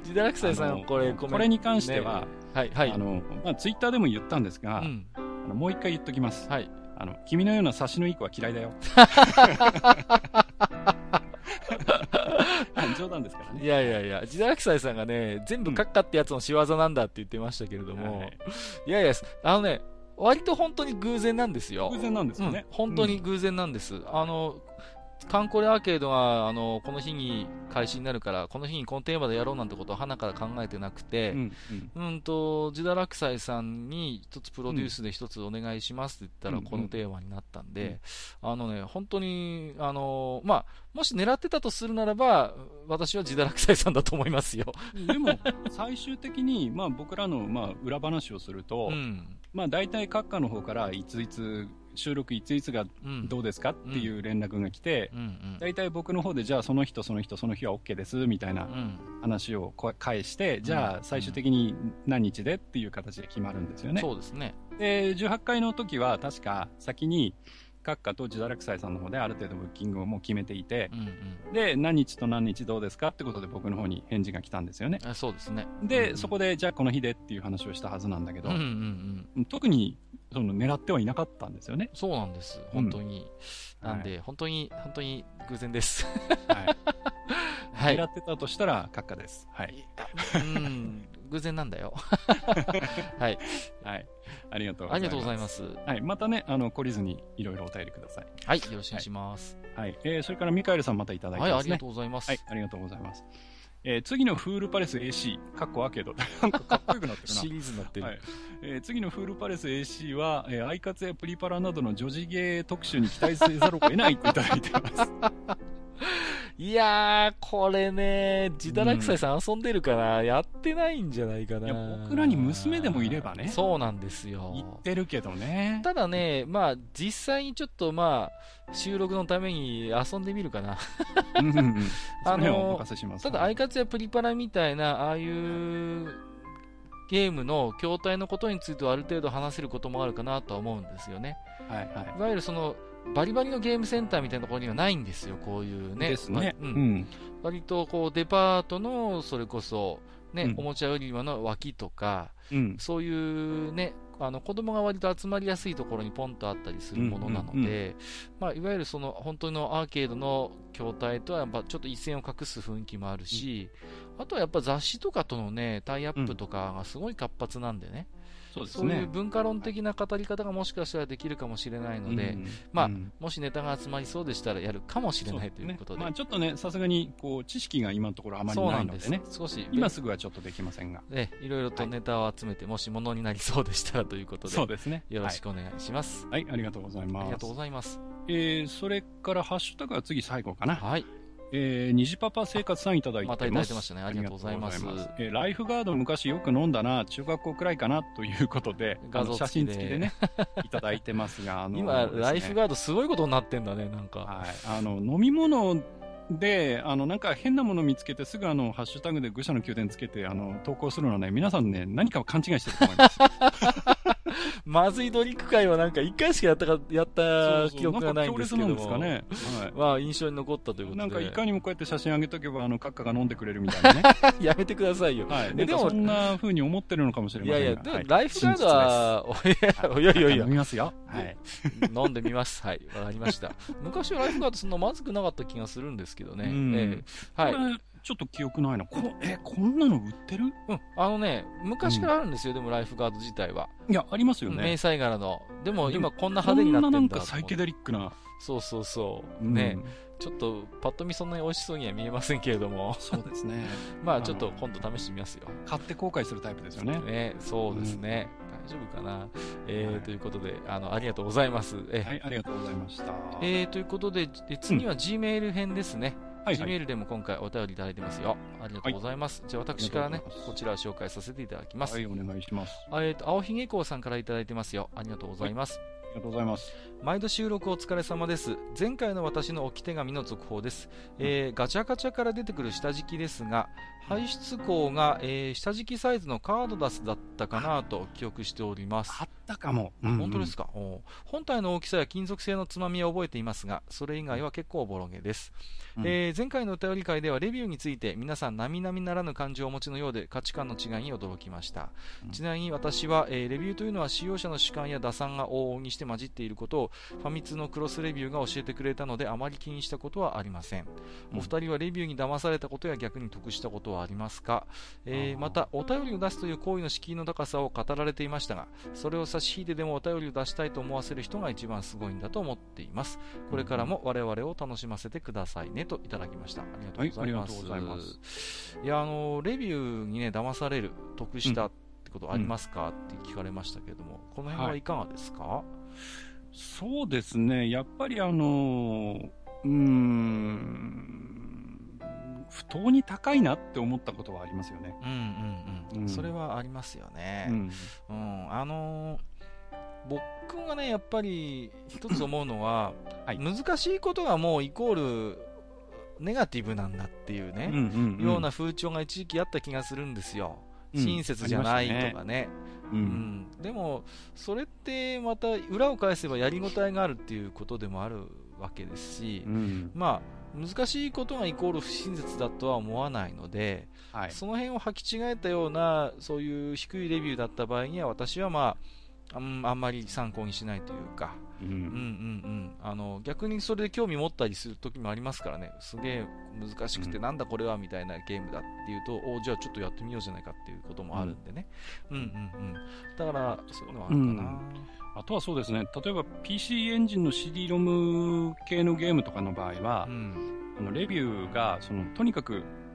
ジダラクサイさん、これ、 これに関しては、 ね、はいはい、 あの、まあ、ツイッターでも言ったんですが、うん、あのもう一回言っときます。はい。あの、君のような察しのいい子は嫌いだよ。冗談ですからね。 いやいやいや、ジダラクサイさんがね、全部カッカってやつの仕業なんだって言ってましたけれども、うんはい、いやいや、あのね、割と本当に偶然なんですよ。 偶然なんですよね。 うん、本当に偶然なんです。うん、あの、カンコレアーケードがあのこの日に開始になるからこの日にこのテーマでやろうなんてことを花から考えてなくて、うんうんうん、とジダラクサイさんに一つプロデュースで一つお願いしますって言ったらこのテーマになったんで、うんうん、あのね本当にあの、まあ、もし狙ってたとするならば私はジダラクサイさんだと思いますよ。 でも最終的に、まあ、僕らの、まあ、裏話をすると、うんまあ、大体閣下の方からいついつ収録いついつがどうですか、うん、っていう連絡が来て、うんうん、大体僕の方でじゃあその人その人その日は OK ですみたいな話を返して、うん、じゃあ最終的に何日でっていう形で決まるんですよね。 そうですね。 でじゅうはちかいの時は確か先に閣下とジダラクサイさんの方である程度ブッキングをもう決めていて、うんうん、で何日と何日どうですかってことで僕の方に返事が来たんですよね。 あそうですね。 で、 うんうん、 そこでじゃあこの日でっていう話をしたはずなんだけど、 うんうんうん、 特にその狙ってはいなかったんですよね。 そうなんです本当に、うん、なんで、はい、本当に本当に偶然です、 はいはい、狙ってたとしたら閣下です。はい。 うん偶然なんだよ。はい。 はい。ありがとうございます。 ありがとうございます。 はい。またね、あの、懲りずにいろいろお便りください。 はい。よろしくお願いします。 はい。はい、えー、それからミカエルさんまたいただいてますね。 はい。ありがとうございます。 はい。ありがとうございます。 えー、次のフールパレス エーシー、かっこアーケード。なんかかっこよくなってるな。 シリーズになってる。はい。 えー、次のフールパレス エーシー は、えー、アイカツやプリパラなどの女児ゲー特集に期待せざるを得ないといただいています。 いやー、これね、ジダラクサイさん遊んでるかな、うん、やってないんじゃないかな。いや、 僕らに娘でもいればね。 そうなんですよ。 言ってるけどね。 ただね、まあ、実際にちょっとまあ、収録のために遊んでみるかな。 うんうんうん、あの、お任せします。 ただ、アイカツやプリパラみたいな、ああいうゲームの筐体のことについてはある程度話せることもあるかなとは思うんですよね。 はいはい。 いわゆるその、バリバリのゲームセンターみたいなところにはないんですよ、こういうね。 ですね。 うん。うん、割とこうデパートのそれこそ、ね、うん、おもちゃ売り場の脇とか、うん、そういうね、あの子供が割と集まりやすいところにポンとあったりするものなので、うんうんうん、まあ、いわゆるその本当のアーケードの筐体とはやっぱちょっと一線を画す雰囲気もあるし、うん、あとはやっぱ雑誌とかとのね、タイアップとかがすごい活発なんでね。そうですね、そういう文化論的な語り方がもしかしたらできるかもしれないので、うん、まあ、うん、もしネタが集まりそうでしたらやるかもしれないということで、 ね、まあ、ちょっとね、さすがにこう知識が今のところあまりないのでね、 少し今すぐはちょっとできませんが、 ね、いろいろとネタを集めて、はい、もしものになりそうでしたらということで、 そうですね、 よろしくお願いします。 はい、はい、ありがとうございます。 ありがとうございます。 えー、それからハッシュタグは次最後かな。 はい。 えー、虹パパ生活さんいただいてます。 またいただいてましたね。ありがとうございます。 ますえー、ライフガード昔よく飲んだな、中学校くらいかなということで、画像写真付きでね、いただいてますが、あのー、 今、ね、ライフガードすごいことになってんだね、なんか。 はい。あの、飲み物で、あの、なんか変なもの見つけて、すぐあの、ハッシュタグで愚者の宮殿つけて、あの、投稿するのはね、皆さんね、何かを勘違いしてると思います。 まずいドリンク会はなんか一回しかやったか、やった記憶がないんですけども。 そうそう、なんか強烈なんですかね。はい。 まあ、印象に残ったということで。 なんかいかにもこうやって写真上げとけば、あの、閣下が飲んでくれるみたいなね。 やめてくださいよ。 はい。でも、そんな風に思ってるのかもしれませんが。 いやいや、でも、はい、ライフガードは、いやいやいや。 飲みますよ。はい。 飲んでみます。はい。わかりました。昔はライフガードそんなまずくなかった気がするんですけどね。うん、えー、はい。 ちょっと記憶ないな。こえ、こんなの売ってる？ うん。あのね、昔からあるんですよ、うん、でもライフガード自体は。 いや、ありますよね。 迷彩柄の。でも今こんな派手になってんだ。 こんななんかサイケデリックな。 そうそうそう。うん、ね。ちょっと、パッと見そんなに美味しそうには見えませんけれども。 そうですね。 まあちょっと今度試してみますよ。 買って後悔するタイプですよね。 ね、そうですね。うん、大丈夫かな。えー、はい、ということで、あの、ありがとうございます。 えはい、ありがとうございました。 えー、ということで、え次は Gmail 編ですね。うん、Gmail でも今回お便りいただいてますよ。ありがとうございます。はい、じゃあ私からね、こちらを紹介させていただきます。 はい、お願いします。 えっと、青ひげこうさんからいただいてますよ。ありがとうございます。はい、 ありがとうございます。 毎度収録お疲れ様です。前回の私の置き手紙の続報です。えー、ガチャガチャから出てくる下敷きですが、排出口が、えー、下敷きサイズのカードダスだったかなと記憶しております。 あったかも。 うんうん、本当ですか。お本体の大きさや金属製のつまみは覚えていますが、それ以外は結構ボロゲです。うん、えー、前回のお便り会ではレビューについて皆さん並々ならぬ感情をお持ちのようで価値観の違いに驚きました。うん、ちなみに私は、えー、レビューというのは使用者の主観や打算が往々にして混じっていることをファミ通のクロスレビューが教えてくれたのであまり気にしたことはありません。うん、お二人はレビューに騙されたことや逆に得したことはありますか？えー、またお便りを出すという行為の敷居の高さを語られていましたが、それを差し引いてでもお便りを出したいと思わせる人が一番すごいんだと思っています。これからも我々を楽しませてくださいねといただきました。ありがとうございます。はい、ありがとうございます。いや、あのレビューにね騙される、得したってことありますか、うん、って聞かれましたけれども、この辺はいかがですか？はい、 そうですね、やっぱりあのうーん不当に高いなって思ったことはありますよね。 うんうんうん。うん、それはありますよね。うん。うん、あのー、僕がね、やっぱり一つ思うのは、はい、難しいことがもうイコールネガティブなんだっていうね、うんうんうん、ような風潮が一時期あった気がするんですよ。親切じゃないとかね。うんうん、でも、それってまた裏を返せばやりごたえがあるっていうことでもあるわけですし、うん、まあ、難しいことがイコール不親切だとは思わないので、はい、その辺を履き違えたようなそういう低いレビューだった場合には私はまあ あん、あんまり参考にしないというか、うんうんうんうん、あの逆にそれで興味持ったりする時もありますからね。すげえ難しくて、うん、なんだこれはみたいなゲームだっていうと、おじゃあちょっとやってみようじゃないかっていうこともあるんでね、うん、うんうんうんだからそういうのはあるかな、うん、 あとはそうですね、例えば ピーシー エンジンの シーディー ロム系のゲームとかの場合は、うん、あのレビューがそのとにかく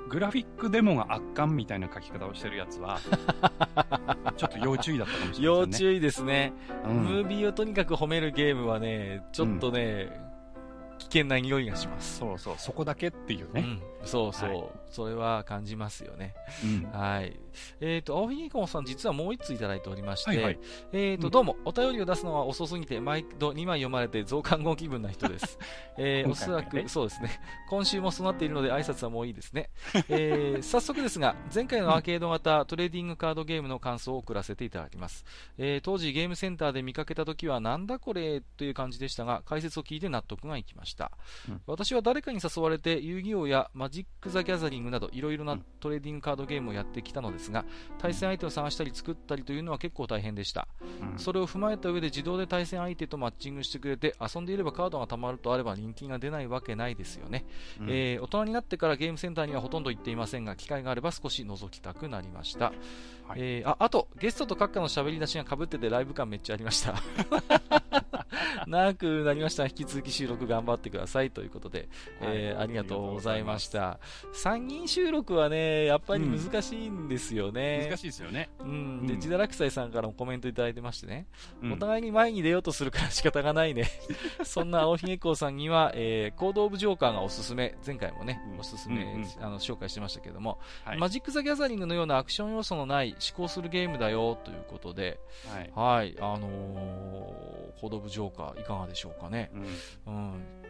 グラフィックデモが圧巻みたいな書き方をしてるやつは、ちょっと要注意だったかもしれないですね。 要注意ですね。うん、ムービーをとにかく褒めるゲームはね、ちょっとね、うん、危険な匂いがします。 そうそう、そこだけっていうね。うん、 そうそう、はい、それは感じますよね。うん、はい。えっ、ー、と、青ひげかもさん、実はもう一ついただいておりまして、はいはい、えっ、ー、と、うん、どうも、お便りを出すのは遅すぎて、毎度にまい読まれて増刊号気分な人です。えー、おそらく、そうですね。今週も備わっているので、挨拶はもういいですね。えー、早速ですが、前回のアーケード型トレーディングカードゲームの感想を送らせていただきます。えー、当時、ゲームセンターで見かけたときは、なんだこれという感じでしたが、解説を聞いて納得がいきました。うん、私は誰かに誘われて、遊戯王やマジック・ザ・ギャザリングなど、いろいろなトレーディングカードゲームをやってきたのですが、対戦相手を探したり作ったりというのは結構大変でした、うん、それを踏まえた上で自動で対戦相手とマッチングしてくれて、遊んでいればカードが貯まるとあれば人気が出ないわけないですよね、うん、えー、大人になってからゲームセンターにはほとんど行っていませんが、機会があれば少し覗きたくなりました、はい、えー、あ, あとゲストと閣下の喋り出しが被っててライブ感めっちゃありました長くなりました。引き続き収録頑張ってくださいということで、はい、えー、ありがとうございました。さんにん収録はね、やっぱり難しいんですよね。 うん、難しいですよね。 うん。で、自堕落斎さんからもコメントいただいてましてね、うん、お互いに前に出ようとするから仕方がないね。そんな青ひげこうさんには、えー、コードオブジョーカーがおすすめ、前回もね、うん、おすすめ、うんうん、あの紹介してましたけれども、はい、マジック・ザ・ギャザリングのようなアクション要素のない思考するゲームだよということで、はい、はい、あのー、コードオブジョーカーいかがでしょうかね、うんうん、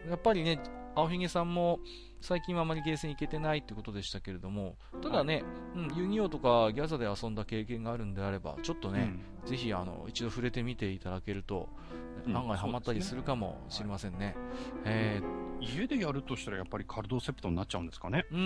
やっぱりね、青ひげさんも最近はあまりゲーセン行けてないってことでしたけれども、ただね、はい、うん、遊戯王とかギャザで遊んだ経験があるんであれば、ちょっとね、うん、ぜひあの一度触れてみていただけると、うん、案外ハマったりするかもしれませんね。えー、家でやるとしたらやっぱりカルドセプトになっちゃうんですかね。 うん、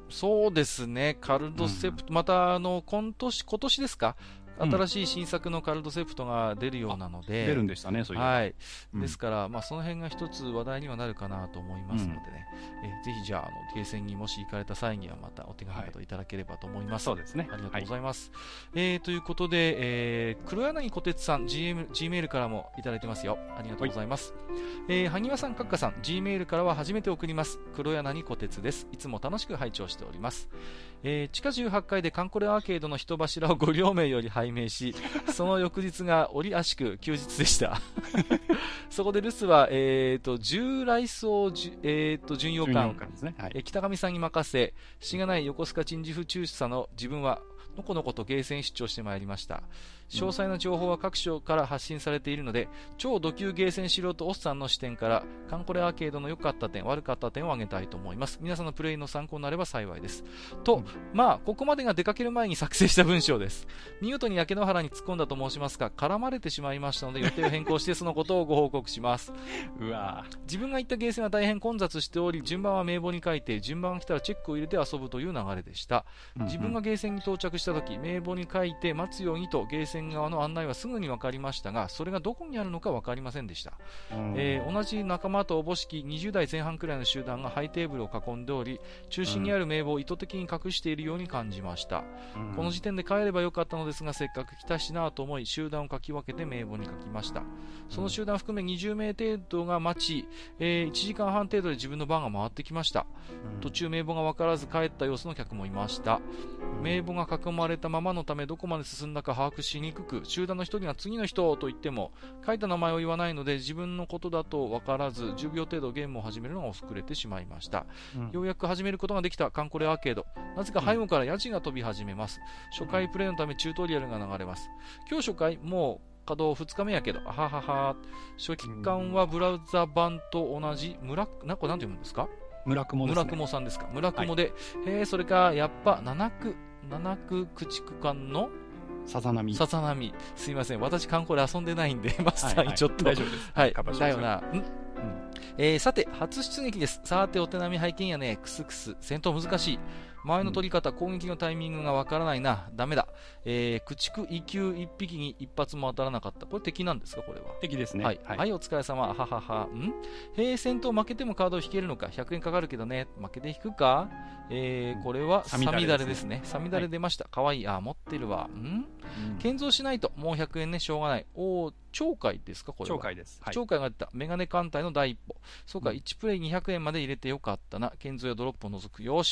そうですね、カルドセプト、うん、またあの今年今年ですか。新しい新作のカルドセプトが出るようなので、 出るんでしたね、そういう。 はい、うん、ですから、まあ、その辺が一つ話題にはなるかなと思いますのでね、うん、えぜひじゃあ、あのゲーセンにもし行かれた際にはまたお手紙などいただければと思います。 はい、そうですね。 ありがとうございます。はい、えー、ということで、えー、黒柳小鉄さん、G M、G メールからもいただいてますよ。ありがとうございます。えー、萩和さん、閣下さん、G メールからは初めて送ります。黒柳小鉄です。いつも楽しく拝聴しております。えー、地下じゅうはちかいでカンコレアーケードの人柱をご両名より拝命し、その翌日が折あしく休日でしたそこで留守は、えーと、従来層、えーと、巡洋艦、ね、はい、北上さんに任せ、しがない横須賀鎮守府中佐の自分はのこのことゲーセン出張してまいりました。詳細な情報は各所から発信されているので、超ド級ゲーセン素人おっさんの視点からカンコレアーケードの良かった点悪かった点を挙げたいと思います。皆さんのプレイの参考になれば幸いです。と、うん、まあここまでが出かける前に作成した文章です。見事に焼け野原に突っ込んだと申しますが、絡まれてしまいましたので予定を変更してそのことをご報告します。 うわ自分が行ったゲーセンは大変混雑しており、順番は名簿に書いて、順番が来たらチェックを入れて遊ぶという流れでした。自分がゲーセンに到着した時、名簿に書いて待つようにとゲーセン側の案内はすぐに分かりましたが、それがどこにあるのか分かりませんでした。えー、同じ仲間とおぼしきにじゅうだいぜん半くらいの集団がハイテーブルを囲んでおり、中心にある名簿を意図的に隠しているように感じました。うん、この時点で帰ればよかったのですが、せっかく来たしなと思い集団を書き分けて名簿に書きました。その集団含めにじゅうめい程度が待ち、えー、いちじかんはん程度で自分の番が回ってきました。うん、途中名簿が分からず帰った様子の客もいました。名簿が囲まれたままのためどこまで進んだか把握しにくく、集団の一人が次の人と言っても書いた名前を言わないので自分のことだと分からずじゅうびょう程度ゲームを始めるのが遅れてしまいました。うん、ようやく始めることができたカンコレアーケード、なぜか背後からヤジが飛び始めます。初回プレイのためチュートリアルが流れます。今日初回もう稼働ふつかめやけど、あははは。初期間はブラウザ版と同じ村、なんかなんて読むんですか？ 村雲ですね。 村雲さんですか。村雲で、はい、へえ、それかやっぱ七区七区駆逐艦のさざ波。 さざ波。すいません。私、カンコレ遊んでないんで、マスターにちょっと。 はいはい、大丈夫です。 はい。だよな。ん、うん、えー、さて、初出撃です。さて、お手並み拝見やね。クスクス。戦闘難しい。前の取り方、うん、攻撃のタイミングがわからないな。ダメだ。えー、駆逐異級一匹に一発も当たらなかった。これ敵なんですかこれは。 敵ですね。 はい。はい、はい、お疲れ様。ははは。んへえ、戦闘負けてもカードを引けるのか。ひゃくえんかかるけどね。負けて引くか。えー、これは、サミダレですね。サミダレ出ました。かわいい。あ、持ってるわ。ん、うん、建造しないと。もうひゃくえんね、しょうがない。おー、鳥海ですかこれは。 鳥海です。 はい、鳥海が出た。メガネ艦隊の第一歩。そうか、うん、いちプレイにひゃくえんまで入れてよかったな。建造やドロップを除く。よし。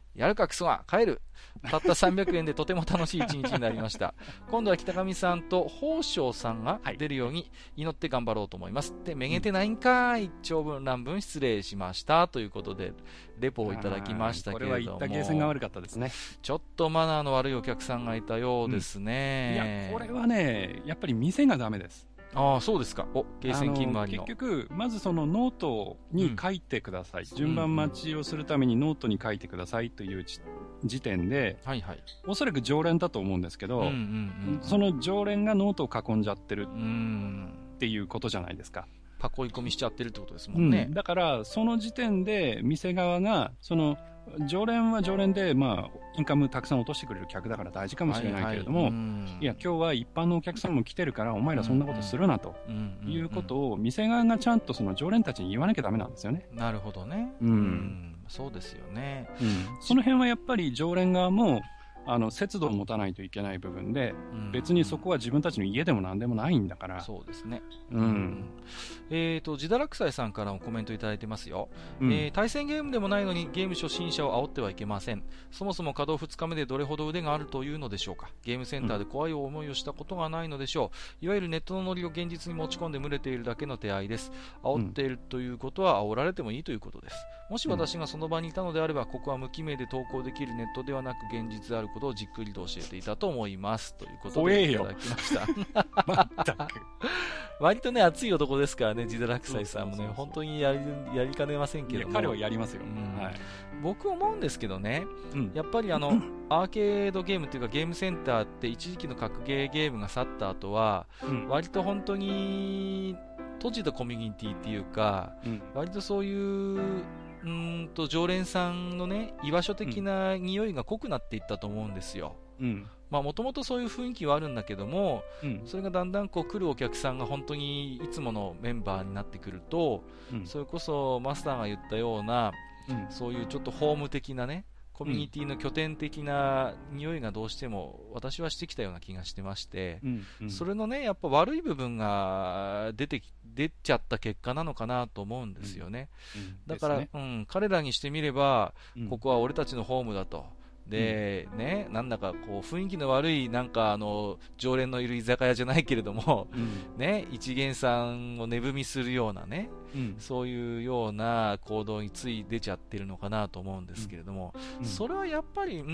やるかクソが帰る。たったさんびゃくえんでとても楽しい一日になりました。今度は北上さんと宝生さんが出るように祈って頑張ろうと思います。で、めげてないんかーい。長文乱文失礼しました。ということで、レポをいただきましたけれども。これは言ったゲーセンが悪かったですね。 ちょっとマナーの悪いお客さんがいたようですね。 うん、いや、これはね、やっぱり店がダメです。 ああ、そうですか。お、ゲーセン金回りの。 結局、まずそのノートに書いてください。うん、順番待ちをするためにノートに書いてくださいという時点で、はいはい、おそらく常連だと思うんですけど、うんうんうん、その常連がノートを囲んじゃってるっていうことじゃないですか。 囲い込みしちゃってるってことですもんね。 うん、だから、その時点で店側が、その、常連は常連で、まあ、インカムたくさん落としてくれる客だから大事かもしれないけれども、はいはい、いや、今日は一般のお客さんも来てるから、お前らそんなことするなと、いうことを、店側がちゃんとその常連たちに言わなきゃダメなんですよね。 なるほどね。うん。うん、そうですよね。 うん。その辺はやっぱり常連側も、あの、節度を持たないといけない部分で、うん、別にそこは自分たちの家でも何でもないんだから。 そうですね。うん。うん、えっ、ー、と、ジダラクサイさんからもコメントいただいてますよ。うん、えー、対戦ゲームでもないのにゲーム初心者を煽ってはいけません。そもそも稼働ふつかめでどれほど腕があるというのでしょうか。ゲームセンターで怖い思いをしたことがないのでしょう。いわゆるネットのノリを現実に持ち込んで群れているだけの手合いです。煽っているということは煽られてもいいということです。もし私がその場にいたのであれば、ここは無記名で投稿できるネットではなく現実であることをじっくりと教えていたと思いますということでいただきました。 全く割とね熱い男ですからね、ジダラクサイさんもね、本当にやりやりかねませんけども。 彼はやりますよ。 うん、はい、僕思うんですけどね、うん、やっぱりあのアーケードゲームっていうかゲームセンターって一時期の格ゲーゲームが去った後は、うん、割と本当に閉じたコミュニティっていうか、うん、割とそういううんと常連さんのね居場所的な匂いが濃くなっていったと思うんですよ。うん、まあもともとそういう雰囲気はあるんだけども、うん、それがだんだんこう来るお客さんが本当にいつものメンバーになってくると、うん、それこそマスターが言ったような、うん、そういうちょっとホーム的なねコミュニティの拠点的な匂いがどうしても私はしてきたような気がしてまして、うんうん、それのねやっぱ悪い部分が出て出ちゃった結果なのかなと思うんですよね、うんうん、だから、ねうん、彼らにしてみれば、うん、ここは俺たちのホームだとで、うん、ね、なんだかこう雰囲気の悪いなんかあの常連のいる居酒屋じゃないけれども、うん、ね、一元さんを値踏みするようなね、うん、そういうような行動につい出ちゃってるのかなと思うんですけれども、うん、それはやっぱり、うん、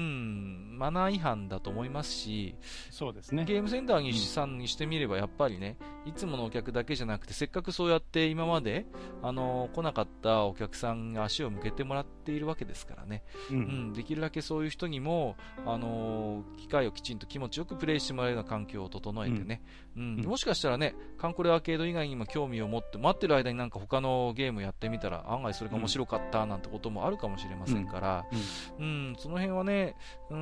マナー違反だと思いますし、 そうですね、 ゲームセンターにさんにしてみればやっぱりね、いつものお客だけじゃなくてせっかくそうやって今まであの来なかったお客さんに足を向けてもらっているわけですからね、うんうん、できるだけそういう人にも、あのー、機会をきちんと気持ちよくプレイしてもらえるような環境を整えてね、うんうん、もしかしたらねカンコレアーケード以外にも興味を持って待ってる間になんか他のゲームやってみたら案外それが面白かったなんてこともあるかもしれませんから、うんうんうん、その辺はね、うん、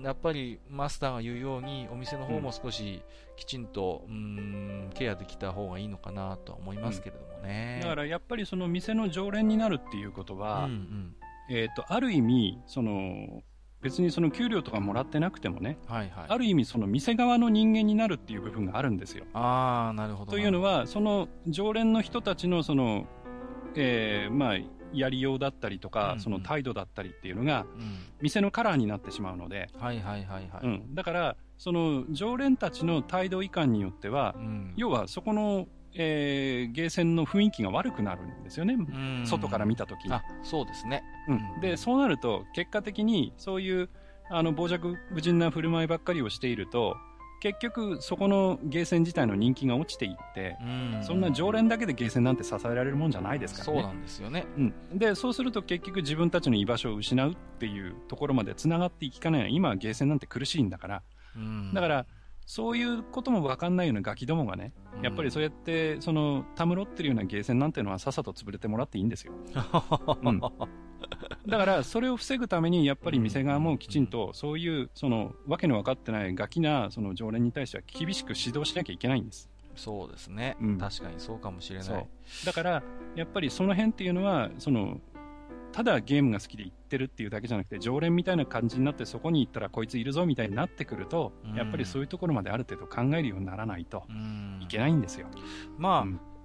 やっぱりマスターが言うようにお店の方も少しきちんと、うん、ケアできた方がいいのかなとは思いますけれどもね、 だからやっぱりその店の常連になるっていうことは、うんうんえー、とある意味その別にその給料とかもらってなくてもね、はいはい、ある意味その店側の人間になるっていう部分があるんですよ。 あー、なるほど。 というのはその常連の人たちのその、えー、まあやりようだったりとか、うんうん、その態度だったりっていうのが、うん、店のカラーになってしまうので、 はいはいはいはい、 うん、だからその常連たちの態度いかんによっては、うん、要はそこのえー、ゲーセンの雰囲気が悪くなるんですよね、外から見たときに。 あ、そうですね、 うん、でそうなると結果的にそういうあの傍若無人な振る舞いばっかりをしていると結局そこのゲーセン自体の人気が落ちていってそんな常連だけでゲーセンなんて支えられるもんじゃないですからね。 そうなんですよね、 うん、でそうすると結局自分たちの居場所を失うっていうところまでつながっていきかない。今はゲーセンなんて苦しいんだから、だからそういうことも分かんないようなガキどもがね、やっぱりそうやってそのたむろってるようなゲーセンなんていうのはさっさと潰れてもらっていいんですよ、うん、だからそれを防ぐためにやっぱり店側もきちんとそういうそのわけの分かってないガキなその常連に対しては厳しく指導しなきゃいけないんです。 そうですね、うん、確かにそうかもしれない。 だからやっぱりその辺っていうのはそのただゲームが好きで行ってるっていうだけじゃなくて常連みたいな感じになってそこに行ったらこいついるぞみたいになってくると、うん、やっぱりそういうところまである程度考えるようにならないといけないんですよ。 まあ、うん、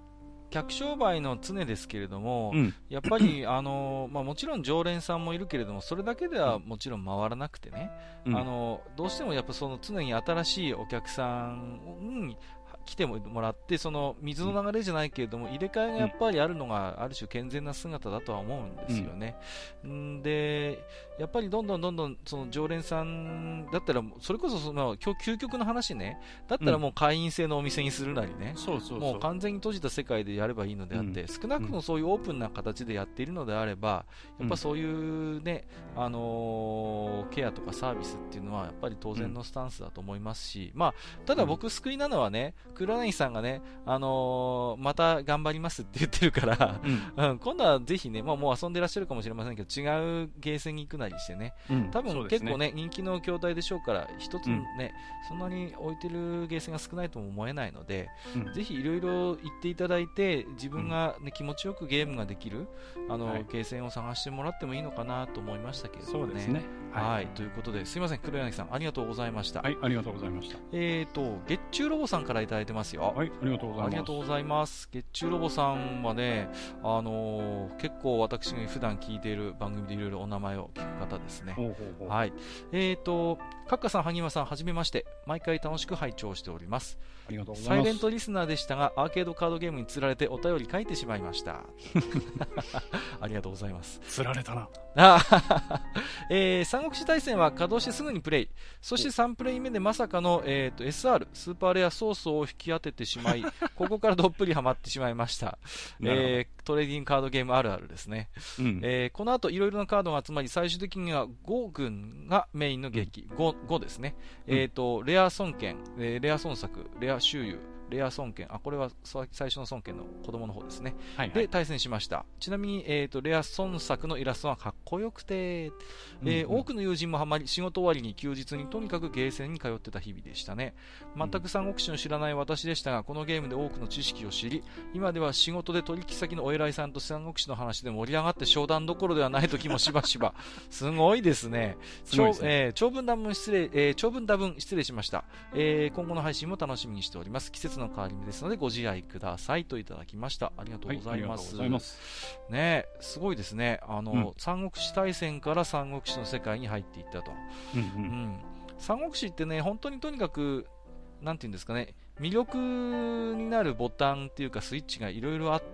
客商売の常ですけれども、うん、やっぱり、あのまあ、もちろん常連さんもいるけれども、それだけではもちろん回らなくてね、うん、あのどうしてもやっぱその常に新しいお客さんに来てもらって、その水の流れじゃないけれども、入れ替えがやっぱりあるのがある種健全な姿だとは思うんですよね。うん、でやっぱりどんどんどんどんその常連さんだったら、それこそその究極の話ね、だったらもう会員制のお店にするなりね、もう完全に閉じた世界でやればいいのであって、うん、少なくともそういうオープンな形でやっているのであれば、やっぱそういうね、あのー、ケアとかサービスっていうのはやっぱり当然のスタンスだと思いますし、まあ、ただ僕救いなのはね、黒柳さんがね、あのー、また頑張りますって言ってるから、うんうん、今度はぜひね、まあ、もう遊んでらっしゃるかもしれませんけど、違うゲーセンに行くなりしてね、うん、多分結構ね、人気の筐体でしょうから、一つね、うん、そんなに置いてるゲーセンが少ないとも思えないので、うん、ぜひいろいろ行っていただいて、自分が、ね、気持ちよくゲームができるあの、はい、ゲーセンを探してもらってもいいのかなと思いましたけれどもね。そうですね。はい、はい、ということで、すいません、黒柳さん、ありがとうございました。 はい、ありがとうございました。 えっと、月中ロボさんからいただいてますよ。 はい、ありがとうございます。 ありがとうございます。月中ロボさんはね、あのー、結構私が普段聞いている番組でいろいろお名前を聞く方ですね。ほうほうほう。はい。えっと、カッカさん、萩間さん、はじめまして。毎回楽しく拝聴しております。 ありがとうございます。 サイレントリスナーでしたが、アーケードカードゲームに釣られてお便り書いてしまいました。ありがとうございます。 釣られたな。 えー、三国志大戦は稼働してすぐにプレイ。そしてさんプレイ目でまさかの、えー、と エスアール、スーパーレアソースを引き当ててしまい、ここからどっぷりハマってしまいました。えー、トレーディングカードゲームあるあるですね。うんえー、この後いろいろなカードが集まり、最終的にはご軍がメインの劇、ご, ごですね。うん、えーと、レア孫権、えー、レア孫作、レア周遊、レア孫権、あ、これは最初の孫権の子供の方ですね。はいはい、で、対戦しました。ちなみに、えーと、レア孫作のイラストはかっこよくて、えーうんうん、多くの友人もハマり、仕事終わりに休日にとにかくゲーセンに通ってた日々でしたね。全く三国志の知らない私でしたが、このゲームで多くの知識を知り、今では仕事で取引先のお偉いさんと三国志の話で盛り上がって商談どころではない時もしばしば。すごいですね。長、えー、長文多文失礼、えー、長文多文失礼しました、えー。今後の配信も楽しみにしております。季節の変わり目ですのでご自愛くださいといただきました。ありがとうございます。はい、ますね、すごいですね。あの、うん、三国志大戦から三国志の世界に入っていったと。うんうんうん、三国志ってね、本当にとにかくなんていうんですかね、魅力になるボタンっていうかスイッチがいろいろあって、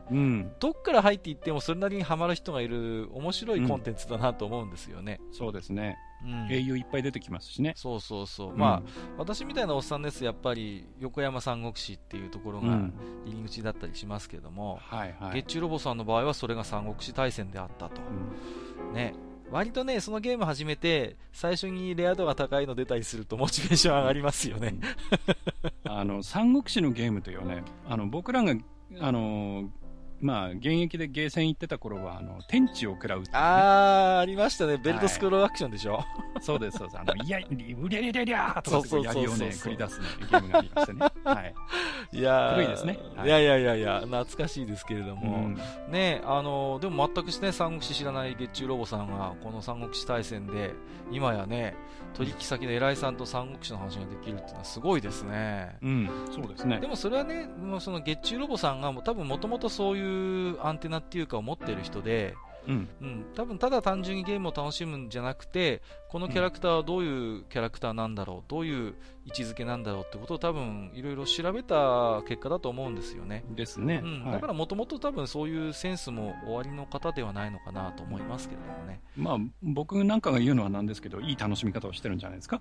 うん、どっから入っていってもそれなりにハマる人がいる面白いコンテンツだなと思うんですよね。 うん、そうですね。うん、英雄いっぱい出てきますしね。 そうそうそう、うん、まあ私みたいなおっさんです、やっぱり横山三国志っていうところが入り口だったりしますけども、うんはいはい、月中ロボさんの場合はそれが三国志大戦であったと、うん、ね、割とね、そのゲーム始めて最初にレア度が高いの出たりするとモチベーション上がりますよね。 あの三国志のゲームというね、あの僕らがあのまあ、現役でゲーセン行ってた頃は、あの、天地を食らうっていう、ね。 あー、ありましたね。ベルトスクロールアクションでしょ、はい、 そうです、そうです。あの、いや、うりゃりゃりゃりゃーとかやりをね、繰り出す、ね、ゲームがありましてね。はい。 いやー、 古いですね。 はい、いやいやいやいや、懐かしいですけれども。うん、ね、あの、でも全くね、三国志知らない月中ロボさんが、この三国志大戦で、今やね、取引先の偉いさんと三国志の話ができるっていうのはすごいですね。 うん、そうですね。 でもそれはね、もうその月中ロボさんがもう多分もともとそういうアンテナっていうかを持っている人で、うんうん、多分ただ単純にゲームを楽しむんじゃなくて、このキャラクターはどういうキャラクターなんだろう、どういう位置づけなんだろうってことを多分いろいろ調べた結果だと思うんですよね。 ですね。 うん、はい、だからもともと多分そういうセンスもおありの方ではないのかなと思いますけれどもね。 まあ僕なんかが言うのはなんですけど、いい楽しみ方をしてるんじゃないですか。 うん、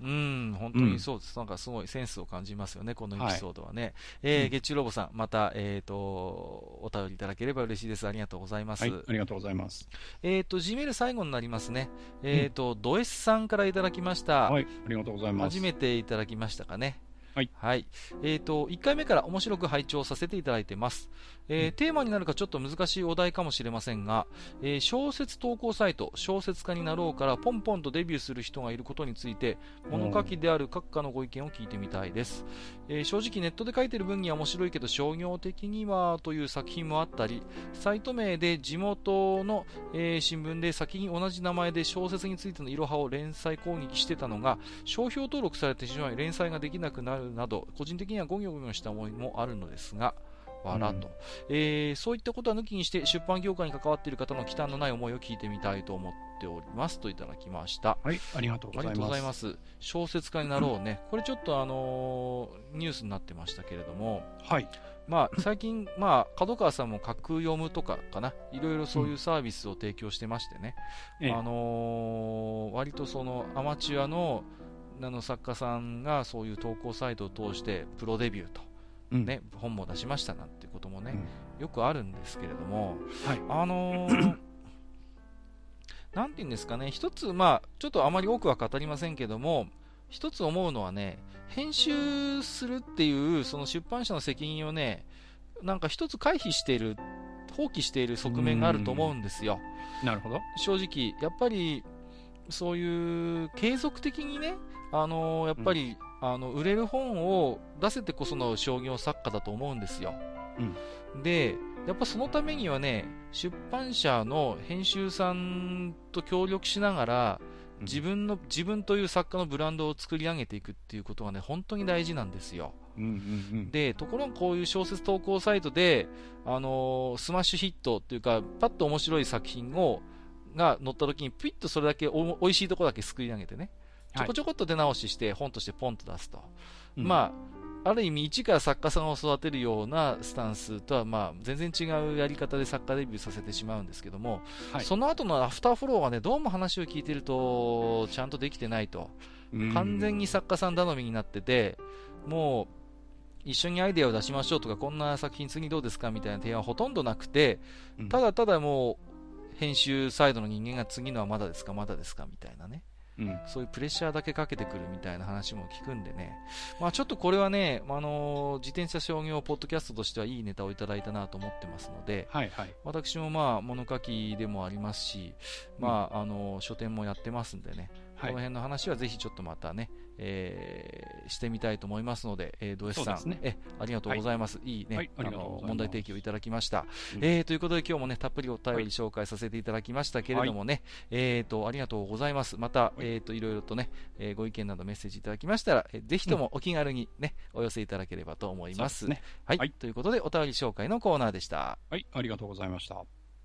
本当にそうです。うん、なんかすごいセンスを感じますよね、このエピソードはね。はい、えー、月中ロボさん、また、えっと、お便りいただければ嬉しいです。ありがとうございます。 はい、ありがとうございます。 えっと、G メール最後になりますね。えっと、うん、ド S さんからいただきました。 はい、ありがとうございます。 初めていただきましたかね。 はい。 はい。えっと、いっかいめから面白く拝聴させていただいてます。えー、テーマになるかちょっと難しいお題かもしれませんが、えー、小説投稿サイト、小説家になろうからポンポンとデビューする人がいることについて、物書きである閣下のご意見を聞いてみたいです。えー、正直ネットで書いてる分には面白いけど商業的にはという作品もあったり、サイト名で地元の、えー、新聞で先に同じ名前で小説についてのいろはを連載攻撃してたのが、商標登録されてしまい連載ができなくなるなど、個人的にはゴニョゴニョした思いもあるのですが、 わらと、うん、えー、そういったことは抜きにして出版業界に関わっている方の忌憚のない思いを聞いてみたいと思っておりますといただきました。 はい、ありがとうございます。ありがとうございます。 小説家になろうね、これちょっとあのー、ニュースになってましたけれども、 はい、 まあ、最近、まあ、角川さんも架空読むとかかな、いろいろそういうサービスを提供してましてね、うん、あのー、割とそのアマチュアのあの作家さんがそういう投稿サイトを通してプロデビューと、うんね、本も出しましたなんていうこともね、うん、よくあるんですけれども、はい、あのー、なんていうんですかね、一つ、まあ、ちょっとあまり多くは語りませんけども、一つ思うのはね、編集するっていうその出版社の責任をね、なんか一つ回避している、放棄している側面があると思うんですよ。 なるほど。 正直、やっぱりそういう継続的にね、あのー、やっぱり、うん、あの売れる本を出せてこその商業作家だと思うんですよ。うん、で、やっぱそのためにはね、出版社の編集さんと協力しながら、自分の自分という作家のブランドを作り上げていくっていうことがね、本当に大事なんですよ。うんうんうん、で、ところがこういう小説投稿サイトで、あのー、スマッシュヒットっていうか、パッと面白い作品をが載った時にピッとそれだけお美味しいところだけすくい上げてね、ちょこちょこっと出直しして本としてポンと出すと、うん、まあある意味一から作家さんを育てるようなスタンスとはまあ全然違うやり方で作家デビューさせてしまうんですけども、はい、その後のアフターフォローがね、どうも話を聞いてるとちゃんとできてないと、完全に作家さん頼みになってて、もう一緒にアイデアを出しましょうとか、こんな作品次どうですかみたいな提案はほとんどなくて、ただただもう編集サイドの人間が次のはまだですかまだですかみたいなね、うん、そういうプレッシャーだけかけてくるみたいな話も聞くんでね、まあ、ちょっとこれはね、あのー、自転車商業ポッドキャストとしてはいいネタをいただいたなと思ってますので、はいはい、私もまあ物書きでもありますし、まああのー、書店もやってますんでね、はい、この辺の話はぜひちょっとまたね、えー、してみたいと思いますので、えー、ド S さん、ね、えありがとうございます。はい、いいね、はい、あの問題提起をいただきました、うん、えー。ということで今日もね、たっぷりお便り紹介させていただきましたけれどもね、はい、えーと、ありがとうございます。また、はい、えーと、いろいろとね、えー、ご意見などメッセージいただきましたら、えー、ぜひともお気軽にね、うん、お寄せいただければと思います。ね、はい、はい。ということで、お便り紹介のコーナーでした。 はい、ありがとうございました。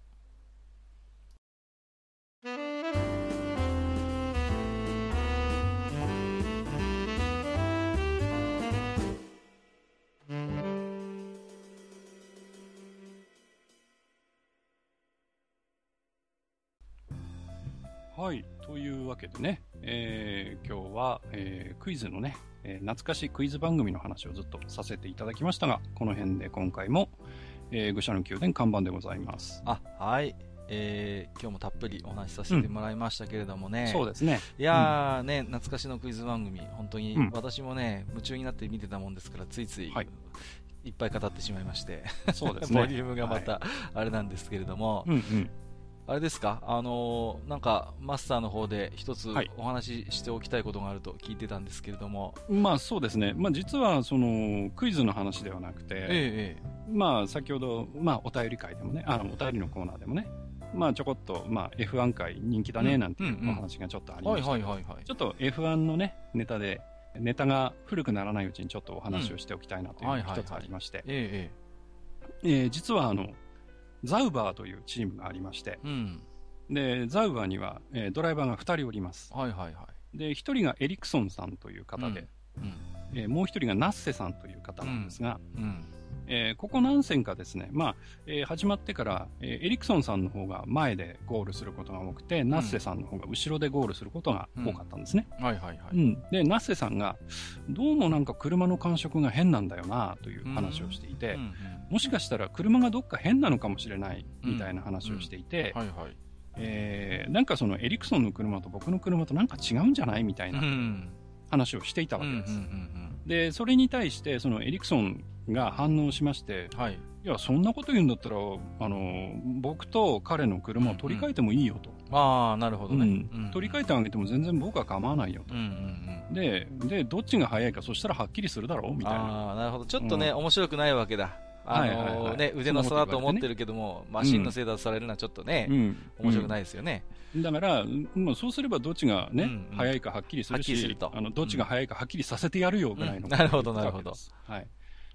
はい、というわけでね、えー、今日は、えー、クイズのね、えー、懐かしいクイズ番組の話をずっとさせていただきましたが、この辺で今回も、えー、愚者の宮殿看板でございます。 あ、はい、えー、今日もたっぷりお話しさせてもらいましたけれどもね、 うん、そうですね。 いやー、うん、ね、懐かしのクイズ番組、本当に私もね、夢中になって見てたもんですから、ついつい、はい、いっぱい語ってしまいまして、そうですね、ボリュームがまた、はい、あれなんですけれども、うんうん、あれですか、あのー、なんかマスターの方で一つお話ししておきたいことがあると聞いてたんですけれども、 はい、まあそうですね、まあ、実はそのクイズの話ではなくて、ええ、まあ先ほど、まあ、お便り会でもね、あのお便りのコーナーでもね、まあちょこっと、まあ、エフワン 回人気だねなんていうお話がちょっとありましたけど、ちょっと エフワン のねネタでネタが古くならないうちにちょっとお話をしておきたいなというのが一つありまして、実はあのザウバーというチームがありまして、うん、でザウバーには、えー、ドライバーがふたりおります。はいはいはい、でひとりがエリクソンさんという方で、うんうんえー、もうひとりがナッセさんという方なんですが、うんうんえー、ここ何戦かですね、まあえー、始まってから、えー、エリクソンさんの方が前でゴールすることが多くて、うん、ナッセさんの方が後ろでゴールすることが多かったんですね。うんはいはいはいうん、でナッセさんがどうもなんか車の感触が変なんだよなという話をしていて、うんうんうん、もしかしたら車がどっか変なのかもしれないみたいな話をしていて、えー、なんかそのエリクソンの車と僕の車となんか違うんじゃないみたいな話をしていたわけです。うんうんうんうんで、それに対して、そのエリクソンが反応しまして、はい、いや、そんなこと言うんだったら、あの、僕と彼の車を取り替えてもいいよと。 うんうん、ああ、なるほどね、うんうん。取り替えてあげても全然僕は構わないよと。うんうんうん、で、で、どっちが早いか、そしたらはっきりするだろうみたいな。 ああ、なるほど。ちょっとね、うん、面白くないわけだ。あのーはいはいはいね、腕の差だと思ってるけども、ね、マシンのせいだとされるのはちょっとね、うん、面白くないですよね。 うん、だから、まあ、そうすればどっちがね、うんうん、早いかはっきりするし、るあのどっちが早いかはっきりさせてやるよぐらいの、 うん、なるほどなるほど。 はい。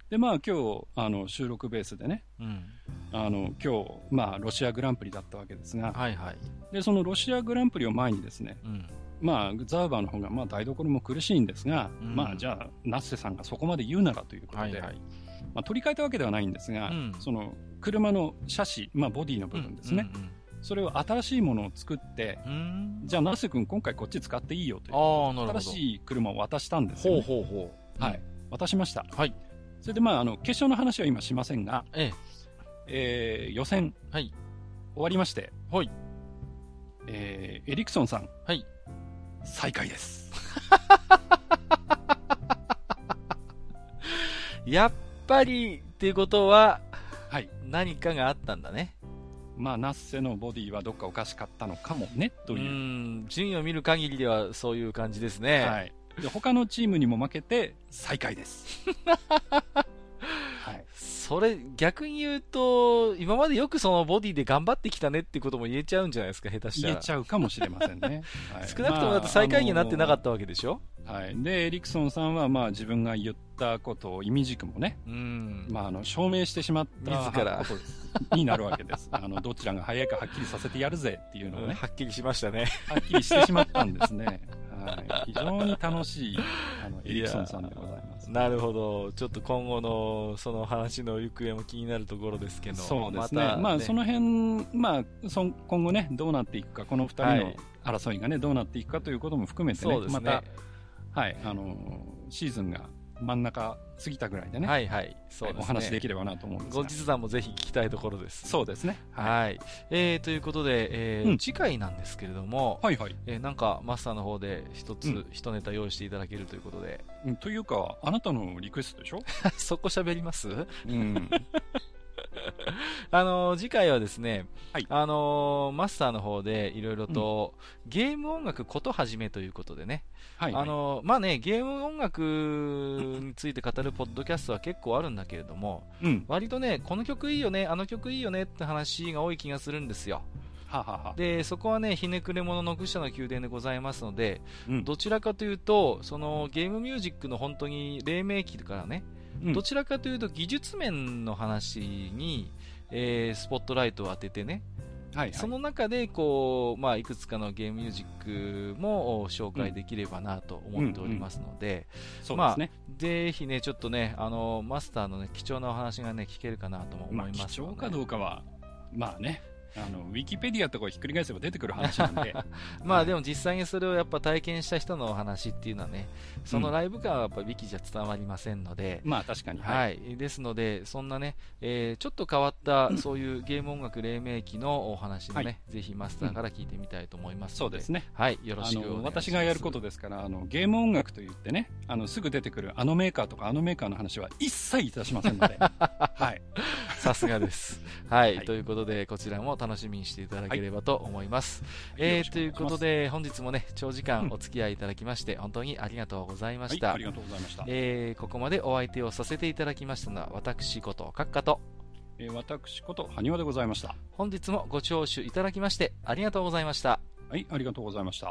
で、まあ今日、あの、収録ベースでね、うん、あの、今日、まあロシアグランプリだったわけですが、はいはい。で、そのロシアグランプリを前にですね、うん、まあ、ザウバーの方が、まあ台所も苦しいんですが、うん、まあじゃあ、ナッセさんがそこまで言うならということで、はいはい、まあ取り替えたわけではないんですが、うん、その、車のシャシ、まあボディの部分ですね。うんうんうん、それを新しいものを作って、じゃあナッセ君今回こっち使っていいよという、新しい車を渡したんですよ、ね。ほうほうほう。はい。渡しました。はい。それでまあ、あの、決勝の話は今しませんが、えええー、予選、はい、終わりまして、はい。えー、エリクソンさん、はい。最下位です。 やっぱり、っていうことは、はい。何かがあったんだね。 まあ、ナッセのボディはどっかおかしかったのかもね、という。うん、順位を見る限りではそういう感じですね。はい。 で他のチームにも負けて最下位です。 はい。それ逆に言うと今までよくそのボディで頑張ってきたねっていうことも言えちゃうんじゃないですか、下手したら。 言えちゃうかもしれませんね。 はい、少なくともだって最下位になってなかったわけでしょ。 まあ、はい。でエリクソンさんはまあ自分が言ったことを意味軸もね、うん、まああの証明してしまったことになるわけです。あのどちらが早いかはっきりさせてやるぜっていうのをね、うん、 はっきりしましたね。 はっきりしてしまったんですね。はい、非常に楽しいあのエリクソンさんでございます。 なるほど。ちょっと今後のその話の行方も気になるところですけど。 そうですね。またね、まあその辺、まあそ今後ねどうなっていくか、このふたりの争いがねどうなっていくかということも含めてね、そうですね、またはいあのシーズンが真ん中過ぎたぐらいでね、はいはい、そうですね、お話できればなと思うんですが、 後日談もぜひ聞きたいところです。 そうですね。 はい、はい、えー、ということで、えーうん、次回なんですけれども、はいはい、えー、なんかマスターの方で一つ、うん、一ネタ用意していただけるということで、 うん、というかあなたのリクエストでしょ。 そこ喋ります？うん。あの次回はですね、はい、あのマスターの方でいろいろと、うん、ゲーム音楽ことはじめということでね、はいはい、あのまあね、ゲーム音楽について語るポッドキャストは結構あるんだけれども、うん、割とねこの曲いいよね、あの曲いいよねって話が多い気がするんですよ。はははでそこはねひねくれ者の愚者の宮殿でございますので、うん、どちらかというとそのゲームミュージックの本当に黎明期からね、うん、どちらかというと技術面の話に、えー、スポットライトを当ててね、はいはい、その中でこう、まあ、いくつかのゲームミュージックも紹介できればなと思っておりますので、まあ、ぜひねちょっとねあのマスターの、ね、貴重なお話がね聞けるかなとも思いますので、まあ、 貴重かどうかはまあねあのウィキペディアとかをひっくり返せば出てくる話なんでまあでも実際にそれをやっぱ体験した人のお話っていうのはね、そのライブ感はやっぱウィキじゃ伝わりませんので、 うん、まあ確かに、 はい、はい、ですのでそんなね、えー、ちょっと変わったそういうゲーム音楽黎明期のお話もね、はい、ぜひマスターから聞いてみたいと思いますので、うん、そうですね、はい、よろしくお願いします。 私がやることですから、あのゲーム音楽といってね、あのすぐ出てくるあのメーカーとかあのメーカーの話は一切いたしませんのではい、 さすがです、はい、はい、ということでこちらも楽しみにしていただければと思います、はい、えー、ということで本日もね長時間お付き合いいただきまして、うん、本当にありがとうございました、はい、ありがとうございました、えー、ここまでお相手をさせていただきましたのは私こと閣下と、 えー、私こと埴輪でございました。 本日もご聴取いただきましてありがとうございました。 はい、ありがとうございました。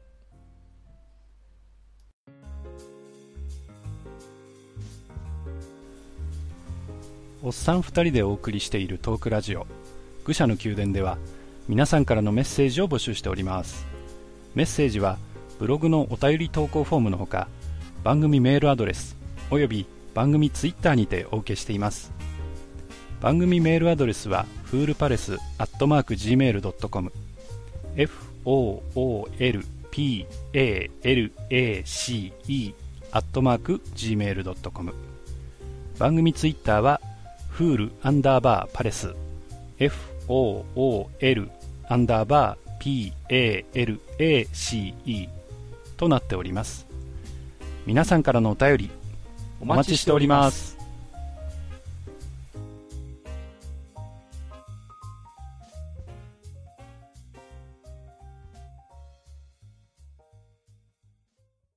おっさんふたりでお送りしているトークラジオ愚者の宮殿では皆さんからのメッセージを募集しております。メッセージはブログのお便り投稿フォームのほか、番組メールアドレスおよび番組ツイッターにてお受けしています。番組メールアドレスはフールパレスアットマーク ジーメールドットコム エフ オー オー エル ピー エー エル エー シー イー アットマーク ジーメールドットコム。 番組ツイッターはフールアンダーバーパレス エフ オー オー エル アンダーバー ピー エー エル エー シー イー となっております。皆さんからのお便りお待ちしております。